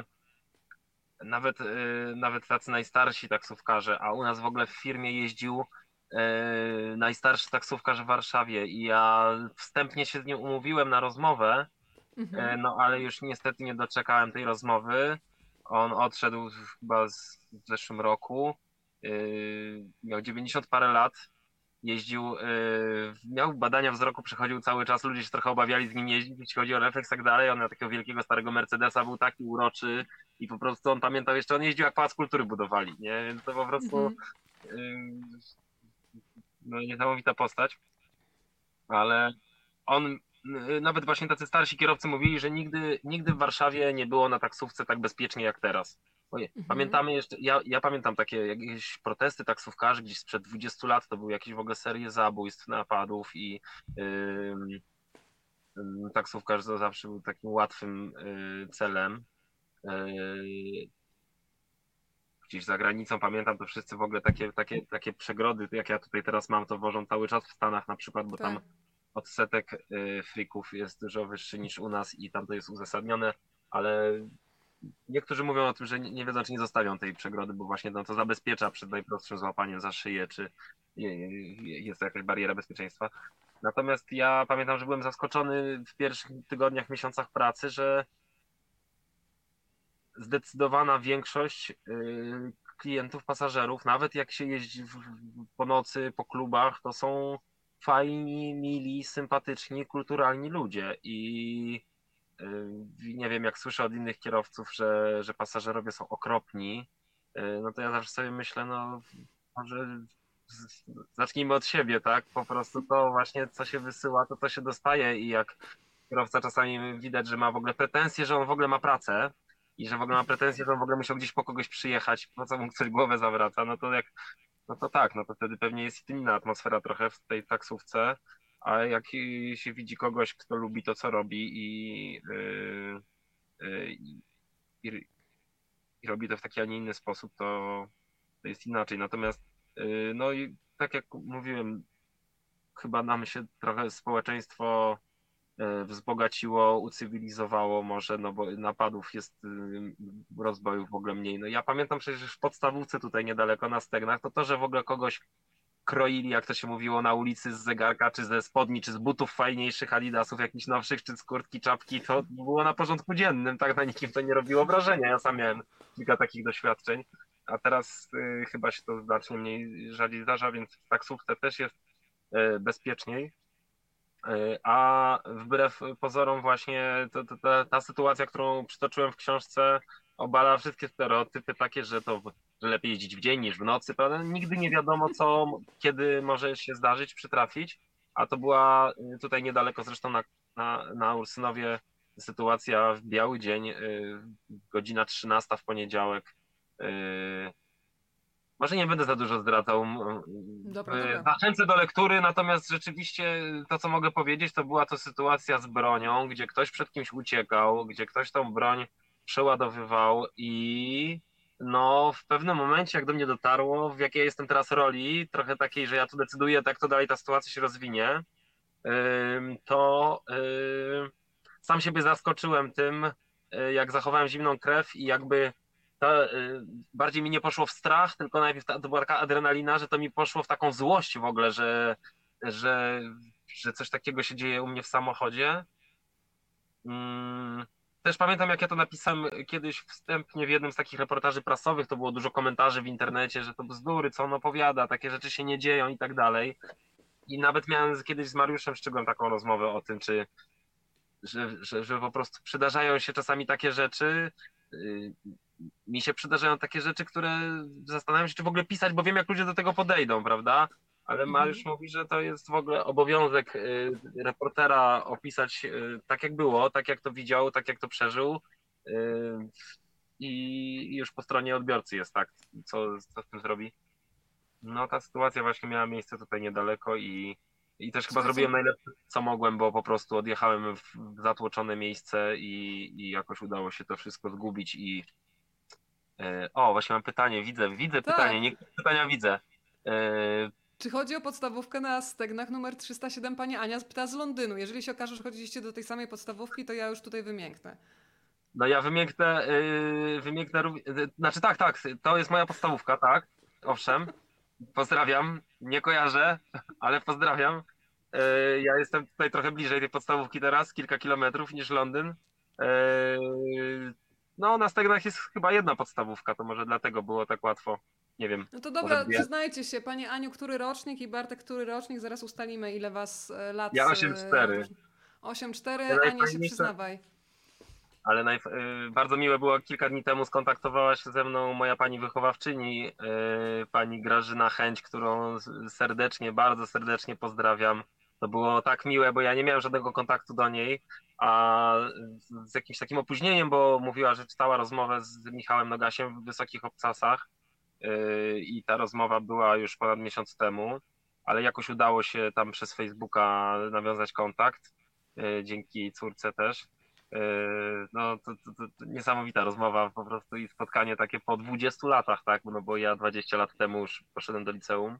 nawet tacy najstarsi taksówkarze, a u nas w ogóle w firmie jeździł najstarszy taksówkarz w Warszawie i ja wstępnie się z nim umówiłem na rozmowę, Mhm. no ale już niestety nie doczekałem tej rozmowy. On odszedł chyba w zeszłym roku. Miał 90 parę lat. Jeździł, miał badania wzroku, przechodził cały czas. Ludzie się trochę obawiali z nim jeździć, jeśli chodzi o refleks i tak dalej. On miał takiego wielkiego starego Mercedesa, był taki uroczy i po prostu on pamiętał jeszcze, on jeździł jak Pałac Kultury budowali, nie? Więc to po prostu Mhm. yy, no, niesamowita postać, ale on, nawet właśnie tacy starsi kierowcy mówili, że nigdy w Warszawie nie było na taksówce tak bezpiecznie jak teraz. Mhm. Pamiętamy jeszcze, ja pamiętam takie jakieś protesty taksówkarzy gdzieś sprzed 20 lat, to były jakieś w ogóle serie zabójstw, napadów i taksówkarz to zawsze był takim łatwym celem. Yy, Gdzieś za granicą, pamiętam, to wszyscy w ogóle takie przegrody, jak ja tutaj teraz mam, to wożą cały czas w Stanach na przykład, bo tam Tak. odsetek frików jest dużo wyższy niż u nas i tam to jest uzasadnione, ale niektórzy mówią o tym, że nie wiedzą, czy nie zostawią tej przegrody, bo właśnie no, to zabezpiecza przed najprostszym złapaniem za szyję, czy jest to jakaś bariera bezpieczeństwa. Natomiast ja pamiętam, że byłem zaskoczony w pierwszych tygodniach, miesiącach pracy, że zdecydowana większość klientów, pasażerów, nawet jak się jeździ po nocy, po klubach, to są fajni, mili, sympatyczni, kulturalni ludzie. I nie wiem, jak słyszę od innych kierowców, że pasażerowie są okropni, no to ja zawsze sobie myślę, no może zacznijmy od siebie, tak? Po prostu to właśnie, co się wysyła, to się dostaje i jak kierowca czasami widać, że ma w ogóle pretensje, że on w ogóle ma pracę i że w ogóle ma pretensje, że on w ogóle musiał gdzieś po kogoś przyjechać, po co mu ktoś głowę zawraca, no to tak, no to wtedy pewnie jest inna atmosfera trochę w tej taksówce, a jak się widzi kogoś, kto lubi to, co robi i, i, i robi to w taki, a nie inny sposób, to jest inaczej. Natomiast no i tak jak mówiłem, chyba nam się trochę społeczeństwo wzbogaciło, ucywilizowało może, no bo napadów jest, rozbojów w ogóle mniej. No ja pamiętam przecież w podstawówce tutaj niedaleko na Stegnach, to że w ogóle kogoś kroili, jak to się mówiło, na ulicy z zegarka, czy ze spodni, czy z butów fajniejszych, Adidasów jakichś nowszych, czy z kurtki, czapki, to było na porządku dziennym, tak na nikim to nie robiło wrażenia. Ja sam miałem kilka takich doświadczeń, a teraz chyba się to znacznie mniej, rzadziej zdarza, więc w taksówce też jest bezpieczniej. A wbrew pozorom właśnie ta sytuacja, którą przytoczyłem w książce, obala wszystkie stereotypy takie, że lepiej jeździć w dzień niż w nocy, prawda? Nigdy nie wiadomo, kiedy może się zdarzyć, przytrafić, a to była tutaj niedaleko zresztą na Ursynowie sytuacja w biały dzień, godzina 13 w poniedziałek. Może nie będę za dużo zdradzał. Dobra, dobra. Zachęcę do lektury, natomiast rzeczywiście to, co mogę powiedzieć, to była to sytuacja z bronią, gdzie ktoś przed kimś uciekał, gdzie ktoś tą broń przeładowywał i no w pewnym momencie, jak do mnie dotarło, w jakiej jestem teraz roli, trochę takiej, że ja tu decyduję, tak to dalej ta sytuacja się rozwinie, to sam siebie zaskoczyłem tym, jak zachowałem zimną krew i jakby bardziej mi nie poszło w strach, tylko najpierw to była taka adrenalina, że to mi poszło w taką złość w ogóle, że, że coś takiego się dzieje u mnie w samochodzie. Mm, Też pamiętam, jak ja to napisałem kiedyś wstępnie w jednym z takich reportaży prasowych, to było dużo komentarzy w internecie, że to bzdury, co on opowiada, takie rzeczy się nie dzieją i tak dalej. I nawet miałem kiedyś z Mariuszem Szczygłem taką rozmowę o tym, że po prostu przydarzają się czasami takie rzeczy. y, Mi się przydarzają takie rzeczy, które zastanawiam się, czy w ogóle pisać, bo wiem, jak ludzie do tego podejdą, prawda? Ale Mariusz Mhm. mówi, że to jest w ogóle obowiązek reportera opisać tak, jak było, tak, jak to widział, tak, jak to przeżył. y, I już po stronie odbiorcy jest tak, co z tym zrobi. No ta sytuacja właśnie miała miejsce tutaj niedaleko i też chyba Słuchaj, zrobiłem najlepsze, co mogłem, bo po prostu odjechałem w zatłoczone miejsce i jakoś udało się to wszystko zgubić o, właśnie mam pytanie, widzę pytanie, tak. nie pytania widzę. E, Czy chodzi o podstawówkę na Stegnach numer 307? Pani Ania pyta z Londynu. Jeżeli się okaże, że chodziliście do tej samej podstawówki, to ja już tutaj wymięknę. no ja wymięknę, znaczy tak, to jest moja podstawówka, tak, owszem, pozdrawiam, nie kojarzę, ale pozdrawiam. Ja jestem tutaj trochę bliżej tej podstawówki teraz, kilka kilometrów niż Londyn. E, No, na Stegnach jest chyba jedna podstawówka, to może dlatego było tak łatwo. Nie wiem, No to może dobra, dwie. przyznajcie się, Pani Aniu, który rocznik i Bartek, który rocznik? Zaraz ustalimy, ile was Ja lat 8,4. oprócz... 8-4, Ale Ania się najfajniejsze, przyznawaj. bardzo miłe było, kilka dni temu skontaktowała się ze mną moja pani wychowawczyni, pani Grażyna Chęć, którą serdecznie, bardzo serdecznie pozdrawiam. To było tak miłe, bo ja nie miałem żadnego kontaktu do niej, a z jakimś takim opóźnieniem, bo mówiła, że czytała rozmowę z Michałem Nogasiem w Wysokich Obcasach i ta rozmowa była już ponad miesiąc temu, ale jakoś udało się tam przez Facebooka nawiązać kontakt, dzięki córce też. No to niesamowita rozmowa po prostu i spotkanie takie po 20 latach, tak, no bo ja 20 lat temu już poszedłem do liceum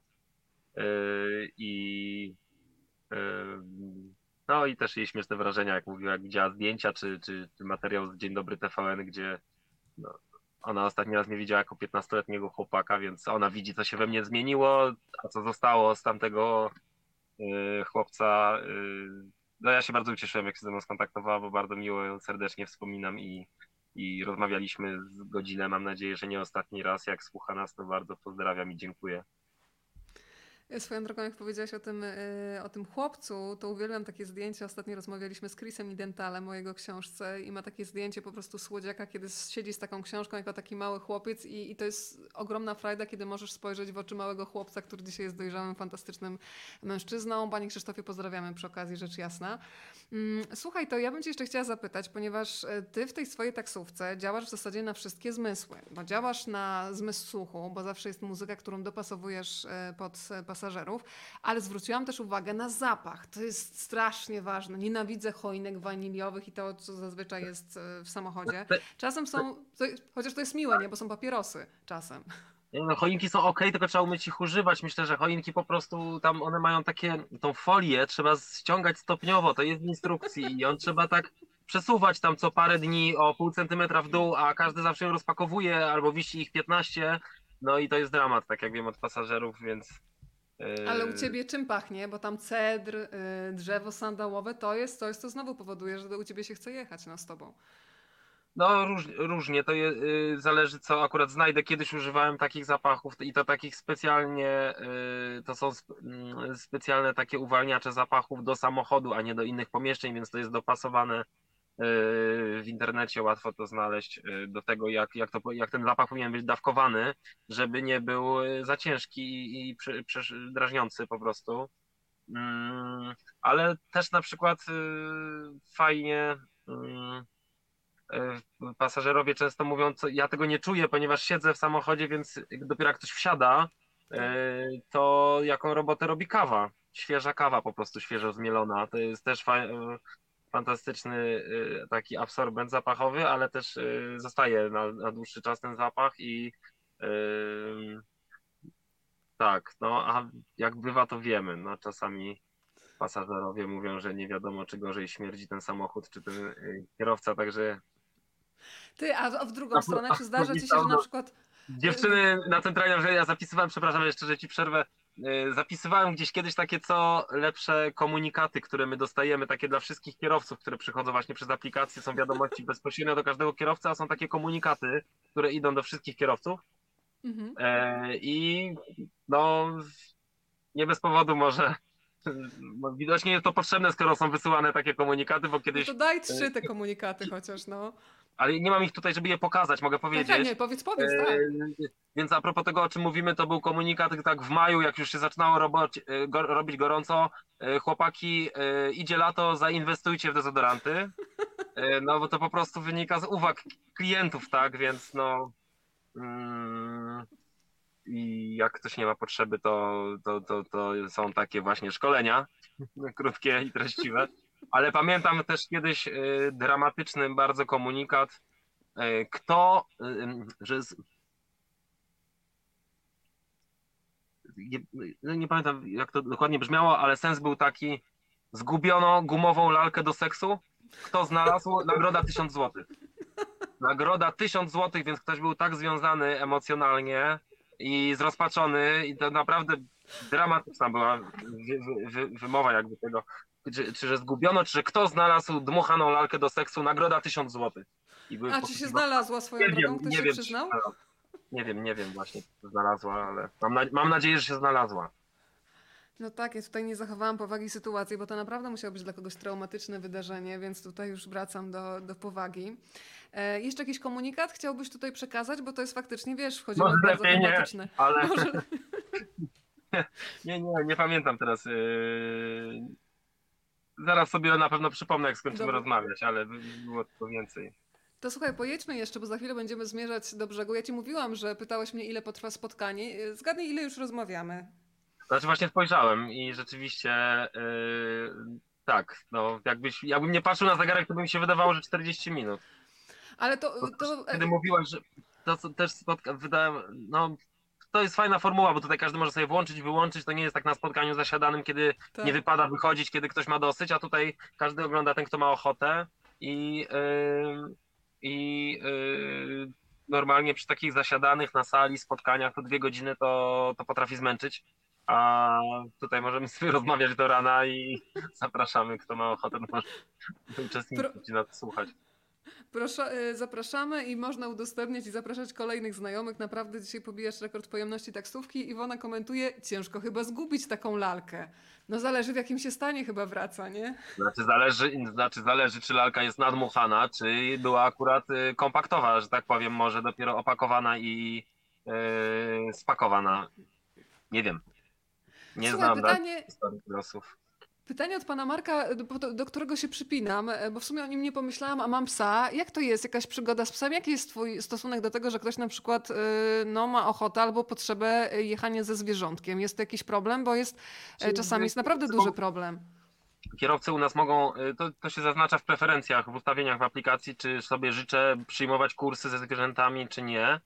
i yy, no i też jej śmieszne wrażenia, jak mówiła, jak widziała zdjęcia czy materiał z Dzień Dobry TVN, gdzie no, ona ostatni raz mnie widziała jako 15-letniego chłopaka, więc ona widzi, co się we mnie zmieniło, a co zostało z tamtego chłopca. No ja się bardzo ucieszyłem, jak się ze mną skontaktowała, bo bardzo miło ją serdecznie wspominam i rozmawialiśmy z godzinę. Mam nadzieję, że nie ostatni raz. Jak słucha nas, to bardzo pozdrawiam i dziękuję. Swoją drogą, jak powiedziałaś o tym chłopcu, to uwielbiam takie zdjęcie. Ostatnio rozmawialiśmy z Chrisem i Dentalem o jego książce i ma takie zdjęcie po prostu słodziaka, kiedy siedzi z taką książką jako taki mały chłopiec i to jest ogromna frajda, kiedy możesz spojrzeć w oczy małego chłopca, który dzisiaj jest dojrzałym, fantastycznym mężczyzną. Panie Krzysztofie, pozdrawiamy przy okazji, rzecz jasna. Słuchaj, to ja bym cię jeszcze chciała zapytać, ponieważ ty w tej swojej taksówce działasz w zasadzie na wszystkie zmysły, bo działasz na zmysł słuchu, bo zawsze jest muzyka, którą dopasowujesz pod pasażerów, ale zwróciłam też uwagę na zapach. To jest strasznie ważne. Nienawidzę choinek waniliowych i to, co zazwyczaj jest w samochodzie. Czasem są, chociaż to jest miłe, nie, bo są papierosy czasem. Nie, no, choinki są ok, tylko trzeba umieć ich używać. Myślę, że choinki po prostu tam one mają tą folię, trzeba ściągać stopniowo, to jest w instrukcji i on trzeba tak przesuwać tam co parę dni o pół centymetra w dół, a każdy zawsze ją rozpakowuje albo wisi ich 15. No i to jest dramat, tak jak wiem od pasażerów, więc Ale u yy, ciebie czym pachnie? Bo tam cedr, drzewo sandałowe to jest coś, co znowu powoduje, że u ciebie się chce jechać z tobą. no różnie, zależy co akurat znajdę. Kiedyś używałem takich zapachów i to takich specjalnie, to są specjalne takie uwalniacze zapachów do samochodu, a nie do innych pomieszczeń, więc to jest dopasowane w internecie, łatwo to znaleźć do tego, jak ten zapach powinien być dawkowany, żeby nie był za ciężki i drażniący po prostu. Ale też na przykład fajnie. pasażerowie często mówią, ja tego nie czuję, ponieważ siedzę w samochodzie, więc dopiero jak ktoś wsiada, Tak. to jaką robotę robi kawa. Świeża kawa po prostu, świeżo zmielona. To jest też fantastyczny taki absorbent zapachowy, ale też zostaje na dłuższy czas ten zapach i tak, no a jak bywa to wiemy, no czasami pasażerowie mówią, że nie wiadomo czy gorzej śmierdzi ten samochód, czy ten kierowca, także Ty, a w drugą stronę, czy zdarza ci się, że na niedawno przykład dziewczyny na centralnym, że ja zapisywałem, przepraszam jeszcze, że ci przerwę, zapisywałem gdzieś kiedyś takie co lepsze komunikaty, które my dostajemy, takie dla wszystkich kierowców, które przychodzą właśnie przez aplikację, są wiadomości bezpośrednio do każdego kierowcy, a są takie komunikaty, które idą do wszystkich kierowców mhm. i no nie bez powodu może. Widocznie jest to potrzebne, skoro są wysyłane takie komunikaty, bo No to kiedyś. daj 3 te komunikaty chociaż, no. Ale nie mam ich tutaj, żeby je pokazać, mogę Tak, tak, powiedzieć. nie, powiedz, tak. Więc a propos tego, o czym mówimy, to był komunikat tak w maju, jak już się zaczynało robić gorąco. Chłopaki, idzie lato, zainwestujcie w dezodoranty. No bo to po prostu wynika z uwag klientów, tak? Więc no. I jak ktoś nie ma potrzeby, to są takie właśnie szkolenia, krótkie i treściwe. Ale pamiętam też kiedyś dramatyczny bardzo komunikat, kto, że nie, nie pamiętam jak to dokładnie brzmiało, ale sens był taki: zgubiono gumową lalkę do seksu, kto znalazł, nagroda 1000 złotych. Nagroda 1000 złotych, więc ktoś był tak związany emocjonalnie i zrozpaczony i to naprawdę dramatyczna była wymowa jakby tego, czy że zgubiono, czy że kto znalazł dmuchaną lalkę do seksu, nagroda 1000 złotych. I były A czy się znalazła swoją drogą? Ktoś nie się wiem, czy się przyznał? znalazła. Nie wiem właśnie, czy się znalazła, ale mam nadzieję, że się znalazła. No tak, ja tutaj nie zachowałam powagi sytuacji, bo to naprawdę musiało być dla kogoś traumatyczne wydarzenie, więc tutaj już wracam do powagi. Jeszcze jakiś komunikat chciałbyś tutaj przekazać, bo to jest faktycznie, wiesz, wchodzimy Może w bardzo lepiej nie, tematyczne. ale Może... nie pamiętam teraz. Zaraz sobie na pewno przypomnę, jak skończymy Dobra. rozmawiać, ale było to więcej. To słuchaj, pojedźmy jeszcze, bo za chwilę będziemy zmierzać do brzegu. Ja ci mówiłam, że pytałeś mnie, ile potrwa spotkanie. Zgadnij, ile już rozmawiamy. Znaczy właśnie spojrzałem i rzeczywiście tak, no jakbym nie patrzył na zegarek, to by mi się wydawało, że 40 minut. Ale Kiedy mówiłaś, że to co też wydałem, no to jest fajna formuła, bo tutaj każdy może sobie włączyć, wyłączyć, to nie jest tak na spotkaniu zasiadanym, kiedy nie tak. wypada wychodzić, kiedy ktoś ma dosyć, a tutaj każdy ogląda ten, kto ma ochotę i, normalnie przy takich zasiadanych na sali spotkaniach to 2 godziny to potrafi zmęczyć, a tutaj możemy sobie rozmawiać do rana i zapraszamy, kto ma ochotę, to może Pro, uczestniczyć i nas słuchać. zapraszamy i można udostępniać i zapraszać kolejnych znajomych. Naprawdę dzisiaj pobijasz rekord pojemności taksówki. Iwona komentuje, ciężko chyba zgubić taką lalkę. No zależy w jakim się stanie chyba wraca, nie? Zależy, czy lalka jest nadmuchana, czy była akurat kompaktowa, że tak powiem, może dopiero opakowana i spakowana. Nie wiem. Nie Słuchaj, znam historii losów. pytanie od pana Marka, do którego się przypinam, bo w sumie o nim nie pomyślałam, a mam psa. Jak to jest? Jakaś przygoda z psem? Jaki jest twój stosunek do tego, że ktoś na przykład no, ma ochotę albo potrzebę jechania ze zwierzątkiem? Jest to jakiś problem? Bo czasami jest naprawdę duży problem. Kierowcy u nas mogą, to się zaznacza w preferencjach, w ustawieniach w aplikacji, czy sobie życzę przyjmować kursy ze zwierzętami, czy nie.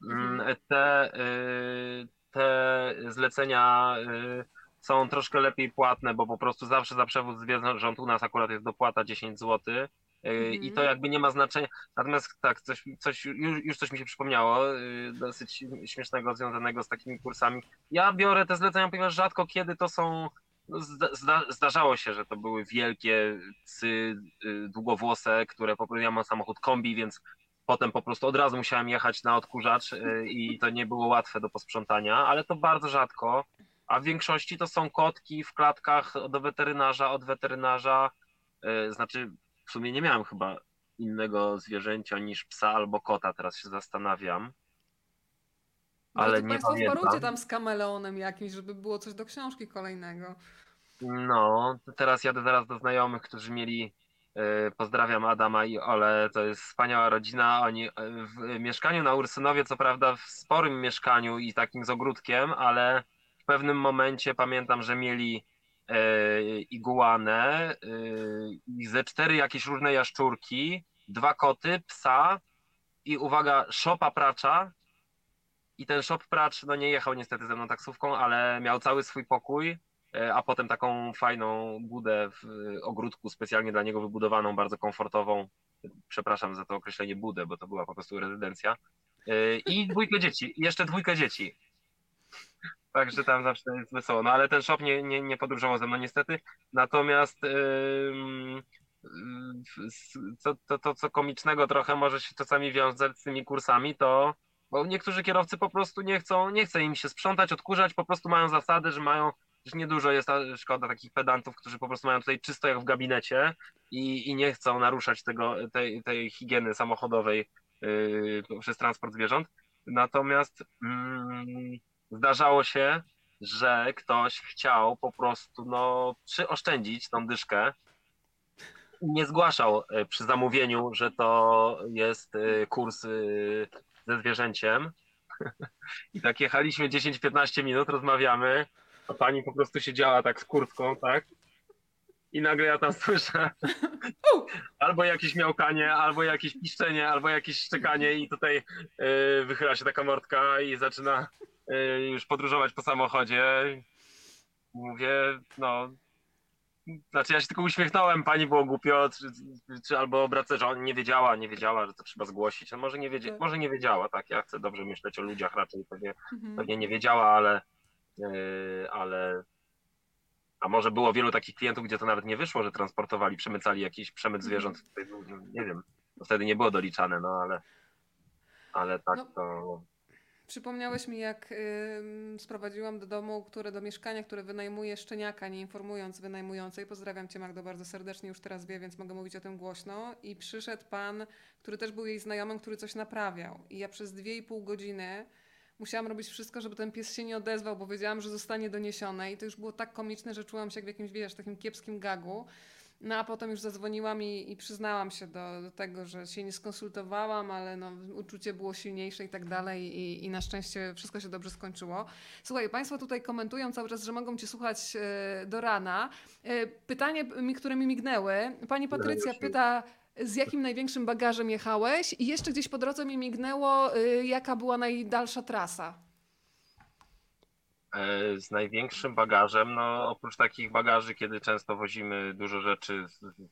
Te zlecenia są troszkę lepiej płatne, bo po prostu zawsze za przewóz zwierząt u nas akurat jest dopłata 10 zł. I to jakby nie ma znaczenia. Natomiast tak, już coś mi się przypomniało, dosyć śmiesznego, związanego z takimi kursami. Ja biorę te zlecenia, ponieważ rzadko kiedy to są. No, zdarzało się, że to były wielkie psy długowłose, które po prostu ja mam samochód kombi, więc potem po prostu od razu musiałem jechać na odkurzacz i to nie było łatwe do posprzątania, ale to bardzo rzadko. A w większości to są kotki w klatkach do weterynarza, od weterynarza. Znaczy, w sumie nie miałem chyba innego zwierzęcia niż psa albo kota, teraz się zastanawiam. Ale to nie państwo pamiętam. wparujcie tam z kameleonem jakimś, żeby było coś do książki kolejnego. No, to teraz jadę zaraz do znajomych, którzy mieli Pozdrawiam Adama i Ole, to jest wspaniała rodzina. Oni w mieszkaniu na Ursynowie, co prawda w sporym mieszkaniu i takim z ogródkiem, ale w pewnym momencie pamiętam, że mieli iguanę i ze 4 jakieś różne jaszczurki, 2 koty, psa i uwaga, szopa pracza. I ten shop pracz, no nie jechał niestety ze mną taksówką, ale miał cały swój pokój, a potem taką fajną budę w ogródku specjalnie dla niego wybudowaną, bardzo komfortową. Przepraszam za to określenie budę, bo to była po prostu rezydencja. I 2 dzieci, i jeszcze 2 dzieci. Także tam zawsze jest wesoło. No ale ten shop nie podróżował ze mną niestety. Natomiast co komicznego trochę może się czasami wiązać z tymi kursami, to bo niektórzy kierowcy po prostu nie chce im się sprzątać, odkurzać, po prostu mają zasadę, że mają, już niedużo jest szkoda takich pedantów, którzy po prostu mają tutaj czysto jak w gabinecie i nie chcą naruszać tej higieny samochodowej przez transport zwierząt. Natomiast zdarzało się, że ktoś chciał po prostu przyoszczędzić tą dyszkę i nie zgłaszał przy zamówieniu, że to jest kurs ze zwierzęciem. I tak jechaliśmy 10-15 minut, rozmawiamy, a pani po prostu siedziała tak z kurtką, tak? I nagle ja tam słyszę albo jakieś miałkanie, albo jakieś piszczenie, albo jakieś szczekanie i tutaj wychyla się taka mordka i zaczyna już podróżować po samochodzie. Mówię, znaczy ja się tylko uśmiechnąłem, pani było głupio, czy albo obracę, że on nie wiedziała, że to trzeba zgłosić. No może nie wiedziała, tak, ja chcę dobrze myśleć o ludziach, raczej pewnie nie wiedziała, ale a może było wielu takich klientów, gdzie to nawet nie wyszło, że transportowali, przemycali jakiś przemyt zwierząt, nie wiem, to wtedy nie było doliczane, ale tak to... Przypomniałeś mi, jak sprowadziłam do mieszkania, które wynajmuje szczeniaka, nie informując wynajmującej. Pozdrawiam cię, Magdo, bardzo serdecznie, już teraz wie, więc mogę mówić o tym głośno. I przyszedł pan, który też był jej znajomym, który coś naprawiał. I ja przez 2,5 godziny musiałam robić wszystko, żeby ten pies się nie odezwał, bo wiedziałam, że zostanie doniesione. I to już było tak komiczne, że czułam się jak w jakimś, wiesz, takim kiepskim gagu. No a potem już zadzwoniłam i przyznałam się do tego, że się nie skonsultowałam, ale uczucie było silniejsze i tak dalej i na szczęście wszystko się dobrze skończyło. Słuchaj, państwo tutaj komentują cały czas, że mogą cię słuchać do rana. Pytanie, które mi mignęły. Pani Patrycja pyta, z jakim największym bagażem jechałeś? I jeszcze gdzieś po drodze mi mignęło, jaka była najdalsza trasa? Z największym bagażem, oprócz takich bagaży, kiedy często wozimy dużo rzeczy,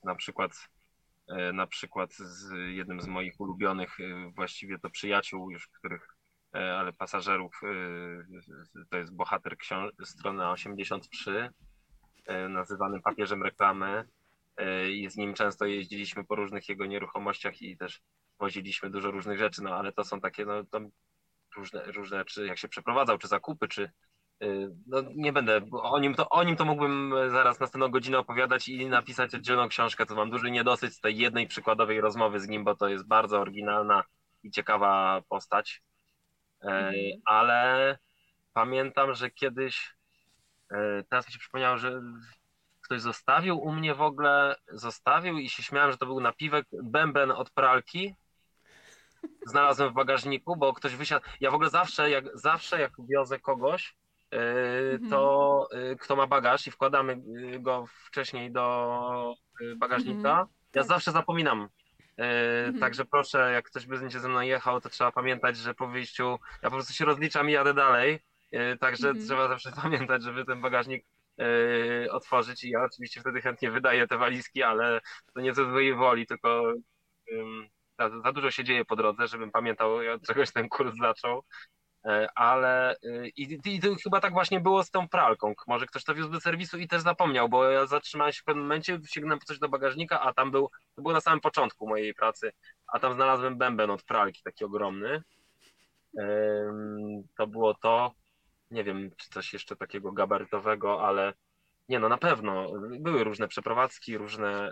na przykład z jednym z moich ulubionych, właściwie to przyjaciół już, ale pasażerów, to jest bohater strony 83, nazywany papieżem reklamy i z nim często jeździliśmy po różnych jego nieruchomościach i też woziliśmy dużo różnych rzeczy, ale to są takie to różne, czy jak się przeprowadzał, czy zakupy, czy nie będę, bo o nim to mógłbym zaraz następną godzinę opowiadać i napisać oddzielną książkę, to mam duży niedosyt z tej jednej przykładowej rozmowy z nim, bo to jest bardzo oryginalna i ciekawa postać. Ale pamiętam, że kiedyś, teraz mi się przypomniało, że ktoś zostawił u mnie i się śmiałem, że to był napiwek, bęben od pralki. Znalazłem w bagażniku, bo ktoś wysiadł. Ja w ogóle zawsze jak wiozę kogoś, to kto ma bagaż i wkładamy go wcześniej do bagażnika, ja zawsze zapominam. Także proszę, jak ktoś będzie ze mną jechał, to trzeba pamiętać, że po wyjściu ja po prostu się rozliczam i jadę dalej. Także trzeba zawsze pamiętać, żeby ten bagażnik otworzyć i ja oczywiście wtedy chętnie wydaję te walizki, ale to nie ze złej woli, tylko za dużo się dzieje po drodze, żebym pamiętał, od czegoś ten kurs zaczął. Ale i to chyba tak właśnie było z tą pralką. Może ktoś to wiózł do serwisu i też zapomniał, bo ja zatrzymałem się w pewnym momencie, sięgnąłem po coś do bagażnika, a to było na samym początku mojej pracy, a tam znalazłem bęben od pralki, taki ogromny. To było to, nie wiem, czy coś jeszcze takiego gabarytowego, ale nie, na pewno były różne przeprowadzki, różne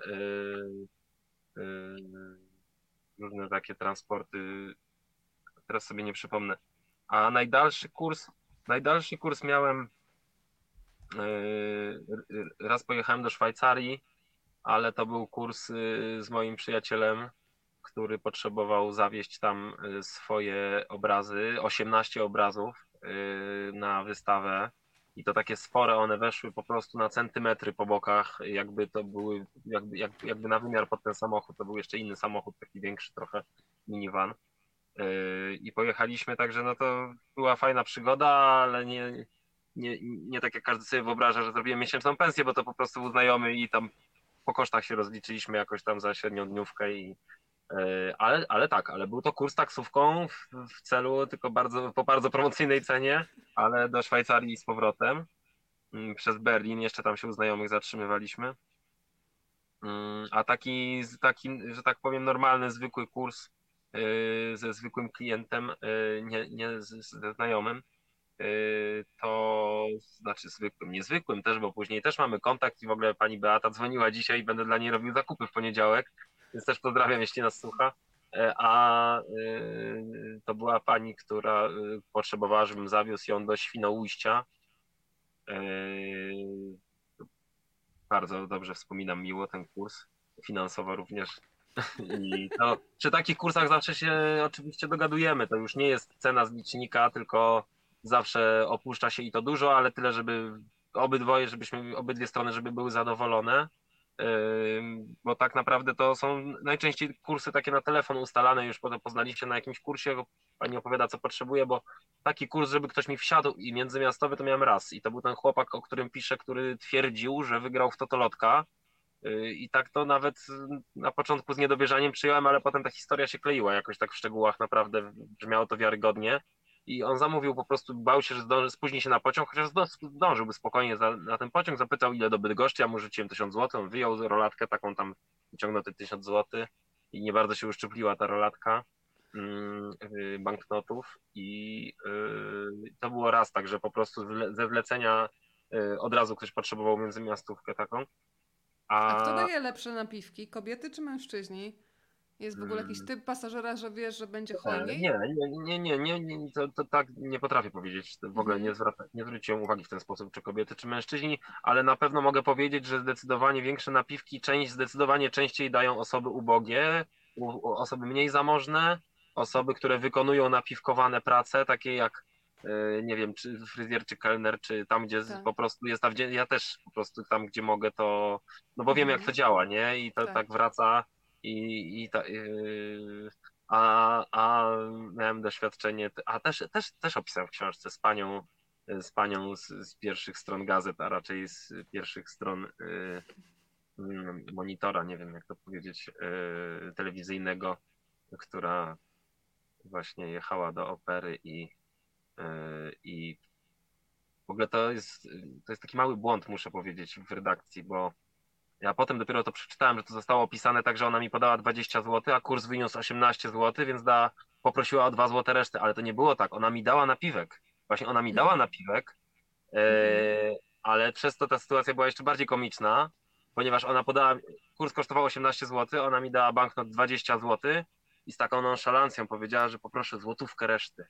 takie transporty, teraz sobie nie przypomnę. A najdalszy kurs miałem, raz pojechałem do Szwajcarii, ale to był kurs z moim przyjacielem, który potrzebował zawieźć tam swoje obrazy, 18 obrazów na wystawę. I to takie spore, one weszły po prostu na centymetry po bokach, jakby to były, jakby na wymiar pod ten samochód, to był jeszcze inny samochód, taki większy trochę, minivan. I pojechaliśmy, także no to była fajna przygoda, ale nie tak jak każdy sobie wyobraża, że zrobiłem miesięczną pensję, bo to po prostu był znajomy i tam po kosztach się rozliczyliśmy jakoś tam za średnią dniówkę ale był to kurs taksówką w celu tylko po bardzo promocyjnej cenie, ale do Szwajcarii z powrotem przez Berlin, jeszcze tam się u znajomych zatrzymywaliśmy. A taki, że tak powiem, normalny, zwykły kurs ze zwykłym klientem, nie ze znajomym, to znaczy zwykłym, niezwykłym też, bo później też mamy kontakt i w ogóle pani Beata dzwoniła dzisiaj i będę dla niej robił zakupy w poniedziałek, więc też pozdrawiam, jeśli nas słucha. To była pani, która potrzebowała, żebym zawiózł ją do Świnoujścia. Bardzo dobrze wspominam miło ten kurs, finansowo również. I to, przy takich kursach zawsze się oczywiście dogadujemy. To już nie jest cena z licznika, tylko zawsze opuszcza się i to dużo, ale tyle, żeby obydwie strony, żeby były zadowolone. Bo tak naprawdę to są najczęściej kursy takie na telefon ustalane, już poznaliście na jakimś kursie, pani opowiada co potrzebuje, bo taki kurs, żeby ktoś mi wsiadł i międzymiastowy to miałem raz i to był ten chłopak, o którym piszę, który twierdził, że wygrał w Totolotka. I tak to nawet na początku z niedowierzaniem przyjąłem, ale potem ta historia się kleiła jakoś tak w szczegółach, naprawdę brzmiało to wiarygodnie. I on zamówił po prostu, bał się, że spóźni się na pociąg, chociaż zdążyłby spokojnie na ten pociąg, zapytał ile do Bydgoszczy, ja mu rzuciłem 1000 zł, on wyjął rolatkę taką tam, wyciągnął te 1000 zł i nie bardzo się uszczypliła ta rolatka banknotów i to było raz tak, że po prostu ze zlecenia od razu ktoś potrzebował międzymiastówkę taką. A kto A daje lepsze napiwki? Kobiety czy mężczyźni? Jest w ogóle jakiś typ pasażera, że wiesz, że będzie hojniej? to tak nie potrafię powiedzieć. W ogóle Mhm. nie zwróciłem uwagi w ten sposób, czy kobiety, czy mężczyźni, ale na pewno mogę powiedzieć, że zdecydowanie większe napiwki zdecydowanie częściej dają osoby ubogie, osoby mniej zamożne, osoby, które wykonują napiwkowane prace, takie jak nie wiem, czy fryzjer, czy kelner, czy tam, gdzie Tak. po prostu jest ja też po prostu tam, gdzie mogę, to, no bo wiem, jak to Mhm. działa, nie? I to Tak. tak wraca a miałem doświadczenie, też opisałem w książce z panią z pierwszych stron gazet, a raczej z pierwszych stron monitora, nie wiem jak to powiedzieć, telewizyjnego, która właśnie jechała do opery i w ogóle to jest taki mały błąd, muszę powiedzieć, w redakcji, bo ja potem dopiero to przeczytałem, że to zostało opisane tak, że ona mi podała 20 zł, a kurs wyniósł 18 zł, więc poprosiła o 2 zł reszty, ale to nie było tak. Ona mi dała napiwek. Właśnie ona mi dała napiwek, Mhm. ale przez to ta sytuacja była jeszcze bardziej komiczna, ponieważ kurs kosztował 18 zł, ona mi dała banknot 20 zł i z taką nonszalancją powiedziała, że poproszę złotówkę reszty.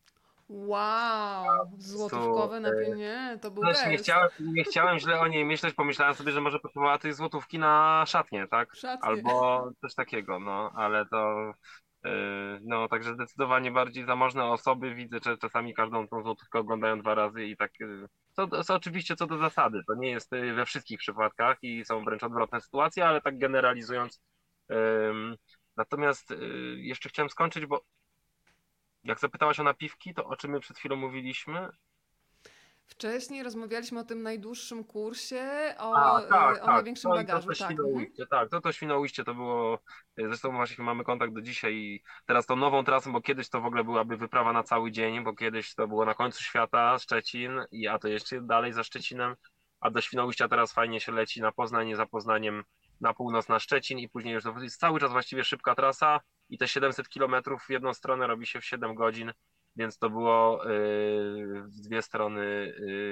Wow, Po prostu, złotówkowe napięcie, to był też gest. nie chciałem źle o niej myśleć, pomyślałem sobie, że może potrzebowała tej złotówki na szatnię, tak? Szatnie. Albo coś takiego, no, ale to, no, także zdecydowanie bardziej zamożne osoby, widzę, że czasami każdą tą złotówkę oglądają 2 razy i tak, to oczywiście co do zasady, to nie jest we wszystkich przypadkach i są wręcz odwrotne sytuacje, ale tak generalizując, natomiast jeszcze chciałem skończyć, bo jak zapytałaś o napiwki, to o czym my przed chwilą mówiliśmy? Wcześniej rozmawialiśmy o tym najdłuższym kursie, A, tak, o tak. największym No i bagażu, to tak. Mhm. Świnoujście, tak. To Świnoujście to było. Zresztą właśnie mamy kontakt do dzisiaj i teraz tą nową trasą, bo kiedyś to w ogóle byłaby wyprawa na cały dzień, bo kiedyś to było na końcu świata, Szczecin, a to jeszcze dalej za Szczecinem, a do Świnoujścia teraz fajnie się leci na Poznań, za Poznaniem na północ na Szczecin i później już to jest cały czas właściwie szybka trasa i te 700 kilometrów w jedną stronę robi się w 7 godzin, więc to było w dwie strony.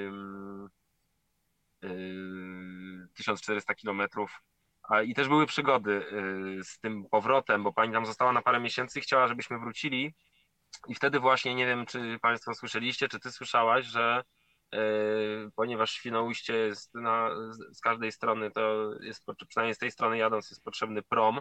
1400 kilometrów. I też były przygody z tym powrotem, bo pani tam została na parę miesięcy i chciała, żebyśmy wrócili. I wtedy właśnie, nie wiem, czy państwo słyszeliście, czy ty słyszałaś, że ponieważ Świnoujście jest z każdej strony, to jest, przynajmniej z tej strony jadąc, jest potrzebny prom.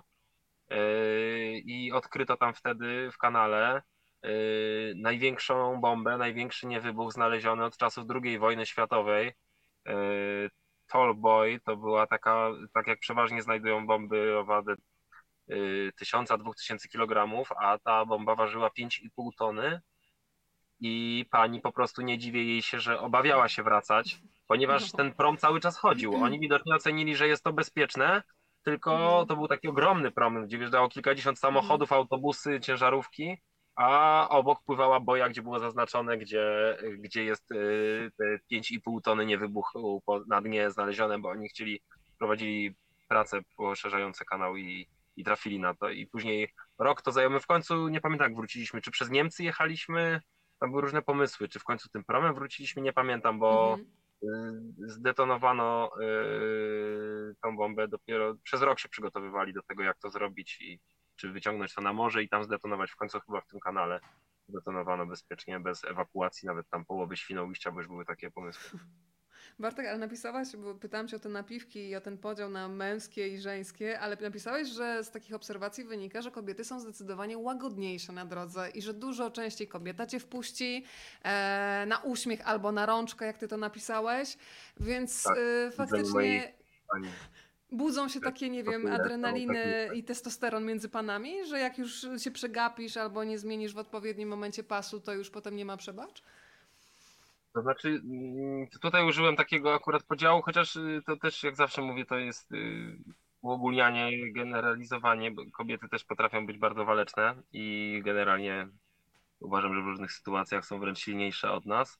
I odkryto tam wtedy w kanale największą bombę, największy niewybuch znaleziony od czasów II wojny światowej. Tallboy to była taka, tak jak przeważnie znajdują bomby o wadę 1000-2000 kg, a ta bomba ważyła 5,5 tony i pani po prostu nie dziwię jej się, że obawiała się wracać, ponieważ ten prom cały czas chodził. Oni widocznie ocenili, że jest to bezpieczne, tylko to był taki ogromny prom, gdzie wjeżdżało kilkadziesiąt samochodów, autobusy, ciężarówki, a obok pływała boja, gdzie było zaznaczone, gdzie jest te 5,5 tony niewybuchu na dnie znalezione, bo oni prowadzili prace poszerzające kanał i trafili na to. I później rok to zajął. My w końcu, nie pamiętam jak wróciliśmy, czy przez Niemcy jechaliśmy, tam były różne pomysły, czy w końcu tym promem wróciliśmy, nie pamiętam, bo zdetonowano tą bombę, dopiero przez rok się przygotowywali do tego, jak to zrobić i czy wyciągnąć to na morze i tam zdetonować. W końcu chyba w tym kanale zdetonowano bezpiecznie, bez ewakuacji nawet tam połowy Świnoujścia, bo już były takie pomysły. Bartek, ale napisałeś, bo pytałam cię o te napiwki i o ten podział na męskie i żeńskie, ale napisałeś, że z takich obserwacji wynika, że kobiety są zdecydowanie łagodniejsze na drodze i że dużo częściej kobieta cię wpuści na uśmiech albo na rączkę, jak ty to napisałeś, więc Tak, faktycznie budzą się takie, nie wiem, adrenaliny i testosteron między panami, że jak już się przegapisz albo nie zmienisz w odpowiednim momencie pasu, to już potem nie ma przebacz? To znaczy, tutaj użyłem takiego akurat podziału, chociaż to też, jak zawsze mówię, to jest uogólnianie, generalizowanie, bo kobiety też potrafią być bardzo waleczne i generalnie uważam, że w różnych sytuacjach są wręcz silniejsze od nas,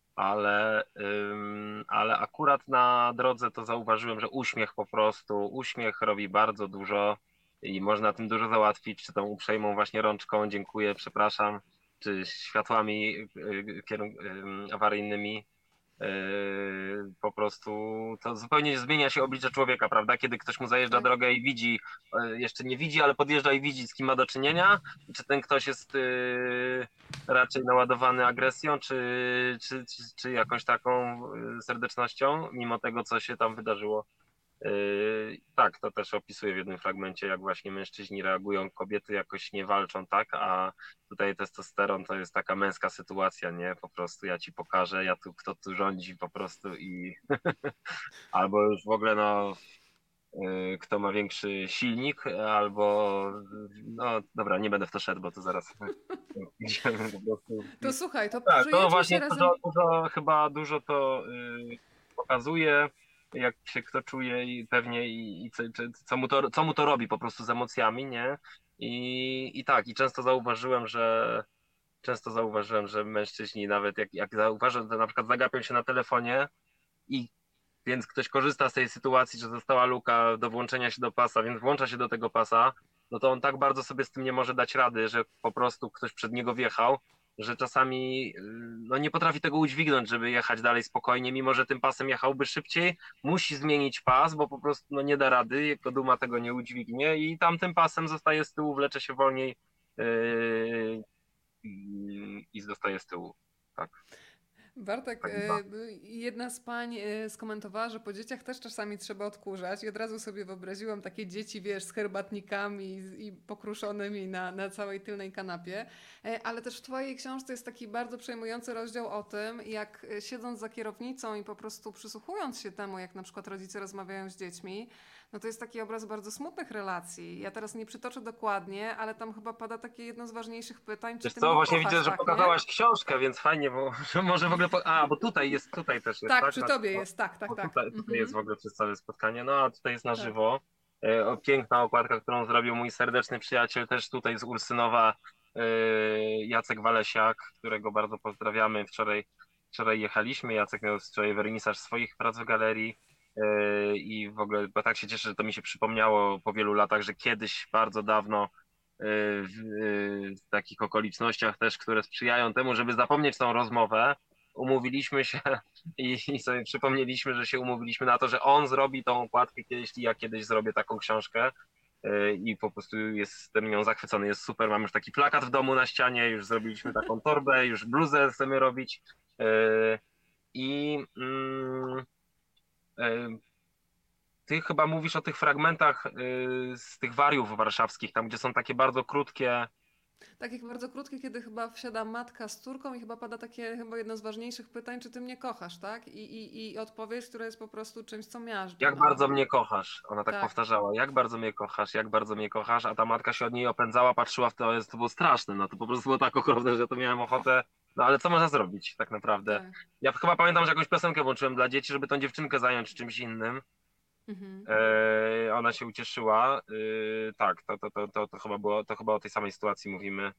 ale akurat na drodze to zauważyłem, że uśmiech robi bardzo dużo i można tym dużo załatwić, czy tą uprzejmą właśnie rączką, dziękuję, przepraszam, czy światłami awaryjnymi. Po prostu to zupełnie zmienia się oblicze człowieka, prawda? Kiedy ktoś mu zajeżdża drogę i widzi, jeszcze nie widzi, ale podjeżdża i widzi, z kim ma do czynienia, czy ten ktoś jest raczej naładowany agresją, czy jakąś taką serdecznością, mimo tego, co się tam wydarzyło. Tak, to też opisuję w jednym fragmencie, jak właśnie mężczyźni reagują, kobiety jakoś nie walczą, tak, a tutaj testosteron to jest taka męska sytuacja, nie, po prostu ja ci pokażę, kto tu rządzi po prostu i albo już w ogóle no kto ma większy silnik, albo no dobra, nie będę w to szedł, bo to zaraz idziemy po prostu. To słuchaj, to tak, to właśnie razem... chyba dużo to pokazuje, jak się kto czuje i pewnie i co mu to robi po prostu z emocjami, nie? I tak, i często zauważyłem, że mężczyźni nawet jak zauważą, to na przykład zagapią się na telefonie i więc ktoś korzysta z tej sytuacji, że została luka do włączenia się do pasa, więc włącza się do tego pasa, no to on tak bardzo sobie z tym nie może dać rady, że po prostu ktoś przed niego wjechał, że czasami no, nie potrafi tego udźwignąć, żeby jechać dalej spokojnie, mimo że tym pasem jechałby szybciej, musi zmienić pas, bo po prostu no, nie da rady, jego duma tego nie udźwignie i tamtym pasem zostaje z tyłu, wlecze się wolniej i zostaje z tyłu. Tak. Bartek, jedna z pań skomentowała, że po dzieciach też czasami trzeba odkurzać i od razu sobie wyobraziłam takie dzieci, wiesz, z herbatnikami i pokruszonymi na całej tylnej kanapie, ale też w twojej książce jest taki bardzo przejmujący rozdział o tym, jak siedząc za kierownicą i po prostu przysłuchując się temu, jak na przykład rodzice rozmawiają z dziećmi, no to jest taki obraz bardzo smutnych relacji. Ja teraz nie przytoczę dokładnie, ale tam chyba pada takie jedno z ważniejszych pytań, czy Wiesz ty co, mnie właśnie kochasz, widzę, że tak, pokazałaś nie? książkę, więc fajnie, bo może w ogóle... bo tutaj też jest, Tak, tak? przy tobie jest, tak. Tutaj jest w ogóle przez całe spotkanie, no a tutaj jest na Tak. żywo. Piękna okładka, którą zrobił mój serdeczny przyjaciel, też tutaj z Ursynowa, Jacek Walesiak, którego bardzo pozdrawiamy. Wczoraj jechaliśmy, Jacek miał wczoraj wernisaż swoich prac w galerii i w ogóle, bo tak się cieszę, że to mi się przypomniało po wielu latach, że kiedyś, bardzo dawno, w takich okolicznościach też, które sprzyjają temu, żeby zapomnieć tą rozmowę, umówiliśmy się i sobie przypomnieliśmy, że się umówiliśmy na to, że on zrobi tą okładkę kiedyś i ja kiedyś zrobię taką książkę i po prostu jestem nią zachwycony, jest super, mam już taki plakat w domu na ścianie, już zrobiliśmy taką torbę, już bluzę chcemy robić I y, ty chyba mówisz o tych fragmentach z tych wariów warszawskich, tam gdzie są takie bardzo krótkie. Takich bardzo krótkich, kiedy chyba wsiada matka z córką i chyba pada takie chyba jedno z ważniejszych pytań, czy ty mnie kochasz, tak? I odpowiedź, która jest po prostu czymś, co miażdży. Jak No. bardzo mnie kochasz? Ona tak Tak, powtarzała. Jak bardzo mnie kochasz? Jak bardzo mnie kochasz? A ta matka się od niej opędzała, patrzyła w to, to było straszne. No to po prostu było tak okropne, że to miałem ochotę. No ale co można zrobić tak naprawdę? tak. Ja chyba pamiętam, że jakąś piosenkę włączyłem dla dzieci, żeby tą dziewczynkę zająć czymś innym. Mhm. Ona się ucieszyła. Tak, to chyba było, to chyba o tej samej sytuacji mówimy.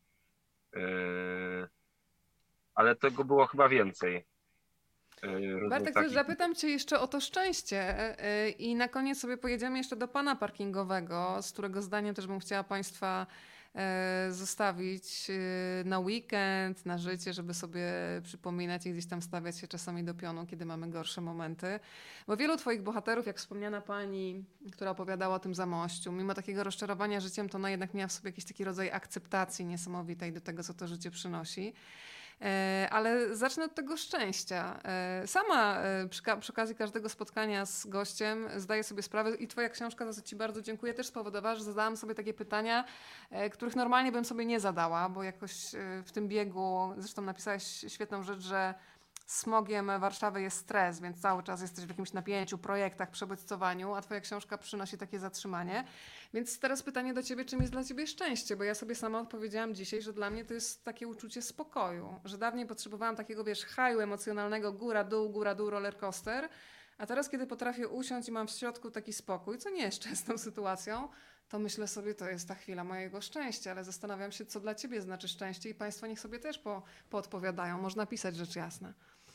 Ale tego było chyba więcej. Różnych Bartek, też takich. zapytam cię jeszcze o to szczęście i na koniec sobie pojedziemy jeszcze do pana parkingowego, z którego zdaniem też bym chciała państwa zostawić na weekend, na życie, żeby sobie przypominać i gdzieś tam stawiać się czasami do pionu, kiedy mamy gorsze momenty. Bo wielu twoich bohaterów, jak wspomniana pani, która opowiadała o tym Zamościu, mimo takiego rozczarowania życiem, to ona jednak miała w sobie jakiś taki rodzaj akceptacji niesamowitej do tego, co to życie przynosi. Ale zacznę od tego szczęścia. Sama przy okazji każdego spotkania z gościem zdaję sobie sprawę i twoja książka, za co ci bardzo dziękuję, też spowodowała, że zadałam sobie takie pytania, których normalnie bym sobie nie zadała, bo jakoś w tym biegu, zresztą napisałeś świetną rzecz, że smogiem Warszawy jest stres, więc cały czas jesteś w jakimś napięciu, projektach, przebodźcowaniu, a twoja książka przynosi takie zatrzymanie. Więc teraz pytanie do ciebie, czym jest dla ciebie szczęście? Bo ja sobie sama odpowiedziałam dzisiaj, że dla mnie to jest takie uczucie spokoju. Że dawniej potrzebowałam takiego, wiesz, haju emocjonalnego, góra, dół, roller coaster. A teraz, kiedy potrafię usiąść i mam w środku taki spokój, co nie jest częstą sytuacją, to myślę sobie, to jest ta chwila mojego szczęścia, ale zastanawiam się, co dla ciebie znaczy szczęście i państwo niech sobie też poodpowiadają. Można pisać rzecz jasna.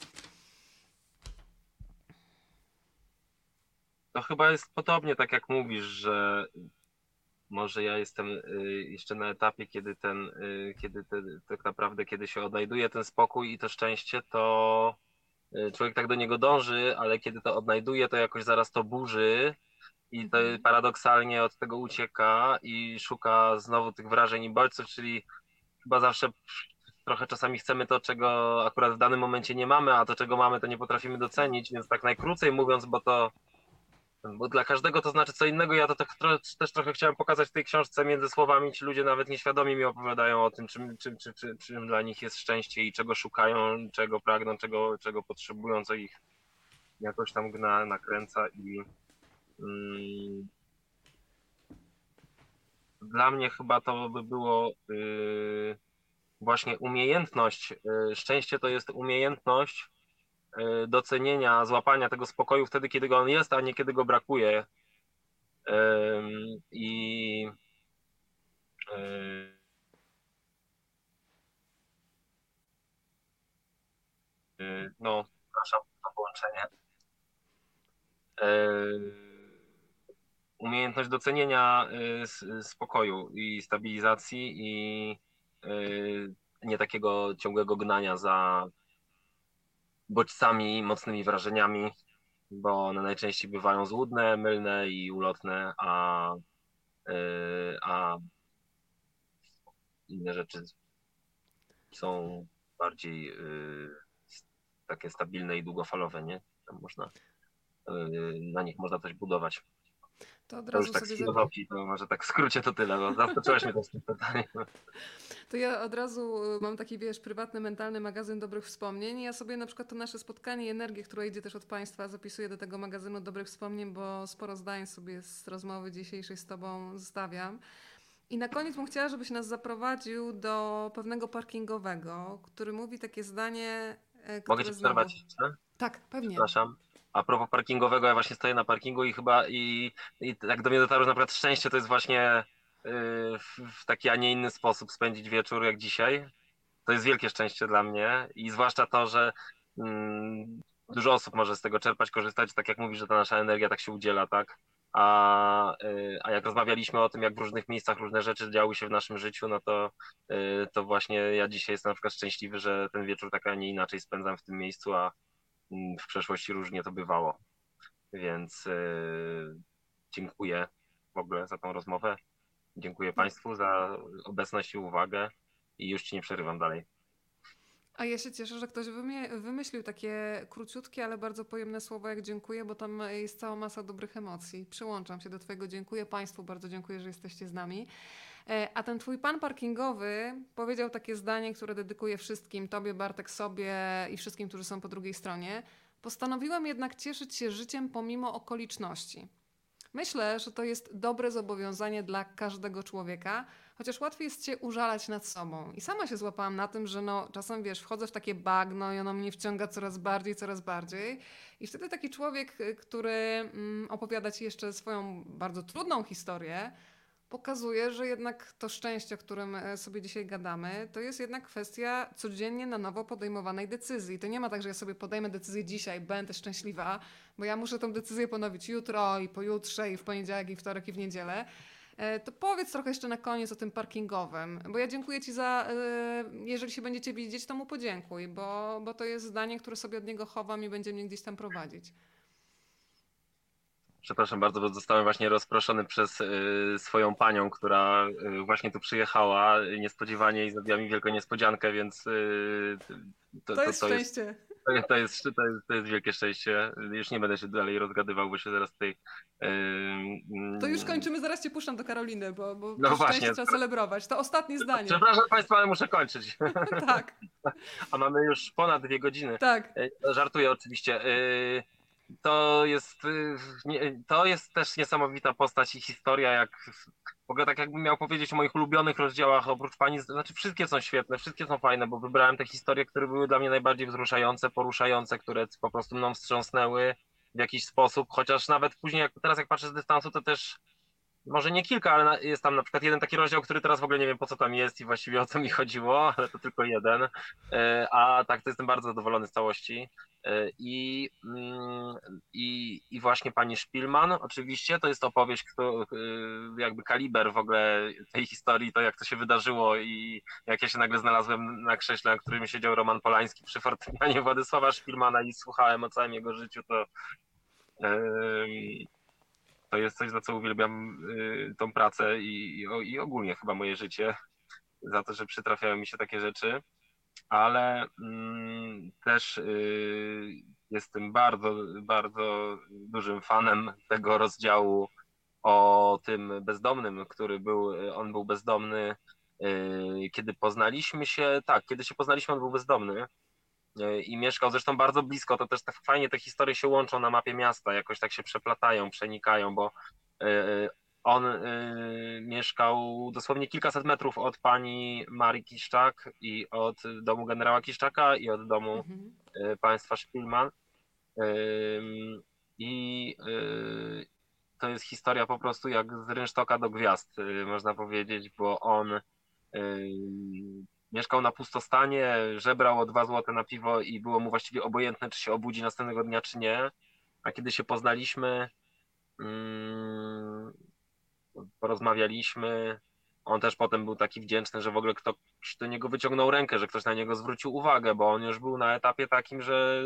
To chyba jest podobnie, tak jak mówisz, że może ja jestem jeszcze na etapie, tak naprawdę, kiedy się odnajduje ten spokój i to szczęście, to człowiek tak do niego dąży, ale kiedy to odnajduje, to jakoś zaraz to burzy i to Mhm. paradoksalnie od tego ucieka i szuka znowu tych wrażeń i bodźców, czyli chyba zawsze trochę czasami chcemy to, czego akurat w danym momencie nie mamy, a to, czego mamy, to nie potrafimy docenić, więc tak najkrócej mówiąc, bo dla każdego to znaczy co innego. Ja to też trochę chciałem pokazać w tej książce między słowami. Ci ludzie nawet nieświadomi mi opowiadają o tym, czym dla nich jest szczęście i czego szukają, czego pragną, czego potrzebują, co ich jakoś tam gna, nakręca. I dla mnie chyba to by było właśnie umiejętność. Szczęście to jest umiejętność docenienia, złapania tego spokoju wtedy, kiedy go on jest, a nie kiedy go brakuje. I no, przepraszam za połączenie. Umiejętność docenienia spokoju i stabilizacji i nie takiego ciągłego gnania za bodźcami, mocnymi wrażeniami, bo one najczęściej bywają złudne, mylne i ulotne, a inne rzeczy są bardziej takie stabilne i długofalowe, nie? Tam można, na nich można coś budować. To od To już razu tak z sobie filozofii, to może tak w skrócie to tyle, bo zaskoczyłaś mnie też tym pytaniem. To ja od razu mam taki, wiesz, prywatny, mentalny magazyn dobrych wspomnień. Ja sobie na przykład to nasze spotkanie i energię, która idzie też od Państwa, zapisuję do tego magazynu dobrych wspomnień, bo sporo zdań sobie z rozmowy dzisiejszej z Tobą zostawiam. I na koniec bym chciała, żebyś nas zaprowadził do pewnego parkingowego, który mówi takie zdanie, Mogę cię które znowu... przerwać jeszcze? Tak, pewnie. Przepraszam. A propos parkingowego, ja właśnie stoję na parkingu i chyba i tak do mnie dotarło, że na przykład szczęście to jest właśnie w taki, a nie inny sposób spędzić wieczór jak dzisiaj. To jest wielkie szczęście dla mnie i zwłaszcza to, że dużo osób może z tego czerpać, korzystać, tak jak mówisz, że ta nasza energia tak się udziela, tak? A jak rozmawialiśmy o tym, jak w różnych miejscach różne rzeczy działy się w naszym życiu, no to właśnie ja dzisiaj jestem na przykład szczęśliwy, że ten wieczór tak, a nie inaczej spędzam w tym miejscu, a w przeszłości różnie to bywało. Więc dziękuję w ogóle za tą rozmowę. Dziękuję Państwu za obecność i uwagę i już Ci nie przerywam dalej. A ja się cieszę, że ktoś wymyślił takie króciutkie, ale bardzo pojemne słowo jak dziękuję, bo tam jest cała masa dobrych emocji. Przyłączam się do twojego dziękuję. Państwu bardzo dziękuję, że jesteście z nami. A ten twój pan parkingowy powiedział takie zdanie, które dedykuję wszystkim, tobie Bartek, sobie i wszystkim, którzy są po drugiej stronie. Postanowiłem jednak cieszyć się życiem pomimo okoliczności. Myślę, że to jest dobre zobowiązanie dla każdego człowieka, chociaż łatwiej jest się użalać nad sobą. I sama się złapałam na tym, że no, czasem wiesz, wchodzę w takie bagno i ono mnie wciąga coraz bardziej, coraz bardziej. I wtedy taki człowiek, który opowiada ci jeszcze swoją bardzo trudną historię, pokazuje, że jednak to szczęście, o którym sobie dzisiaj gadamy, to jest jednak kwestia codziennie na nowo podejmowanej decyzji. To nie ma tak, że ja sobie podejmę decyzję dzisiaj, będę szczęśliwa, bo ja muszę tę decyzję ponowić jutro i pojutrze i w poniedziałek i wtorek i w niedzielę. To powiedz trochę jeszcze na koniec o tym parkingowym, bo ja dziękuję ci za, jeżeli się będziecie widzieć, to mu podziękuj, bo to jest zdanie, które sobie od niego chowam i będzie mnie gdzieś tam prowadzić. Przepraszam bardzo, bo zostałem właśnie rozproszony przez swoją panią, która właśnie tu przyjechała niespodziewanie i zrobiła mi wielką niespodziankę, więc To jest szczęście. to jest wielkie szczęście. Już nie będę się dalej rozgadywał, bo się zaraz tutaj... To już kończymy, zaraz cię puszczam do Karoliny, bo No to właśnie. szczęście trzeba celebrować. To ostatnie zdanie. Przepraszam Państwa, ale muszę kończyć. Tak. A mamy już ponad 2 godziny. Tak. Żartuję oczywiście. To jest też niesamowita postać i historia, jak w ogóle tak jakbym miał powiedzieć o moich ulubionych rozdziałach, oprócz pani, znaczy wszystkie są świetne, wszystkie są fajne, bo wybrałem te historie, które były dla mnie najbardziej wzruszające, poruszające, które po prostu mną wstrząsnęły w jakiś sposób, chociaż nawet później, teraz jak patrzę z dystansu, to też może nie kilka, ale jest tam na przykład jeden taki rozdział, który teraz w ogóle nie wiem po co tam jest i właściwie o co mi chodziło, ale to tylko jeden. A tak, to jestem bardzo zadowolony z całości. I właśnie pani Szpilman, oczywiście, to jest opowieść, jakby kaliber w ogóle tej historii, to jak to się wydarzyło i jak ja się nagle znalazłem na krześle, na którym siedział Roman Polański przy fortepianie Władysława Szpilmana i słuchałem o całym jego życiu, to jest coś, za co uwielbiam tą pracę i ogólnie chyba moje życie, za to, że przytrafiają mi się takie rzeczy, ale też jestem bardzo, bardzo dużym fanem tego rozdziału o tym bezdomnym, on był bezdomny, kiedy poznaliśmy się, tak, kiedy się poznaliśmy, on był bezdomny i mieszkał zresztą bardzo blisko, to też tak fajnie te historie się łączą na mapie miasta, jakoś tak się przeplatają, przenikają, bo on mieszkał dosłownie kilkaset metrów od pani Marii Kiszczak i od domu generała Kiszczaka i od domu państwa Szpilman. I to jest historia po prostu jak z rynsztoka do gwiazd, można powiedzieć, bo on mieszkał na pustostanie, żebrał o 2 złote na piwo i było mu właściwie obojętne, czy się obudzi następnego dnia, czy nie. A kiedy się poznaliśmy, porozmawialiśmy, on też potem był taki wdzięczny, że w ogóle ktoś do niego wyciągnął rękę, że ktoś na niego zwrócił uwagę, bo on już był na etapie takim, że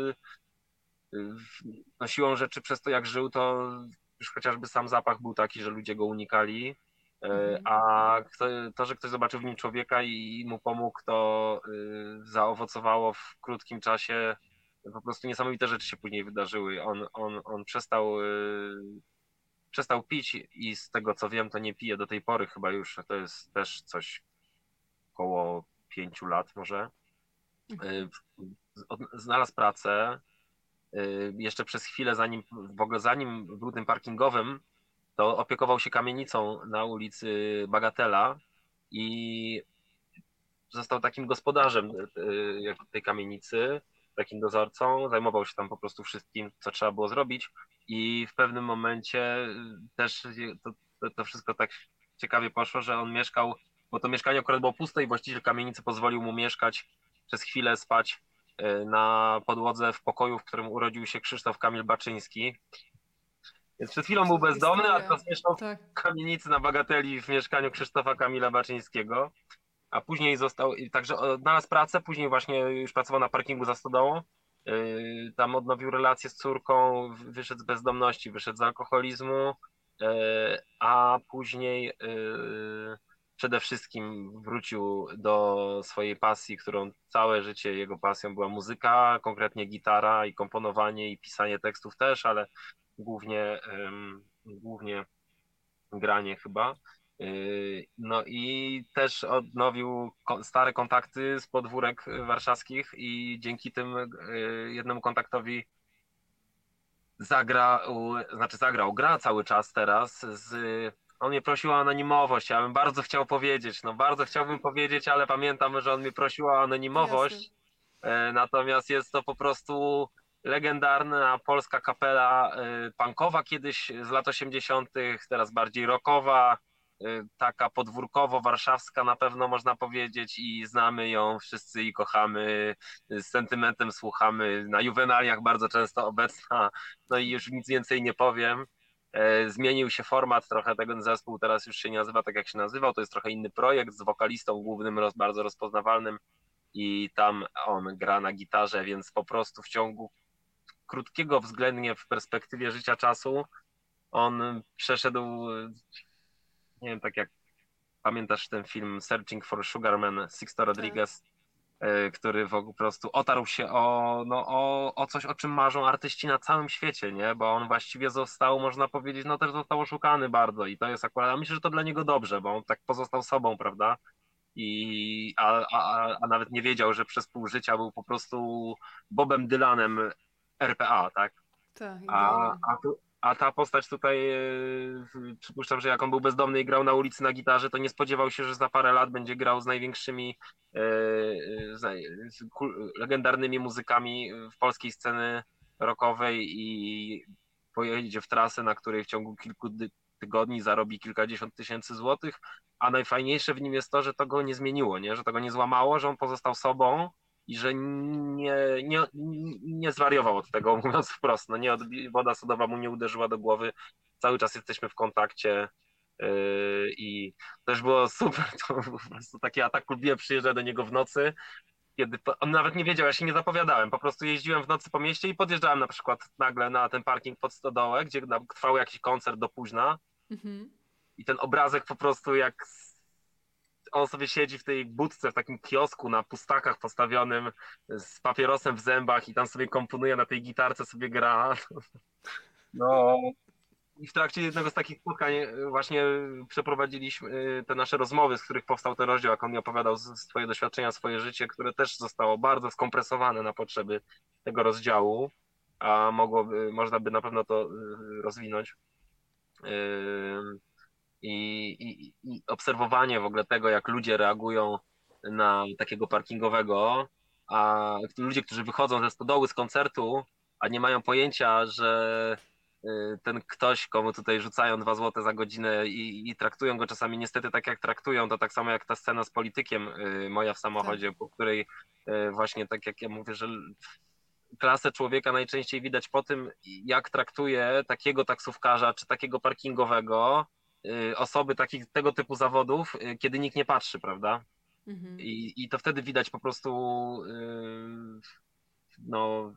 no siłą rzeczy przez to jak żył, to już chociażby sam zapach był taki, że ludzie go unikali. A to, że ktoś zobaczył w nim człowieka i mu pomógł, to zaowocowało w krótkim czasie. Po prostu niesamowite rzeczy się później wydarzyły. On przestał pić i z tego co wiem, to nie pije do tej pory chyba już. To jest też coś około 5 lat może. Znalazł pracę. Jeszcze przez chwilę, zanim był tym parkingowym, to opiekował się kamienicą na ulicy Bagatela i został takim gospodarzem tej kamienicy, takim dozorcą, zajmował się tam po prostu wszystkim, co trzeba było zrobić i w pewnym momencie też to wszystko tak ciekawie poszło, że on mieszkał, bo to mieszkanie akurat było puste i właściciel kamienicy pozwolił mu mieszkać, przez chwilę spać na podłodze w pokoju, w którym urodził się Krzysztof Kamil Baczyński. Więc przed chwilą był bezdomny, a teraz mieszkał w kamienicy na Bagateli w mieszkaniu Krzysztofa Kamila Baczyńskiego, a później także odnalazł pracę, później właśnie już pracował na parkingu za stodołą, tam odnowił relacje z córką, wyszedł z bezdomności, wyszedł z alkoholizmu, a później przede wszystkim wrócił do swojej pasji, którą całe życie jego pasją była muzyka, konkretnie gitara i komponowanie i pisanie tekstów też, ale głównie granie chyba. No i też odnowił stare kontakty z podwórek warszawskich i dzięki tym jednemu kontaktowi gra cały czas teraz on mnie prosił o anonimowość, ja bym bardzo chciał powiedzieć, no bardzo chciałbym powiedzieć, ale pamiętam, że on mnie prosił o Jasne. anonimowość, natomiast jest to po prostu legendarna polska kapela punkowa kiedyś z lat 80., teraz bardziej rockowa, taka podwórkowo-warszawska na pewno można powiedzieć i znamy ją wszyscy i kochamy, z sentymentem słuchamy, na juwenaliach bardzo często obecna, no i już nic więcej nie powiem. Zmienił się format trochę, ten zespół teraz już się nie nazywa tak jak się nazywał, to jest trochę inny projekt z wokalistą głównym, bardzo rozpoznawalnym i tam on gra na gitarze, więc po prostu w ciągu krótkiego względnie w perspektywie życia czasu on przeszedł, nie wiem, tak jak pamiętasz ten film Searching for Sugar Man Sixto Tak. Rodriguez, który po prostu otarł się o coś, o czym marzą artyści na całym świecie, nie? Bo on właściwie został, można powiedzieć, no też został oszukany bardzo i to jest akurat, a myślę, że to dla niego dobrze, bo on tak pozostał sobą, prawda? A nawet nie wiedział, że przez pół życia był po prostu Bobem Dylanem RPA, tak? Tak, A, ideolą. a ta postać tutaj, przypuszczam, że jak on był bezdomny i grał na ulicy na gitarze, to nie spodziewał się, że za parę lat będzie grał z największymi legendarnymi muzykami w polskiej sceny rockowej i pojedzie w trasę, na której w ciągu kilku tygodni zarobi kilkadziesiąt tysięcy złotych, a najfajniejsze w nim jest to, że to go nie zmieniło, nie? Że to go nie złamało, że on pozostał sobą i że nie zwariował od tego, mówiąc wprost. No nie, woda sodowa mu nie uderzyła do głowy. Cały czas jesteśmy w kontakcie i też było super. To był po prostu taki atak. Lubiłem przyjeżdżać do niego w nocy, kiedy on nawet nie wiedział, ja się nie zapowiadałem. Po prostu jeździłem w nocy po mieście i podjeżdżałem na przykład nagle na ten parking pod stodołę, gdzie trwał jakiś koncert do późna Mhm. i ten obrazek po prostu jak on sobie siedzi w tej budce, w takim kiosku na pustakach postawionym z papierosem w zębach i tam sobie komponuje na tej gitarce, sobie gra. No i w trakcie jednego z takich spotkań właśnie przeprowadziliśmy te nasze rozmowy, z których powstał ten rozdział, jak on mi opowiadał swoje doświadczenia, swoje życie, które też zostało bardzo skompresowane na potrzeby tego rozdziału, a można by na pewno to rozwinąć. I obserwowanie w ogóle tego, jak ludzie reagują na takiego parkingowego, a ludzie, którzy wychodzą ze stodoły z koncertu, a nie mają pojęcia, że ten ktoś, komu tutaj rzucają 2 złote za godzinę i traktują go czasami niestety tak, jak traktują, to tak samo jak ta scena z politykiem moja w Tak. samochodzie, po której właśnie tak jak ja mówię, że klasę człowieka najczęściej widać po tym, jak traktuje takiego taksówkarza czy takiego parkingowego, osoby tego typu zawodów, kiedy nikt nie patrzy, prawda? Mhm. I to wtedy widać po prostu, no,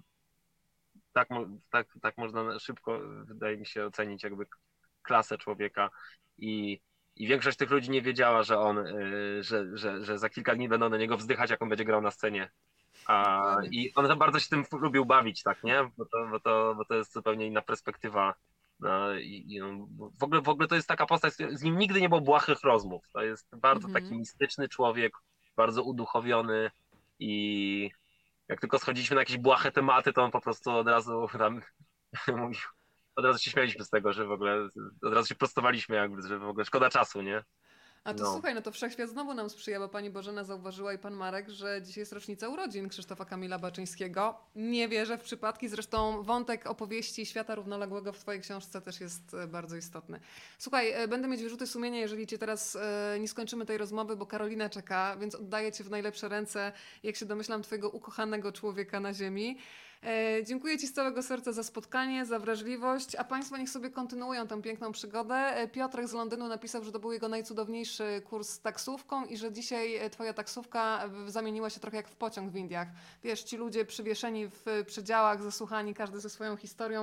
tak można szybko, wydaje mi się, ocenić jakby klasę człowieka i większość tych ludzi nie wiedziała, że że za kilka dni będą na niego wzdychać, jak on będzie grał na scenie. Dokładnie. I on za bardzo się tym lubił bawić, tak, nie? Bo to jest zupełnie inna perspektywa. No, w ogóle to jest taka postać, z nim nigdy nie było błahych rozmów. To jest bardzo taki Mhm. mistyczny człowiek, bardzo uduchowiony i jak tylko schodziliśmy na jakieś błahe tematy, to on po prostu od razu tam mówił, od razu się śmialiśmy z tego, że w ogóle, od razu się prostowaliśmy jakby, że w ogóle szkoda czasu, nie? A to No. słuchaj, no to wszechświat znowu nam sprzyja, bo pani Bożena zauważyła i pan Marek, że dzisiaj jest rocznica urodzin Krzysztofa Kamila Baczyńskiego. Nie wierzę w przypadki, zresztą wątek opowieści świata równoległego w twojej książce też jest bardzo istotny. Słuchaj, będę mieć wyrzuty sumienia, jeżeli cię teraz nie skończymy tej rozmowy, bo Karolina czeka, więc oddaję cię w najlepsze ręce, jak się domyślam, twojego ukochanego człowieka na ziemi. Dziękuję Ci z całego serca za spotkanie, za wrażliwość, a Państwo niech sobie kontynuują tę piękną przygodę. Piotrek z Londynu napisał, że to był jego najcudowniejszy kurs z taksówką i że dzisiaj Twoja taksówka zamieniła się trochę jak w pociąg w Indiach. Wiesz, ci ludzie przywieszeni w przedziałach, zasłuchani, każdy ze swoją historią,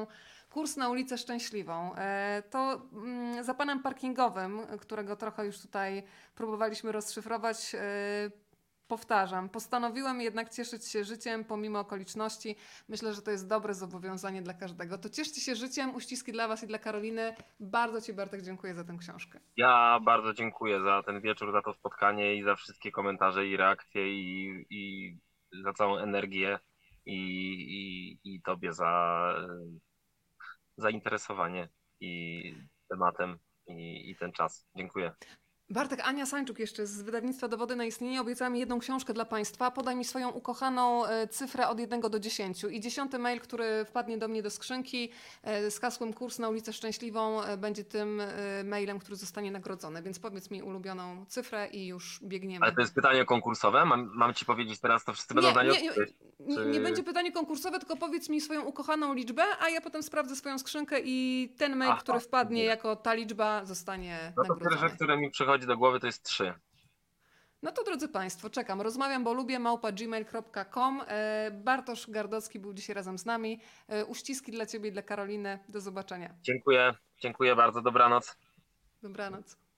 Kurs na ulicę Szczęśliwą. To za panem parkingowym, którego trochę już tutaj próbowaliśmy rozszyfrować, powtarzam, postanowiłem jednak cieszyć się życiem pomimo okoliczności. Myślę, że to jest dobre zobowiązanie dla każdego. To cieszcie się życiem, uściski dla was i dla Karoliny. Bardzo ci, Bartek, dziękuję za tę książkę. Ja bardzo dziękuję za ten wieczór, za to spotkanie i za wszystkie komentarze i reakcje i za całą energię i tobie za zainteresowanie i tematem i ten czas. Dziękuję. Bartek, Ania Sańczuk jeszcze z wydawnictwa Dowody na istnienie obiecała mi jedną książkę dla Państwa. Podaj mi swoją ukochaną cyfrę od 1 do 10. I 10. mail, który wpadnie do mnie do skrzynki z hasłem Kurs na ulicę Szczęśliwą będzie tym mailem, który zostanie nagrodzony. Więc powiedz mi ulubioną cyfrę i już biegniemy. Ale to jest pytanie konkursowe? Mam ci powiedzieć teraz, to wszyscy będą znali odpowiedź? Nie będzie pytanie konkursowe, tylko powiedz mi swoją ukochaną liczbę, a ja potem sprawdzę swoją skrzynkę i ten mail, który wpadnie jako ta liczba, zostanie No to nagrodzony. pierwsze, które mi przychodzi do głowy, to jest 3. No to drodzy Państwo, czekam. Rozmawiam, bo lubię @gmail.com. Bartosz Gardocki był dzisiaj razem z nami. Uściski dla Ciebie i dla Karoliny. Do zobaczenia. Dziękuję bardzo, dobranoc. Dobranoc.